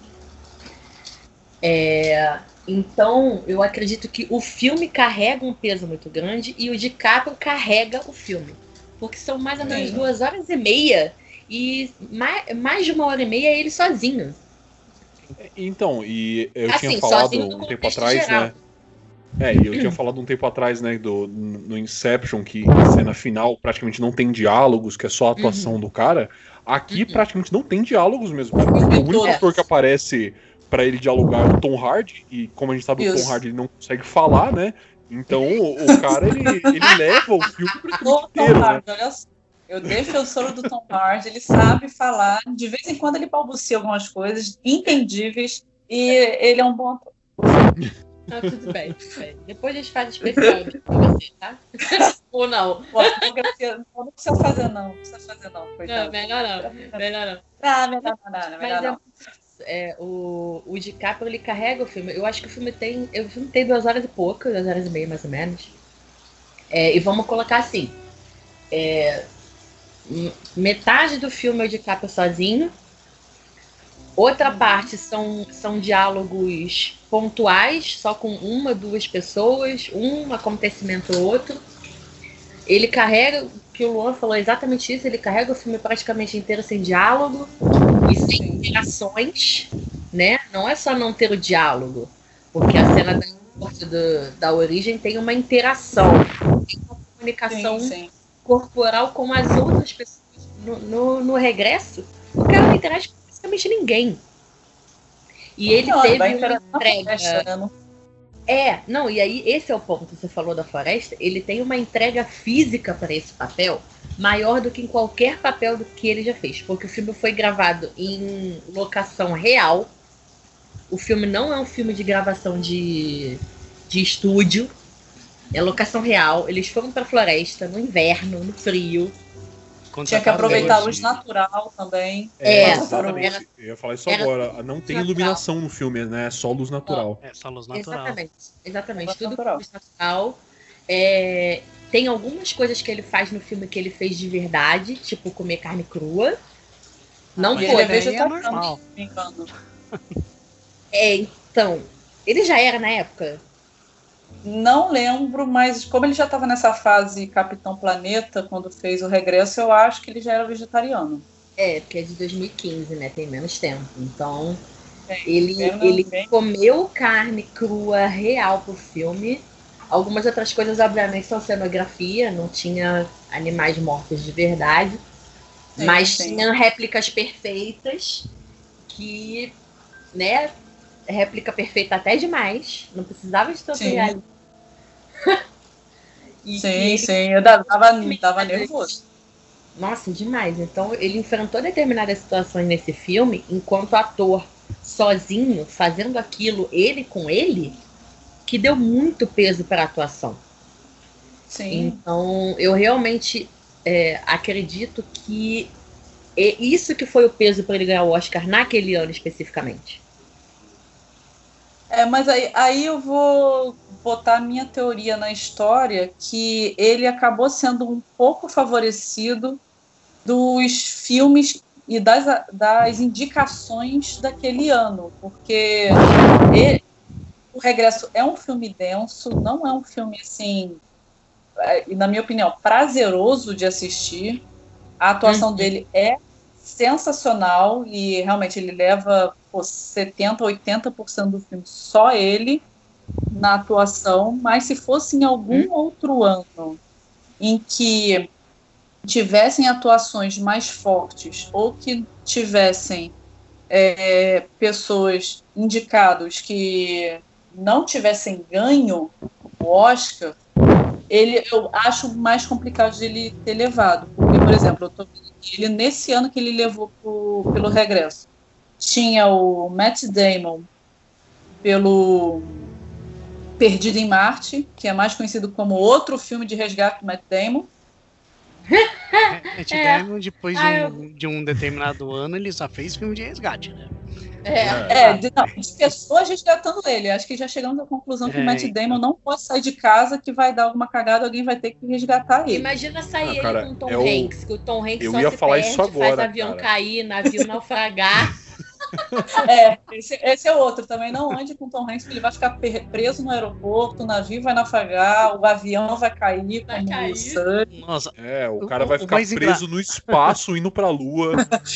Então, eu acredito que o filme carrega um peso muito grande e o DiCaprio carrega o filme. Porque são mais ou menos 2h30 e mais de 1h30 ele sozinho. Então, e eu Assim, tinha falado sozinho no um tempo contexto atrás, geral. né? E eu tinha falado um tempo atrás, né, no Inception, que a cena final praticamente não tem diálogos, que é só a atuação do cara. Aqui praticamente não tem diálogos mesmo. O único ator que aparece pra ele dialogar o Tom Hardy, e como a gente sabe, o Isso. Tom Hardy ele não consegue falar, né? Então o cara, ele leva o filme pro filme O Tom inteiro, né? Hardy, olha só. Eu defensora do Tom Hardy, ele sabe falar, de vez em quando ele balbucia algumas coisas entendíveis e ele é um bom ator. Ah, tudo bem, tudo bem. Depois a gente faz especial pra você, tá? Ou não? Pô, fotografia, não precisa fazer não, Não, coitado. melhor não. Melhor não. Melhor Mas não. o DiCaprio, ele carrega o filme. Eu acho que o filme tem 2 horas e pouco, 2 horas e meia, mais ou menos. E vamos colocar assim. Metade do filme é o DiCaprio sozinho. Outra parte são diálogos pontuais, só com 1, 2 pessoas, um acontecimento ou outro. Ele carrega, o que o Luan falou exatamente isso, ele carrega o filme praticamente inteiro sem diálogo e sem interações, né? Não é só não ter o diálogo, porque a cena da origem tem uma interação, tem uma comunicação Sim. corporal com as outras pessoas. No regresso, o cara não interage com praticamente ninguém. E ele Não, teve vai uma entrar na entrega. floresta, né? Não, e aí esse é o ponto. Você falou da floresta, ele tem uma entrega física para esse papel maior do que em qualquer papel do que ele já fez, porque o filme foi gravado em locação real. O filme não é um filme de gravação de estúdio, é locação real. Eles foram para a floresta no inverno, no frio. Tinha que aproveitar a luz natural também. Exatamente. Eu ia falar isso agora. Não tem iluminação no filme, né? É só luz natural. É só luz natural. Exatamente. Luz Tudo natural. com luz natural. Tem algumas coisas que ele faz no filme que ele fez de verdade, tipo comer carne crua. Não E foi. ele é vegetariano, normal. se não me engano. Então, ele já era na época? Não lembro, mas como ele já estava nessa fase Capitão Planeta, quando fez o regresso, eu acho que ele já era vegetariano. Porque é de 2015, né? Tem menos tempo. Então, Bem, ele comeu carne crua real pro filme. Algumas outras coisas, obviamente, são cenografia. Não tinha animais mortos de verdade. Sim, mas sim. tinha réplicas perfeitas que, né? Réplica perfeita até demais. Não precisava de tanto Sim. realismo. Sim, eu dava nervoso. Nossa, demais. Então, ele enfrentou determinadas situações nesse filme, enquanto ator, sozinho, fazendo aquilo, ele com ele, que deu muito peso para a atuação. Sim. Então, eu realmente acredito que é isso que foi o peso para ele ganhar o Oscar naquele ano especificamente. Mas aí eu vou botar a minha teoria na história, que ele acabou sendo um pouco favorecido dos filmes e das indicações daquele ano, porque o Regresso é um filme denso, não é um filme, assim, na minha opinião, prazeroso de assistir. A atuação dele é sensacional e realmente ele leva 70%, 80% do filme só ele na atuação, mas se fosse em algum outro ano em que tivessem atuações mais fortes ou que tivessem pessoas indicadas que não tivessem ganho o Oscar, eu acho mais complicado de ele ter levado, porque, por exemplo, ele nesse ano que ele levou pelo Regresso, tinha o Matt Damon pelo Perdido em Marte, que é mais conhecido como outro filme de resgate do Matt Damon. Matt Damon, depois de um determinado ano, ele só fez filme de resgate, né? De pessoas resgatando ele. Acho que já chegamos à conclusão que o Matt Damon não pode sair de casa, que vai dar alguma cagada, alguém vai ter que resgatar ele. Imagina sair cara, ele com o Tom Hanks, que o Tom Hanks eu só ia se falar perde, isso agora, faz avião cara. cair, navio naufragar. Esse é outro. Também não ande com o Tom Hanks, que ele vai ficar preso no aeroporto, o navio vai naufragar, o avião vai cair. Nossa, o cara vai ficar preso no espaço, indo pra lua.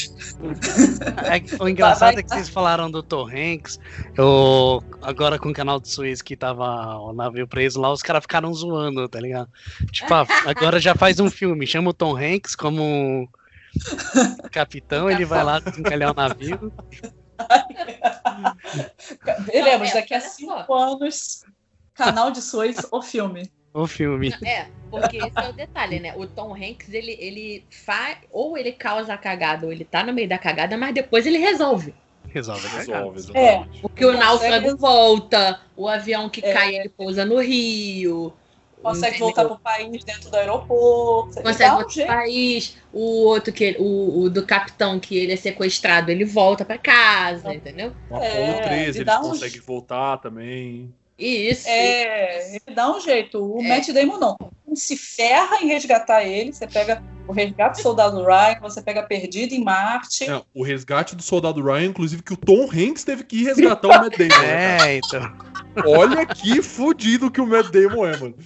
O engraçado é que vocês falaram do Tom Hanks, agora com o canal de Suez que tava o navio preso lá, os caras ficaram zoando, tá ligado? Tipo, agora já faz um filme, chama o Tom Hanks como capitão, ele vai lá desencalhar o navio. Veremos, daqui a olha 5 anos, canal de Suez, o filme. O filme. Porque esse é o detalhe, né? O Tom Hanks, ele faz. Ou ele causa a cagada, ou ele tá no meio da cagada, mas depois ele resolve. Resolve. Exatamente. Porque o náufrago volta, o avião que cai, ele pousa no Rio. Consegue voltar pro país dentro do aeroporto. Consegue voltar pro país. O outro, o do capitão, que ele é sequestrado, ele volta pra casa, entendeu? O Apollo 13, ele consegue voltar também. Isso. Ele dá um jeito. O Matt Damon não. Se ferra em resgatar ele. Você pega o resgate do Soldado Ryan, você pega Perdido em Marte. O resgate do Soldado Ryan, inclusive, que o Tom Hanks teve que ir resgatar o Matt Damon. Então. Olha que fodido que o Matt Damon é, mano.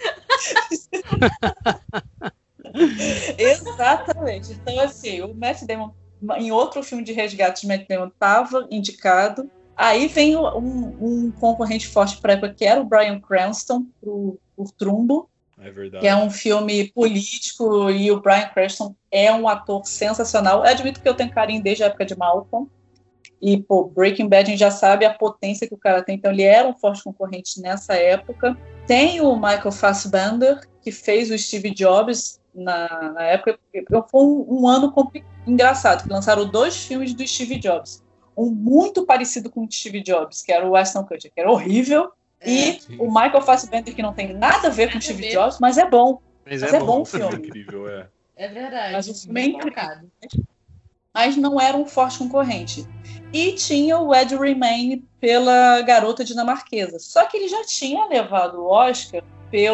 Exatamente. Então, assim, o Matt Damon, em outro filme de resgate, o Matt Damon estava indicado. Aí vem um concorrente forte para a época, que era o Bryan Cranston, por Trumbo. É verdade. Que é um filme político, e o Bryan Cranston é um ator sensacional. Eu admito que eu tenho carinho desde a época de Malcolm. E, Breaking Bad, a gente já sabe a potência que o cara tem. Então, ele era um forte concorrente nessa época. Tem o Michael Fassbender, que fez o Steve Jobs na época. Foi um ano engraçado, que lançaram 2 filmes do Steve Jobs. Um muito parecido com o Steve Jobs, que era o Ashton Kutcher, que era horrível. E o Michael Fassbender, que não tem nada a ver com o Steve Jobs, mas é bom. Mas é bom o filme. É incrível, É verdade. Mas o filme é incrível. Mas não era um forte concorrente. E tinha o Ed Redmayne pela Garota Dinamarquesa. Só que ele já tinha levado o Oscar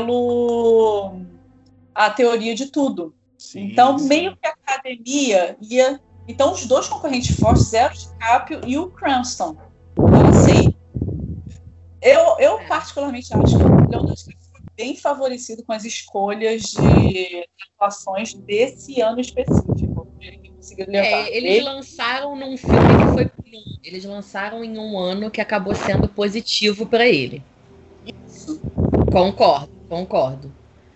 pelo A Teoria de Tudo. Então, meio que a academia ia... Então, os 2 concorrentes fortes eram o DiCaprio e o Cranston. Então, assim, eu particularmente acho que o Leonardo DiCaprio foi bem favorecido com as escolhas de atuações desse ano específico. Ele conseguiu levar. Eles lançaram num filme que foi... Eles lançaram em um ano que acabou sendo positivo para ele. Isso. Concordo.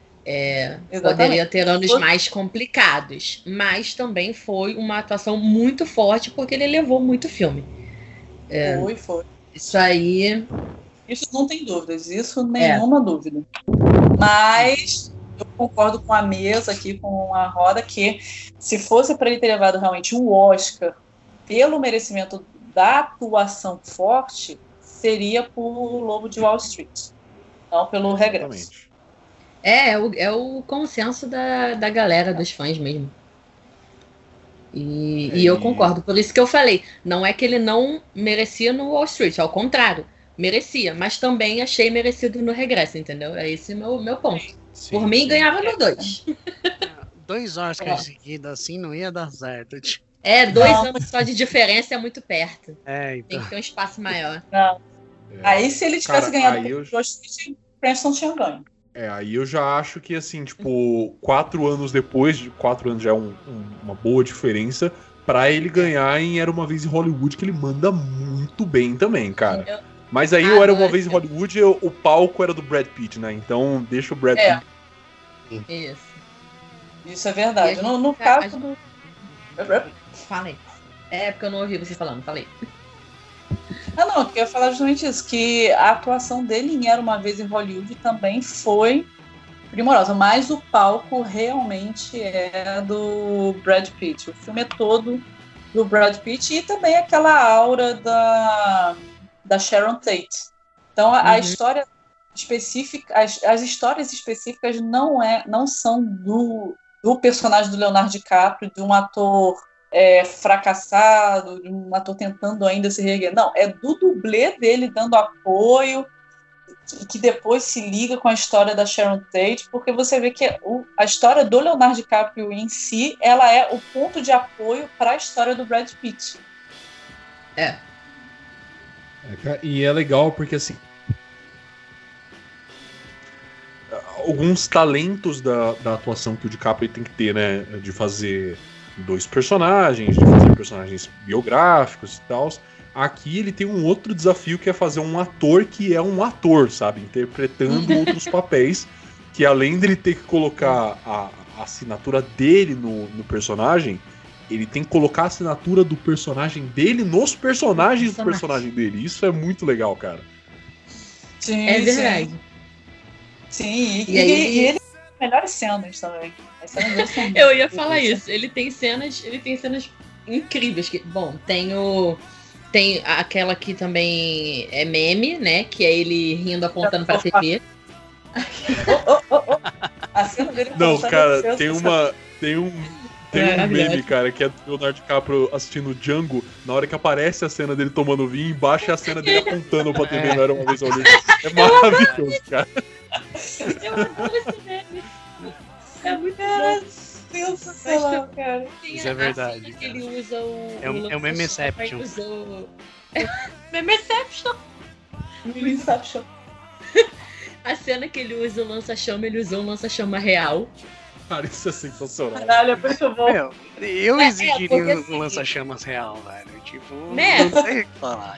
Poderia ter anos mais complicados, mas também foi uma atuação muito forte porque ele levou muito filme. Foi. Isso aí. Isso não tem dúvidas, isso nenhuma dúvida. Mas eu concordo com a mesa aqui, com a roda, que se fosse para ele ter levado realmente um Oscar pelo merecimento da atuação forte, seria por Lobo de Wall Street, não pelo Regresso. É o consenso da galera, dos fãs mesmo. E eu concordo. Por isso que eu falei, não é que ele não merecia no Wall Street, ao contrário, merecia, mas também achei merecido no Regresso, entendeu? É esse meu ponto. Sim, por mim, ganhava no 2. 2 Oscars seguidos assim não ia dar certo. 2 anos só de diferença é muito perto. Então. Tem que ter um espaço maior. Não. Aí, se ele tivesse ganhado o Cranston tinha ganho. Aí eu já acho que, assim, 4 anos depois, 4 anos já é uma boa diferença, pra ele ganhar em Era Uma Vez em Hollywood, que ele manda muito bem também, cara. Mas aí o Era Uma Vez em Hollywood, o palco era do Brad Pitt, né? Então deixa o Brad Pitt. Isso é verdade. No caso do... Falei. Porque eu não ouvi você falando, falei. Não, eu ia falar justamente isso, que a atuação dele em Era Uma Vez em Hollywood também foi primorosa, mas o palco realmente é do Brad Pitt. O filme é todo do Brad Pitt e também aquela aura da Sharon Tate. Então a história específica, as histórias específicas não são do personagem do Leonardo DiCaprio, de um ator fracassado, de um ator tentando ainda se reerguer. Não, é do dublê dele dando apoio, que depois se liga com a história da Sharon Tate, porque você vê que a história do Leonardo DiCaprio em si, ela é o ponto de apoio para a história do Brad Pitt. E é legal porque, assim, alguns talentos da atuação que o DiCaprio tem que ter, né, de fazer 2 personagens, de fazer personagens biográficos e tal. Aqui ele tem um outro desafio, que é fazer um ator que é um ator, sabe? Interpretando outros papéis, que além dele ter que colocar a assinatura dele no personagem, ele tem que colocar a assinatura do personagem dele nos personagens do personagem dele. Isso é muito legal, cara. Sim, É verdade. Sim, E aí e ele tem as melhores cenas também. As cenas dele são Eu ia muito falar boas. isso. Ele tem cenas incríveis. Bom, tem aquela que também é meme, né? Que é ele rindo apontando pra TV. A cena dele Não, contando cara, Deus tem do um meme, cara, que é do Leonardo DiCaprio assistindo Django, na hora que aparece a cena dele tomando vinho, embaixo é a cena dele apontando pra TV, não era uma vez ao livro. É maravilhoso, cara. Eu adoro esse meme. É muito Cara, bom. sensacional, cara. Tem Isso é a verdade, cena que cara. ele usa o. É o Memeception. Memeception. Inception. A cena que ele usa o lança-chama, ele usou um lança-chama real. Cara, isso é sensacional. Caralho, é muito bom. Meu, eu porque exigiria assim- um lança-chamas real, velho. Tipo, Né? não sei o que falar.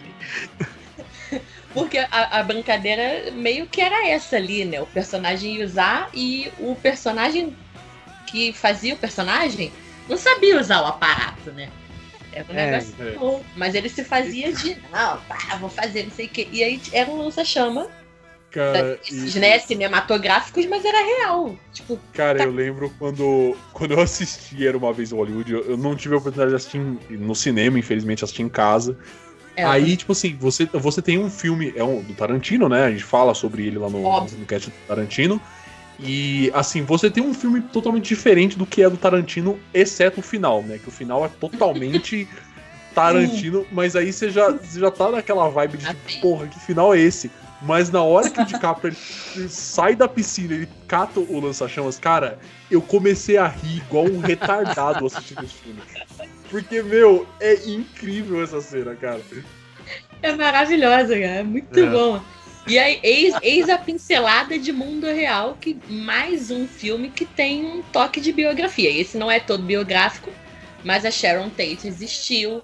Porque a brincadeira meio que era essa ali, né? O personagem ia usar e o personagem que fazia o personagem não sabia usar o aparato, né? Era um negócio é. bom. Mas ele se fazia de, não, pá, vou fazer não sei o quê. E aí era um lança-chama, Cara, esses, né, cinematográficos, mas era real. Tipo, Cara, eu lembro quando eu assisti Era Uma Vez em Hollywood, eu não tive a oportunidade de assistir no cinema, infelizmente assisti em casa. Aí, tipo assim, você tem um filme, do Tarantino, né? A gente fala sobre ele lá no cast do Tarantino. E, assim, você tem um filme totalmente diferente do que é do Tarantino, exceto o final, né? Que o final é totalmente Tarantino, mas aí você já tá naquela vibe de, tipo, porra, que final é esse? Mas na hora que o DiCaprio ele sai da piscina, ele cata o lança-chamas, cara, eu comecei a rir igual um retardado assistindo esse filme. Porque, meu, é incrível essa cena, cara. é maravilhosa, cara. É muito bom. E aí, eis a pincelada de mundo real, que mais um filme que tem um toque de biografia. Esse não é todo biográfico, mas a Sharon Tate existiu.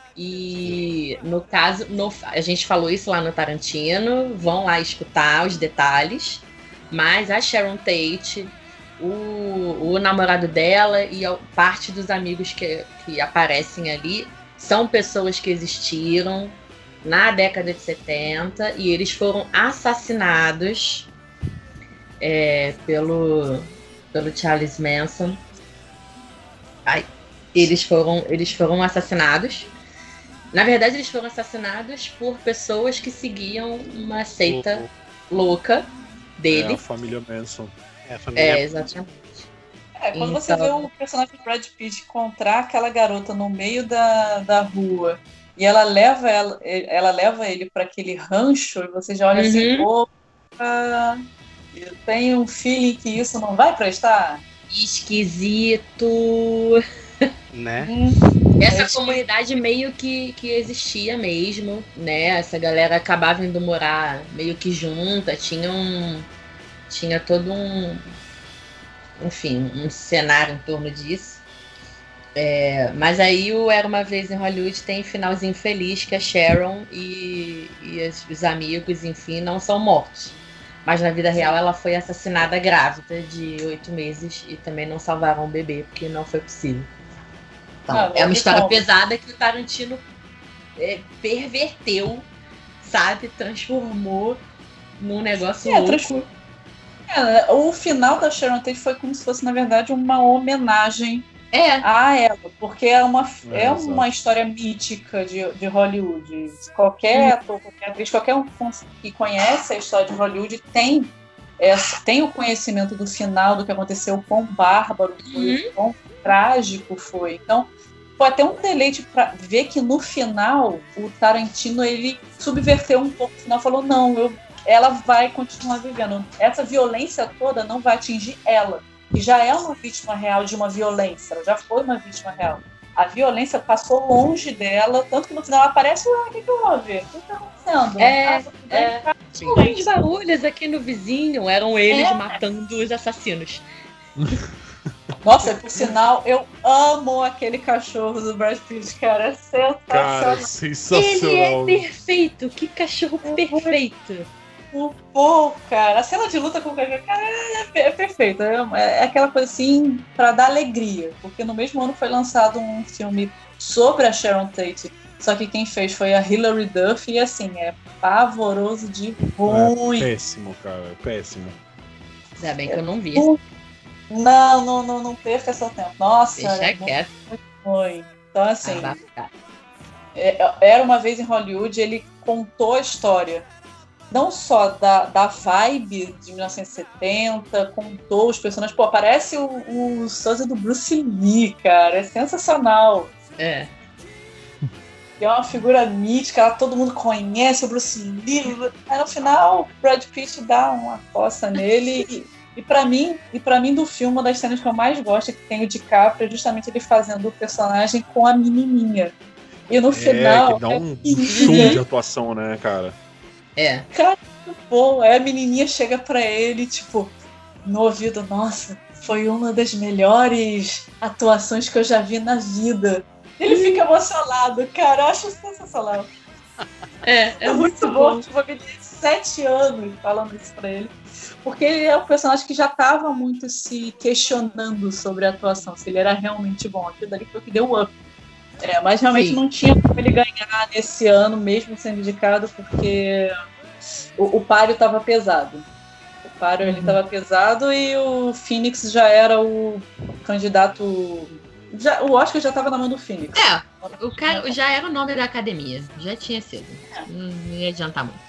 E no caso, a gente falou isso lá no Tarantino, vão lá escutar os detalhes. Mas a Sharon Tate, o namorado dela e parte dos amigos que aparecem ali são pessoas que existiram na década de 70 e eles foram assassinados pelo Charles Manson. Eles foram assassinados. Na verdade, eles foram assassinados por pessoas que seguiam uma seita louca dele. É a família Manson. Exatamente. Quando você vê o personagem do Brad Pitt encontrar aquela garota no meio da rua e ela leva ele para aquele rancho e você já olha assim, opa, eu tenho um feeling que isso não vai prestar. Esquisito. Né? Essa comunidade meio que existia mesmo, né? Essa galera acabava indo morar meio que junta, tinha todo um cenário em torno disso. Mas aí o Era Uma Vez em Hollywood tem finalzinho feliz, que a Sharon e os amigos, enfim, não são mortos. Mas na vida real ela foi assassinada grávida de 8 meses e também não salvaram o bebê, porque não foi possível. Então, é uma história pesada que o Tarantino perverteu, sabe? Transformou num negócio louco. O final da Sharon Tate foi como se fosse, na verdade, uma homenagem a ela, porque é uma história mítica de Hollywood. Qualquer ator, qualquer atriz, qualquer um que conhece a história de Hollywood tem o conhecimento do final, do que aconteceu, o quão bárbaro foi, o quão trágico foi. Então, foi até um deleite para ver que no final o Tarantino ele subverteu um pouco o final, falou não, ela vai continuar vivendo. Essa violência toda não vai atingir ela, que já é uma vítima real de uma violência, ela já foi uma vítima real. A violência passou longe dela, tanto que no final ela aparece, o que houve? O que está acontecendo? Os barulhos aqui no vizinho eram eles matando os assassinos. Nossa, por sinal, eu amo aquele cachorro do Brad Pitt, cara. É sensacional. Cara, sensacional. Ele é perfeito. Que cachorro perfeito. Pô, cara, a cena de luta com o cara é perfeita. É aquela coisa assim pra dar alegria. Porque no mesmo ano foi lançado um filme sobre a Sharon Tate. Só que quem fez foi a Hilary Duff. E assim, é pavoroso de ruim. É péssimo, cara. É péssimo. Ainda bem que eu não vi. Não perca seu tempo. Nossa, Deixa quieto. muito ruim. Então, assim, Abafar. Era uma vez em Hollywood, ele contou a história. Não só da vibe de 1970, contou os personagens. Pô, parece o sósia do Bruce Lee, cara. É sensacional. É. É uma figura mítica, todo mundo conhece o Bruce Lee. Aí no final, o Brad Pitt dá uma coça nele. E pra mim, do filme, uma das cenas que eu mais gosto é que tem o DiCaprio, é justamente ele fazendo o personagem com a menininha. E no final... que dá um show de atuação, né, cara? É. Cara, pô, aí a menininha chega pra ele, tipo, no ouvido, nossa, foi uma das melhores atuações que eu já vi na vida. Ele fica emocionado, cara, eu acho sensacional. É muito bom. Tipo, a menina de 7 anos falando isso pra ele. Porque ele é um personagem que já tava muito se questionando sobre a atuação, se ele era realmente bom. Aquilo dali foi o que deu up. Mas realmente Sim. não tinha como ele ganhar nesse ano, mesmo sendo indicado, porque o páreo estava pesado. O páreo ele estava pesado e o Phoenix já era o candidato. O Oscar já estava na mão do Phoenix. O cara já era o nome da academia. Já tinha sido. Não ia adiantar muito.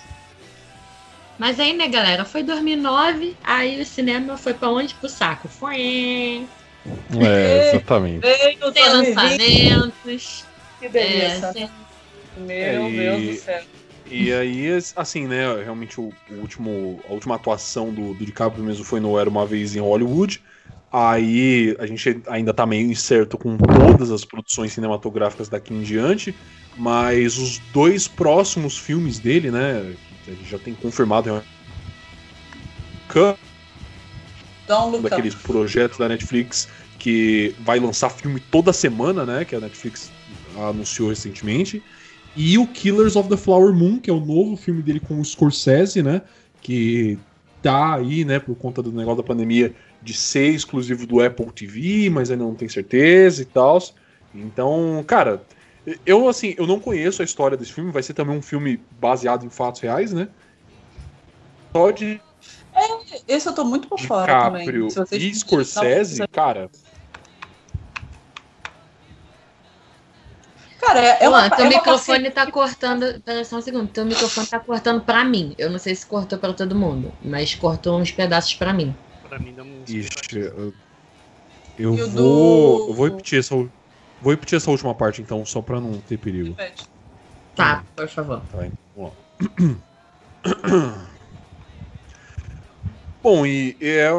Mas aí, né, galera? Foi 2009, aí o cinema foi pra onde? Pro saco. Foi. Exatamente. Veio Tem lançamentos. Que delícia. Meu Deus do céu. E aí, assim, né, realmente a última atuação do DiCaprio mesmo foi no Era Uma Vez em Hollywood. Aí a gente ainda tá meio incerto com todas as produções cinematográficas daqui em diante, mas os 2 próximos filmes dele, né, que a gente já tem confirmado, daqueles projetos da Netflix que vai lançar filme toda semana, né, que a Netflix anunciou recentemente. E o Killers of the Flower Moon, que é o novo filme dele com o Scorsese, né? Que tá aí, né, por conta do negócio da pandemia, de ser exclusivo do Apple TV, mas ainda não tem certeza e tal. Então, cara, eu não conheço a história desse filme, vai ser também um filme baseado em fatos reais, né? Só de Esse eu tô muito por fora também. DiCaprio e Scorsese, cara... Cara, teu microfone tá cortando. Pera só um segundo. Teu microfone tá cortando pra mim. Eu não sei se cortou pra todo mundo, mas cortou uns pedaços pra mim. Pra mim dá um... Ixi, eu vou repetir essa última parte, então, só pra não ter perigo. Tá, por favor. Tá, vamos lá. Bom, e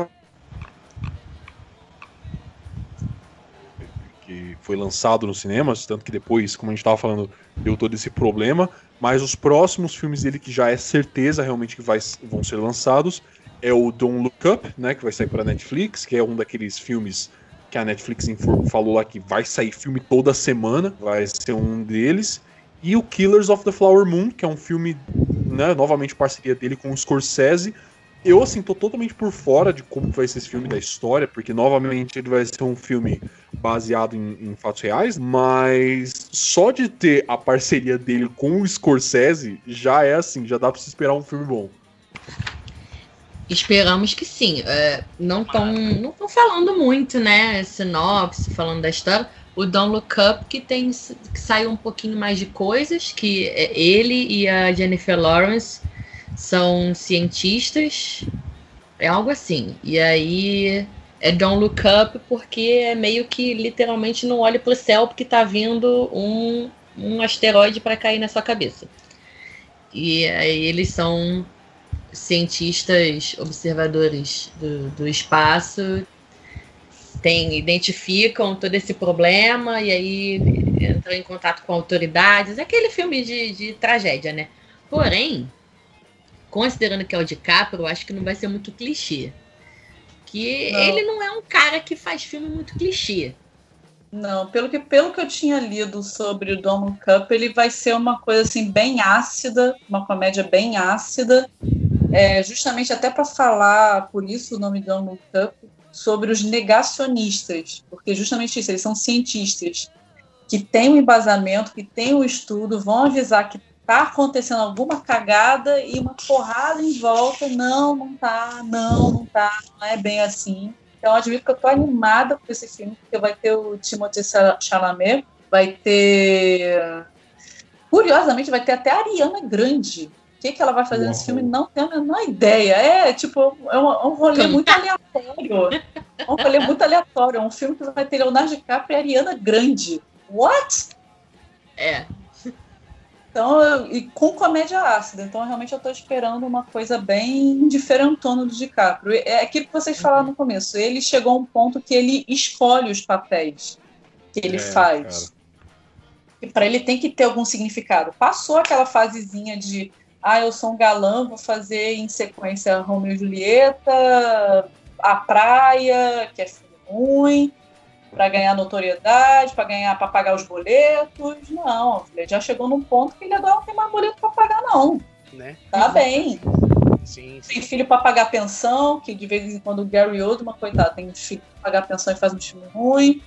que foi lançado nos cinemas, tanto que depois, como a gente estava falando, deu todo esse problema, mas os próximos filmes dele que já é certeza realmente que vão ser lançados é o Don't Look Up, né, que vai sair para Netflix, que é um daqueles filmes que a Netflix falou lá que vai sair filme toda semana, vai ser um deles, e o Killers of the Flower Moon, que é um filme, né, novamente parceria dele com o Scorsese. Eu, assim, tô totalmente por fora de como vai ser esse filme, da história, porque, novamente, ele vai ser um filme baseado em fatos reais, mas só de ter a parceria dele com o Scorsese, já é assim, já dá pra se esperar um filme bom. Esperamos que sim. Não estão falando muito, né, sinopse, falando da história. O Don't Look Up, que saiu um pouquinho mais de coisas, que ele e a Jennifer Lawrence são cientistas, é algo assim. E aí é Don't Look Up porque é meio que literalmente não olhe pro céu porque tá vindo um asteroide para cair na sua cabeça. E aí eles são cientistas observadores do espaço, identificam todo esse problema e aí entram em contato com autoridades. É aquele filme de tragédia, né? Porém, considerando que é o DiCaprio, eu acho que não vai ser muito clichê. Ele não é um cara que faz filme muito clichê. Não, pelo que eu tinha lido sobre o Don't Look Up, ele vai ser uma coisa assim bem ácida, uma comédia bem ácida, justamente até para falar, por isso o nome do Don't Look Up, sobre os negacionistas, porque justamente isso, eles são cientistas que têm um embasamento, que têm um estudo, vão avisar que está acontecendo alguma cagada e uma porrada em volta, não tá, não é bem assim. Então, eu admito que eu tô animada por esse filme, porque vai ter o Timothée Chalamet, vai ter... Curiosamente, vai ter até a Ariana Grande. O que ela vai fazer nesse filme? Não tenho a menor ideia. É um rolê muito aleatório. É um rolê muito aleatório. É um filme que vai ter Leonardo DiCaprio e Ariana Grande. What? Então, e com comédia ácida. Então, realmente, eu tô esperando uma coisa bem diferentona do DiCaprio. É aquilo que vocês falaram no começo. Ele chegou a um ponto que ele escolhe os papéis que ele faz. Cara. E para ele tem que ter algum significado. Passou aquela fasezinha de eu sou um galã, vou fazer em sequência Romeu e Julieta, A Praia, que é filme ruim, para ganhar notoriedade, para pagar os boletos. Não, ele já chegou num ponto que ele agora não tem mais boleto para pagar, não. Né? Tá bem. Sim. Tem filho para pagar pensão, que de vez em quando o Gary Oldman, coitado, tem filho para pagar pensão e faz um filme ruim.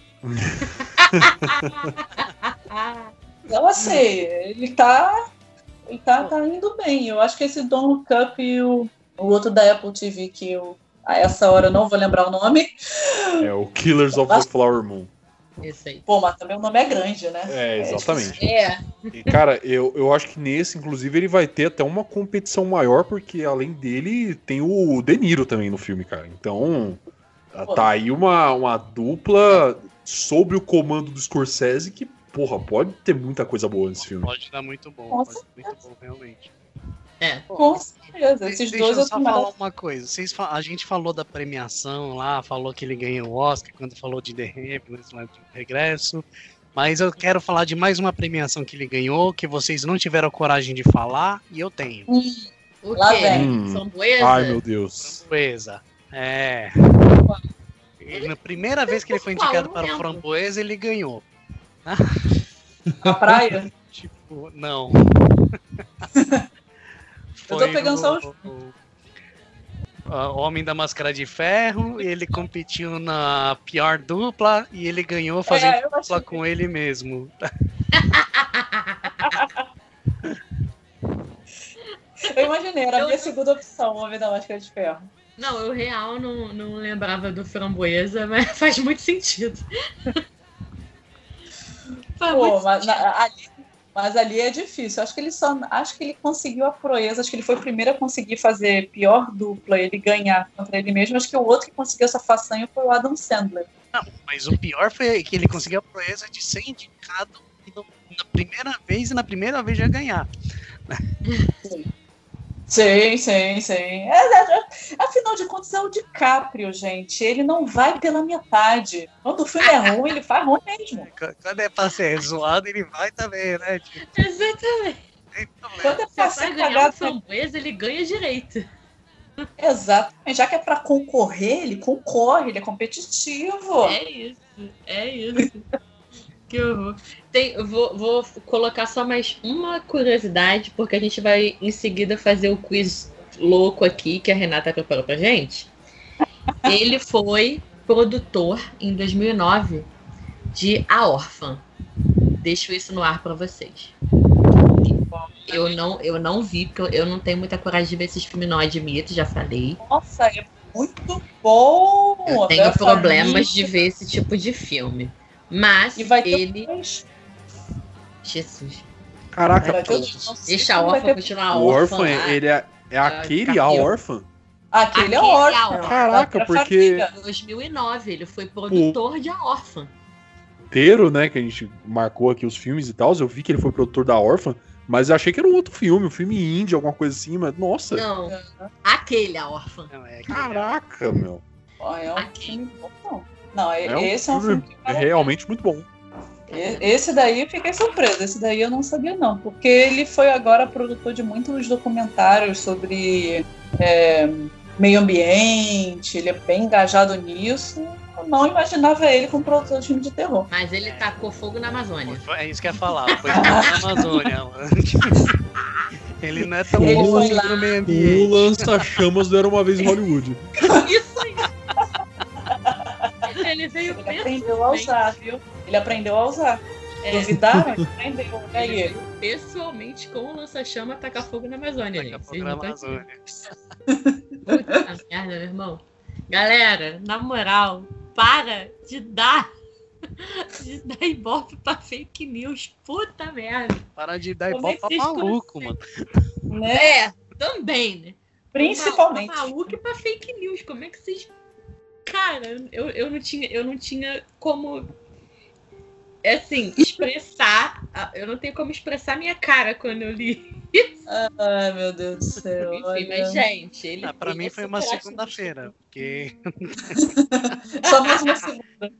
Então, assim, ele tá indo bem. Eu acho que esse Don't Look Up e o outro da Apple TV, que a essa hora eu não vou lembrar o nome. É o Killers of the Flower Moon. Esse aí. Pô, mas também o nome é grande, né? Exatamente. E, cara, eu acho que nesse, inclusive, ele vai ter até uma competição maior, porque além dele, tem o De Niro também no filme, cara. Então, tá aí uma dupla sob o comando do Scorsese que, porra, pode ter muita coisa boa nesse filme. Pode dar muito bom, pode dar muito bom, realmente. Com certeza. Esses Deixa dois eu só falar uma coisa. A gente falou da premiação lá, falou que ele ganhou o Oscar quando falou de The Revenant, lá de Regresso. Mas eu quero falar de mais uma premiação que ele ganhou, que vocês não tiveram coragem de falar, e eu tenho. O Lá quê? vem. Framboesa? Ai, meu Deus. Framboesa. Na primeira vez que ele foi indicado para o Framboesa, ele ganhou. A Praia? Tipo, não. Eu tô pegando só os... O Homem da Máscara de Ferro, ele competiu na pior dupla e ele ganhou fazendo dupla com ele mesmo. Eu imaginei, era a minha segunda opção, o Homem da Máscara de Ferro. Não, eu real não lembrava do Framboesa, mas faz muito sentido. Mas ali é difícil. Acho que ele conseguiu a proeza. Acho que ele foi o primeiro a conseguir fazer pior dupla, ele ganhar contra ele mesmo. Acho que o outro que conseguiu essa façanha foi o Adam Sandler. Não, mas o pior foi que ele conseguiu a proeza de ser indicado na primeira vez e na primeira vez já ganhar. Sim. Afinal de contas, é o DiCaprio, gente. Ele não vai pela metade. Quando o filme é ruim, ele faz ruim mesmo. Quando é pra ser zoado, ele vai também, né? Tipo, Exatamente. Quando é pra ser ganhar cagado, o Framboesa, ele ganha direito. Exatamente. Já que é pra concorrer, ele concorre, ele é competitivo. É isso. Que horror. Vou colocar só mais uma curiosidade, porque a gente vai em seguida fazer o quiz louco aqui que a Renata preparou pra gente. Ele foi produtor em 2009 de A Órfã. Deixo isso no ar pra vocês. Eu não vi, porque eu não tenho muita coragem de ver esses filmes, não admito, já falei. Nossa, é muito bom! Eu tenho problemas de ver esse tipo de filme. Mas e vai ter ele... dois. Jesus. Caraca, deixa a órfã continuar o órfã. Ele é aquele a órfã? Aquele é órfã. Caraca, porque... Em 2009, ele foi produtor de A Órfã. Inteiro, né, que a gente marcou aqui os filmes e tal, eu vi que ele foi produtor da Órfã, mas eu achei que era um outro filme, um filme indie, alguma coisa assim, mas nossa. Não, aquele A Órfã. Caraca, meu. É um filme bom. Não, esse é um filme que realmente muito bom. Esse daí eu fiquei surpresa, esse daí eu não sabia não, porque ele foi agora produtor de muitos documentários sobre meio ambiente, ele é bem engajado nisso. Eu não imaginava ele como produtor de filme de terror. Mas ele tacou fogo na Amazônia. É isso que eu ia falar, foi fogo na Amazônia. Ele não é tão Ele bom foi lá. no meio O ambiente. lança-chamas do Era Uma Vez em Hollywood. Isso aí. Ele veio Ele aprendeu a usar, viu? Ele aprendeu a usar. Duvidaram? Ele aprendeu. Olha aí Ele ele. veio pessoalmente com o lança-chama atacar fogo na Amazônia. Daqui a gente. pouco na Amazônia. Puta merda, meu irmão. Galera, na moral, para de dar ibope pra fake news. Puta merda. Para de dar Como é ibope que pra vocês maluco, mano. Né? Também, né? Principalmente. Pra maluco e pra fake news. Como é que vocês... Cara, eu não tinha como... Assim, expressar... Eu não tenho como expressar minha cara quando eu li. Ai, meu Deus do céu. Enfim, olha. mas, gente... Ele, Pra ele mim é foi uma super segunda-feira, porque Só mais uma segunda.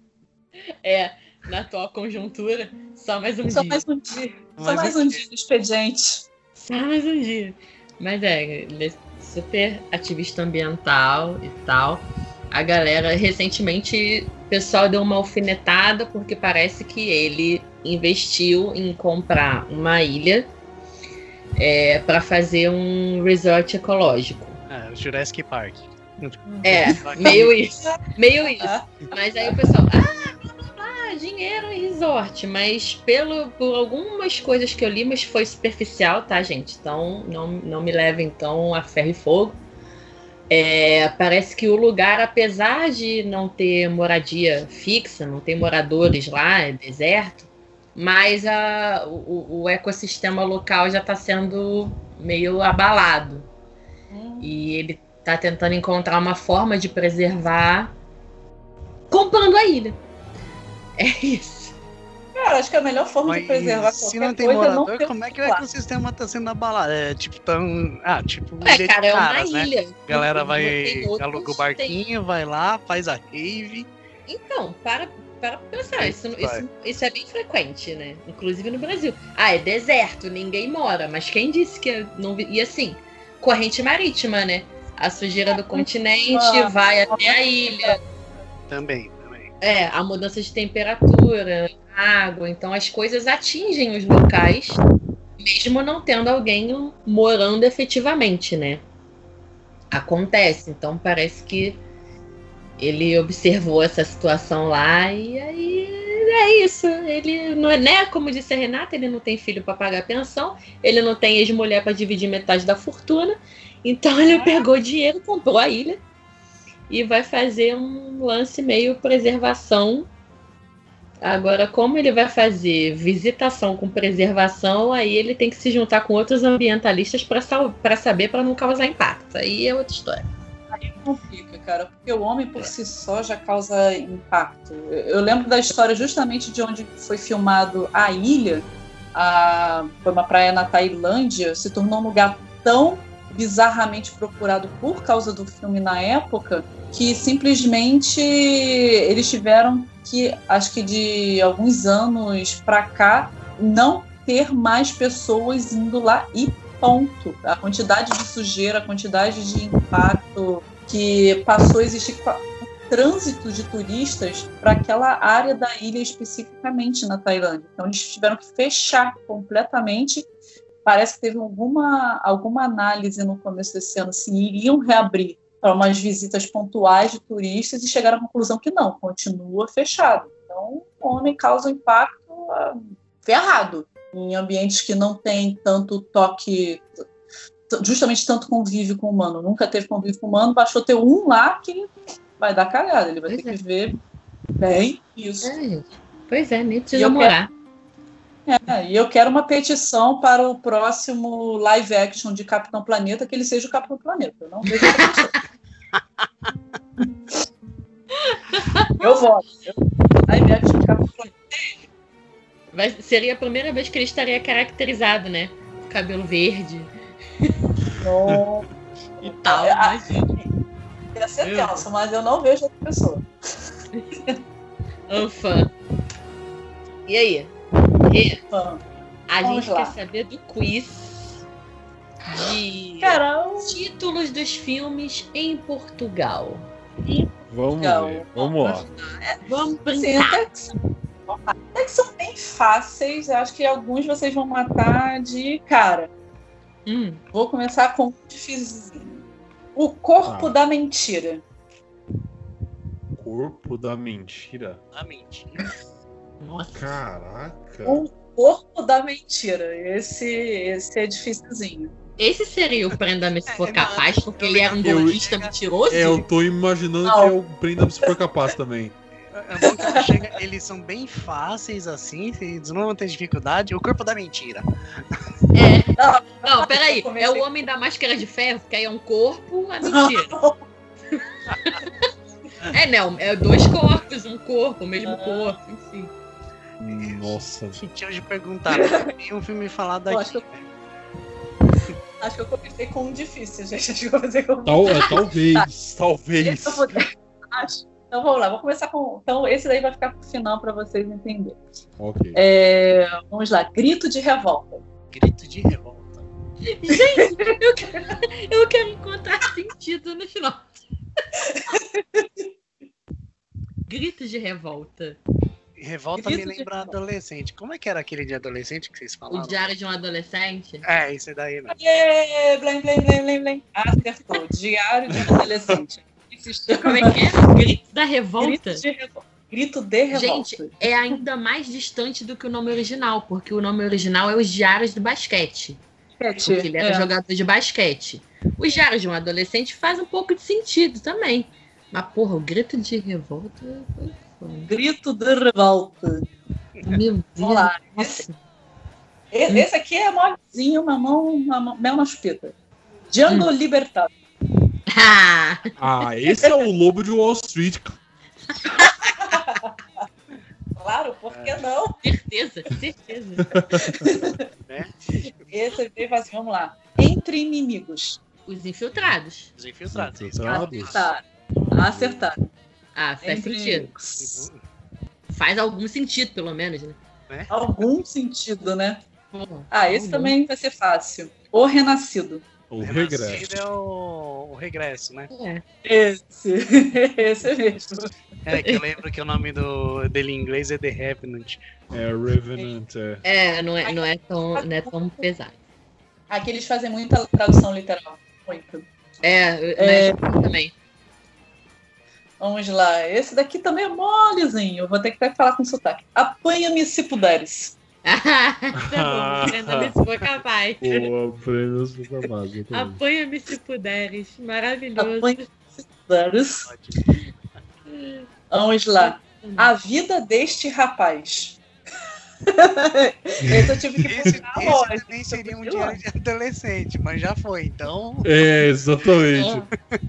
na atual conjuntura, só mais um Só dia. mais um dia. Só Mais mais um um dia do expediente. Só mais um dia. Mas ele é super ativista ambiental e tal. A galera, recentemente, o pessoal deu uma alfinetada porque parece que ele investiu em comprar uma ilha para fazer um resort ecológico. o Jurassic Park. Meio isso. Meio isso. Ah, Mas aí o pessoal, dinheiro em resort, mas por algumas coisas que eu li, mas foi superficial, tá, gente? Então não me levem então a ferro e fogo. Parece que o lugar, apesar de não ter moradia fixa, não tem moradores lá, é deserto, mas o ecossistema local já está sendo meio abalado. E ele está tentando encontrar uma forma de preservar comprando a ilha. É isso. Cara, acho que a melhor forma de preservar se qualquer não tem coisa é não morador, ter como é que o lá. ecossistema tá sendo abalado? É tipo tão. Tipo, Cara, é uma caras, né? ilha. A galera vai, Tem outros, aluga o barquinho, vai lá, faz a cave. Então, para pensar, isso é bem frequente, né? Inclusive no Brasil. É deserto, ninguém mora, mas quem disse que não... E assim, corrente marítima, né? A sujeira do continente vai até a ilha. Também. A mudança de temperatura, água, então as coisas atingem os locais, mesmo não tendo alguém morando efetivamente, né? Acontece, então parece que ele observou essa situação lá e aí é isso. Ele não é, né? Como disse a Renata, ele não tem filho para pagar pensão, ele não tem ex-mulher para dividir metade da fortuna, então ele pegou dinheiro, comprou a ilha e vai fazer um lance meio preservação. Agora, como ele vai fazer visitação com preservação, aí ele tem que se juntar com outros ambientalistas para saber, para não causar impacto. Aí é outra história. Aí complica, cara, porque o homem por si só já causa impacto. Eu lembro da história justamente de onde foi filmado a ilha, foi uma praia na Tailândia, se tornou um lugar tão bizarramente procurado por causa do filme na época, que simplesmente eles tiveram que, acho que de alguns anos pra cá, não ter mais pessoas indo lá e ponto. A quantidade de sujeira, a quantidade de impacto que passou a existir com o trânsito de turistas para aquela área da ilha especificamente na Tailândia. Então eles tiveram que fechar completamente. Parece que teve alguma análise no começo desse ano se iriam reabrir para umas visitas pontuais de turistas e chegaram à conclusão que não, continua fechado. Então, o homem causa um impacto ferrado em ambientes que não tem tanto toque, justamente tanto convívio com o humano. Nunca teve convívio com o humano, baixou ter um lá que vai dar cagada, ele vai ter que ver bem isso. Pois é, nem precisa morar. E eu quero uma petição para o próximo live action de Capitão Planeta, que ele seja o Capitão Planeta. Eu não vejo outra pessoa. Eu voto. Live action de Capitão Planeta. Seria a primeira vez que ele estaria caracterizado, né? Cabelo verde. Não. E tal, imagina. Ia ser tenso, mas eu não vejo outra pessoa. Fã. E aí? A Vamos gente lá. quer saber do quiz de títulos dos filmes em Portugal. Vamos ver, vamos lá. Vamos Sim, brincar. até que são bem fáceis. Eu acho que alguns vocês vão matar de cara. Vou começar com um difícil. O corpo da mentira. Corpo da mentira? A mentira. Nossa. Caraca. O corpo da mentira. Esse é dificilzinho. Esse seria o Prenda-me se for capaz, porque ele era um Eu- golpista mentiroso? Eu tô imaginando que é o Prenda-me se for capaz também. É bom que ele chega, eles são bem fáceis assim, eles não vão ter dificuldade. O corpo da mentira. Não, peraí. Eu comecei- É o Homem da Máscara de Ferro, que aí é um corpo, a mentira. Não, é 2 corpos, um corpo, o mesmo corpo, enfim. Nossa. Deixa eu te perguntar, tem um filme falado Eu aqui. Acho que eu comecei com um difícil, gente. Acho que eu comecei com um Talvez. Esse eu vou- Acho. Então vamos lá, vou começar com. Então, esse daí vai ficar pro final para vocês entenderem. Ok. Vamos lá, grito de revolta. Grito de revolta. Gente, eu quero encontrar sentido no final. Gritos de revolta. Revolta Grito me de lembra revolta. adolescente. Como é que era aquele de adolescente que vocês O falaram? Diário de um Adolescente. É, esse daí, né? Blém, blém, blém, blém, blém. Acertou. Diário de um adolescente. Como é que é? Gritos da revolta. Grito de revolta. Grito de revolta. Gente, é ainda mais distante do que o nome original, porque o nome original é Os Diários do Basquete. Porque ele era jogador de basquete. Os Diários de um Adolescente faz um pouco de sentido também. Mas, porra, o grito de revolta foi foda. Grito de revolta. Meu Deus. Vamos lá. Nossa. Esse aqui é molezinho, mel na chupeta. Django Libertado. Ah, Esse é o Lobo de Wall Street. Claro, por que não? certeza. Esse aqui faz, vamos lá. Entre inimigos. Os Infiltrados. Os infiltrados. isso. Acertaram. Ah, faz Entre sentido. inimigos. Faz algum sentido, pelo menos, né? Algum sentido, né? Porra, Esse também vai ser fácil. O Renascido. O Renascido regresso. é o regresso, né? Esse mesmo. É, que eu lembro que o nome dele em inglês é The Revenant. É Revenant. É. não é tão pesado. Aqui eles fazem muita tradução literal. Muito. Mas também. Vamos lá. Esse daqui também é molezinho. Eu vou ter que até falar com sotaque. Apanha-me se puderes. Tá bom, Prenda-me se for capaz. Boa, prêmio se for capaz. exatamente. Apanha-me se puderes. Maravilhoso. Apanha-me se puderes. Vamos lá. A vida deste rapaz. Esse eu tive que Esse buscar longe. também seria um diário de adolescente, mas já foi, então. É, exatamente.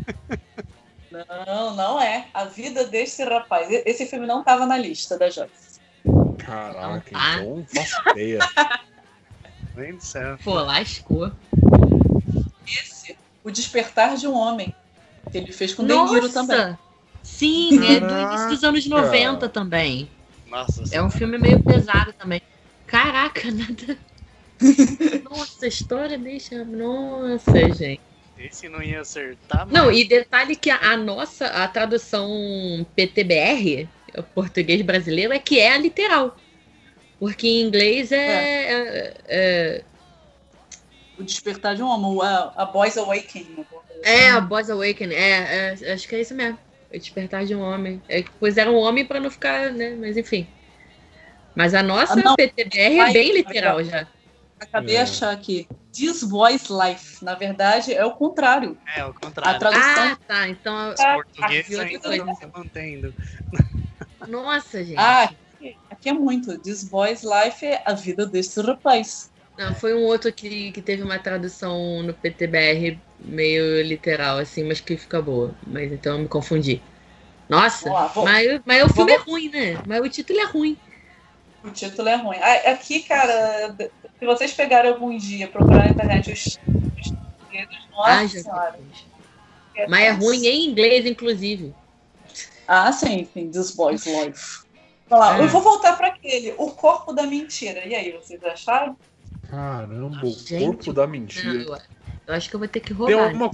Não é. A vida deste rapaz. Esse filme não estava na lista da Joyce. Caraca, Ah. então não faço ideia. Meu Deus do céu. Pô, lascou. Esse, O Despertar de um Homem. Que ele fez com De Niro também. Sim, é do início dos anos 90 também. Nossa É um filme meio pesado também. Caraca, nada. Nossa, a história deixa. Nossa, gente. Esse não ia acertar, mas. Não, e detalhe que a tradução PTBR, o português brasileiro, é que é a literal. Porque em inglês O Despertar de um Homem. A Boys Awakening. a Boys Awakening. Acho que é isso mesmo. O Despertar de um Homem. Pois era um homem pra não ficar, né? Mas enfim. Mas a nossa não. PTBR é bem literal já. Acabei de achar aqui. This Boy's Life. Na verdade, é o contrário. É, ao A contrário. tradução. Ah, tá. Então. Os portugueses outra ainda coisa. não se mantendo. Nossa, gente. Aqui é muito. This Boy's Life é a vida desse rapaz. Não, foi um outro que teve uma tradução no PTBR meio literal, assim, mas que fica boa. Mas então eu me confundi. Nossa, mas o filme é ruim, né? Mas o título é ruim. O título é ruim. Aqui, cara, se vocês pegarem algum dia, procurar na internet os dedos, nossa Já senhora. Mas é ruim em inglês, inclusive. Sim, This Boy's Life. Vamos lá, eu vou voltar para aquele, O Corpo da Mentira. E aí, vocês acharam? Caramba, o Gente, corpo da mentira. Eu acho que eu vou ter que Tem roubar. alguma.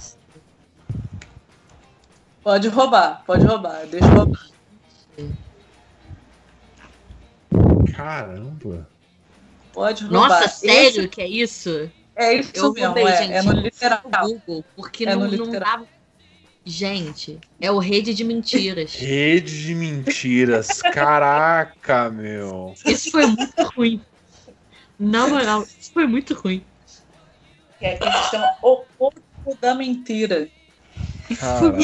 Pode roubar. Deixa eu roubar. Caramba. Pode roubar. Nossa, sério que é isso? É isso Eu mesmo, roubei, gente. é no literal. Google, porque É não, no não literal. dava. Gente, é o Rede de Mentiras. Rede de mentiras. Caraca, meu. Isso foi muito ruim. Na moral, isso foi muito ruim. Que é que se chama O Corpo da Mentira. Caraca.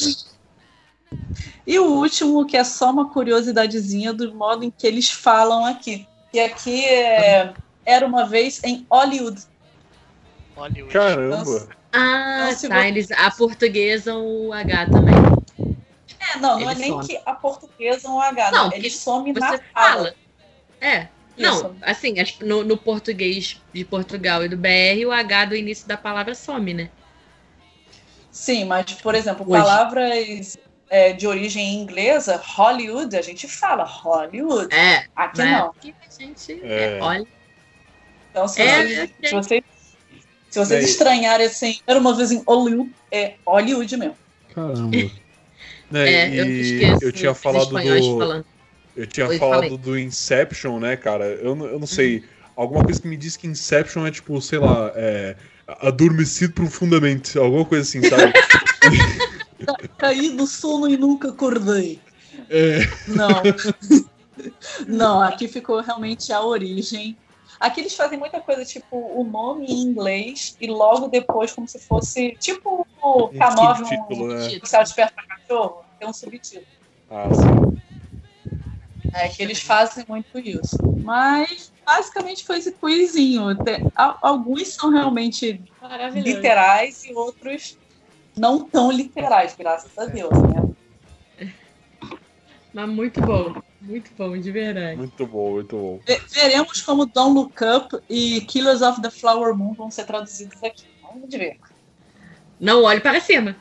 E o último, que é só uma curiosidadezinha do modo em que eles falam aqui. E aqui era uma vez em Hollywood. Hollywood. Caramba. Ah, Então, se tá. você- Eles aportuguesam o H também. Não é Eles nem somem. que a portuguesa ou H, Não, não. que Eles somem na Você fala. fala. É. Isso. Não, assim, no português de Portugal e do BR, o H do início da palavra some, né? Sim, mas, por exemplo, Hoje. palavras de origem inglesa, Hollywood, a gente fala Hollywood. É. Aqui Mas não. aqui a gente. É. Olha. Então, se É, vocês estranharem assim, era uma vez em Hollywood, é Hollywood mesmo. Caramba. Né, eu e esqueço eu tinha os falado espanhóis do. falando. Eu tinha Oi, falado falei. do Inception, né, cara? Eu não sei. Alguma coisa que me diz que Inception é tipo, sei lá, adormecido profundamente. Alguma coisa assim, sabe? Caí do sono e nunca acordei. É. Não. Não, aqui ficou realmente a origem. Aqui eles fazem muita coisa, tipo, o nome em inglês e logo depois, como se fosse, tipo, o K9 subtítulo, né? no Céu Desperta pra Cachorro, tem um subtítulo. Ah, sim. É que eles fazem muito isso. Mas, basicamente, foi esse quizinho. Alguns são realmente Maravilhoso. literais e outros não tão literais, graças a Deus, né? Mas muito bom, de verdade. Muito bom, muito bom. Veremos como Don't Look Up e Killers of the Flower Moon vão ser traduzidos aqui. Vamos ver. Não olhe para cima.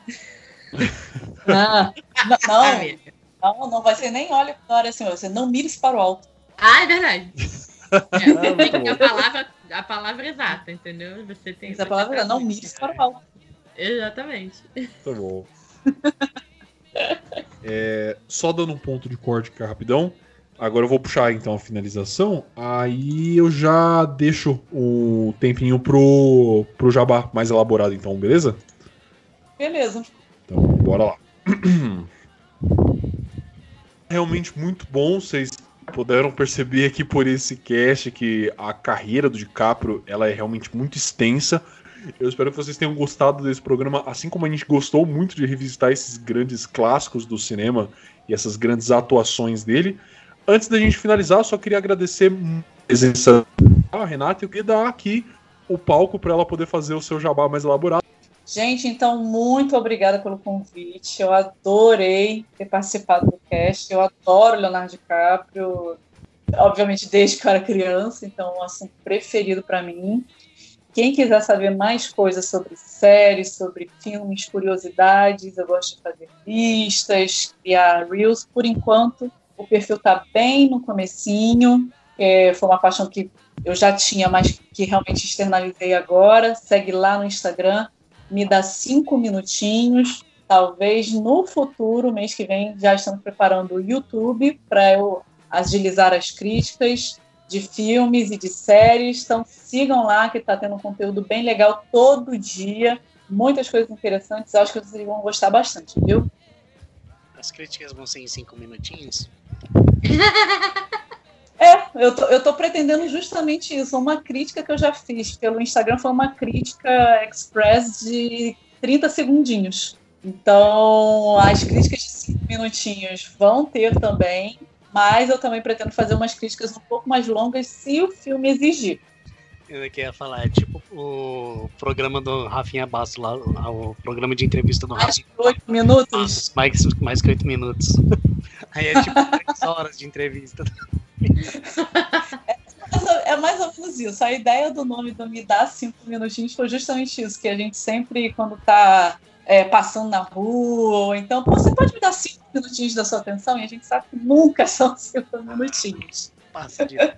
Não, não vai ser nem olha para hora assim, você não mires para o alto. Ah, é verdade. muito Tem bom. A palavra exata, entendeu? Você tem. Essa palavra é não mires para o alto. Exatamente. Tá bom. Só dando um ponto de corte aqui rapidão. Agora eu vou puxar então a finalização. Aí eu já deixo o tempinho pro jabá mais elaborado, então, beleza? Beleza. Então, bora lá. Realmente muito bom. Vocês puderam perceber aqui por esse cast que a carreira do DiCaprio ela é realmente muito extensa. Eu espero que vocês tenham gostado desse programa, assim como a gente gostou muito de revisitar esses grandes clássicos do cinema e essas grandes atuações dele. Antes da gente finalizar, eu só queria agradecer a presença da Renata e eu queria dar aqui o palco para ela poder fazer o seu jabá mais elaborado. Gente, então, muito obrigada pelo convite. Eu adorei ter participado do cast. Eu adoro Leonardo DiCaprio, obviamente desde que eu era criança, então é um assunto preferido para mim. Quem quiser saber mais coisas sobre séries, sobre filmes, curiosidades, eu gosto de fazer listas, criar reels. Por enquanto, o perfil está bem no comecinho. Foi uma paixão que eu já tinha, mas que realmente externalizei agora. Segue lá no Instagram. Me dá 5 minutinhos. Talvez no futuro, mês que vem, já estamos preparando o YouTube para eu agilizar as críticas de filmes e de séries. Então sigam lá que está tendo um conteúdo bem legal todo dia. Muitas coisas interessantes. Acho que vocês vão gostar bastante, viu? As críticas vão ser em 5 minutinhos? Eu tô pretendendo justamente isso. Uma crítica que eu já fiz pelo Instagram foi uma crítica express de 30 segundinhos. Então, as críticas de 5 minutinhos vão ter também, mas eu também pretendo fazer umas críticas um pouco mais longas se o filme exigir. Eu queria falar, é tipo o programa do Rafinha Basso lá, o programa de entrevista do Mais Rafinha. de 8 minutos? Mais que 8 minutos. Aí é tipo 3 horas de entrevista. É mais ou menos isso. A ideia do nome do Me Dá 5 Minutinhos foi justamente isso, que a gente sempre, quando tá passando na rua, ou então, você pode me dar 5 minutinhos da sua atenção? E a gente sabe que nunca são 5 minutinhos. Passa direto.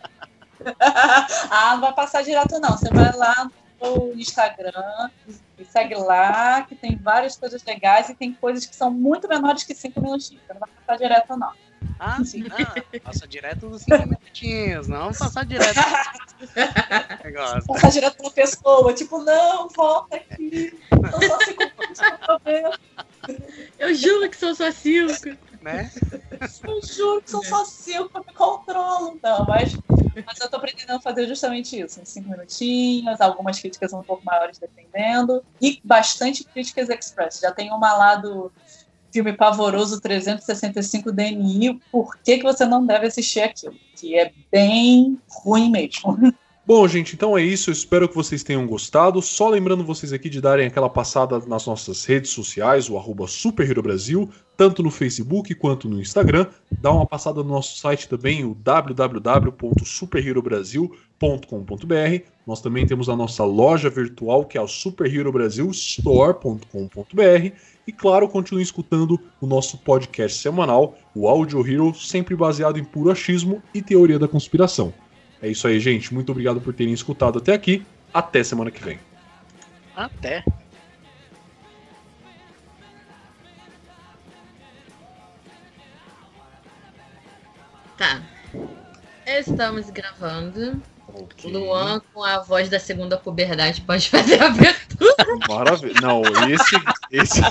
Não vai passar direto não. Você vai lá no Instagram e segue lá, que tem várias coisas legais e tem coisas que são muito menores que 5 minutinhos. Você não vai passar direto não. Sim, passa direto nos 5 minutinhos, não passar direto. Negócio. Passar direto pela pessoa, tipo, não, volta aqui. Eu só fico com isso pra ver. Eu juro que são só 5. Né? Eu juro que são só 5, eu me controlo. Não, mas eu tô pretendendo fazer justamente isso, uns 5 minutinhos, algumas críticas um pouco maiores dependendo, e bastante críticas express. Já tem uma lá do filme pavoroso 365 DNI, por que você não deve assistir aquilo? Que é bem ruim mesmo. Bom, gente, então é isso. Eu espero que vocês tenham gostado. Só lembrando vocês aqui de darem aquela passada nas nossas redes sociais, o @SuperHeroBrasil, tanto no Facebook quanto no Instagram. Dá uma passada no nosso site também, o www.superherobrasil.com.br. Nós também temos a nossa loja virtual, que é o superherobrasilstore.com.br. E claro, continue escutando o nosso podcast semanal, o Audio Hero, sempre baseado em puro achismo e teoria da conspiração. É isso aí, gente. Muito obrigado por terem escutado até aqui. Até semana que vem. Até. Tá. Estamos gravando. Okay. Luan, com a voz da segunda puberdade, pode fazer a abertura. Maravilha. Não, esse...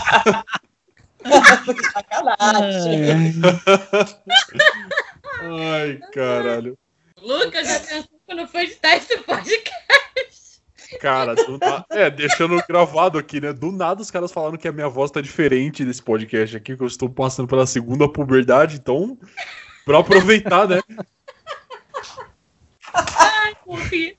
Sacanagem. Ai, caralho. Lucas, já pensou quando foi editar esse podcast? Cara, deixando gravado aqui, né? Do nada os caras falaram que a minha voz tá diferente desse podcast aqui, que eu estou passando pela segunda puberdade, então, pra aproveitar, né? Ai, morri.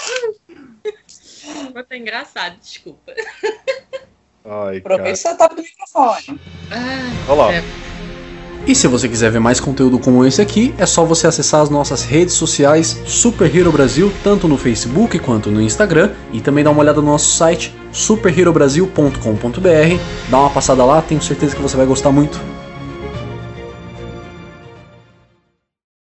Vai tá engraçado, desculpa. Ai, Aproveita cara. o setup do microfone. Olha lá. E se você quiser ver mais conteúdo como esse aqui, é só você acessar as nossas redes sociais Super Hero Brasil, tanto no Facebook quanto no Instagram, e também dar uma olhada no nosso site superherobrasil.com.br. Dá uma passada lá, tenho certeza que você vai gostar muito.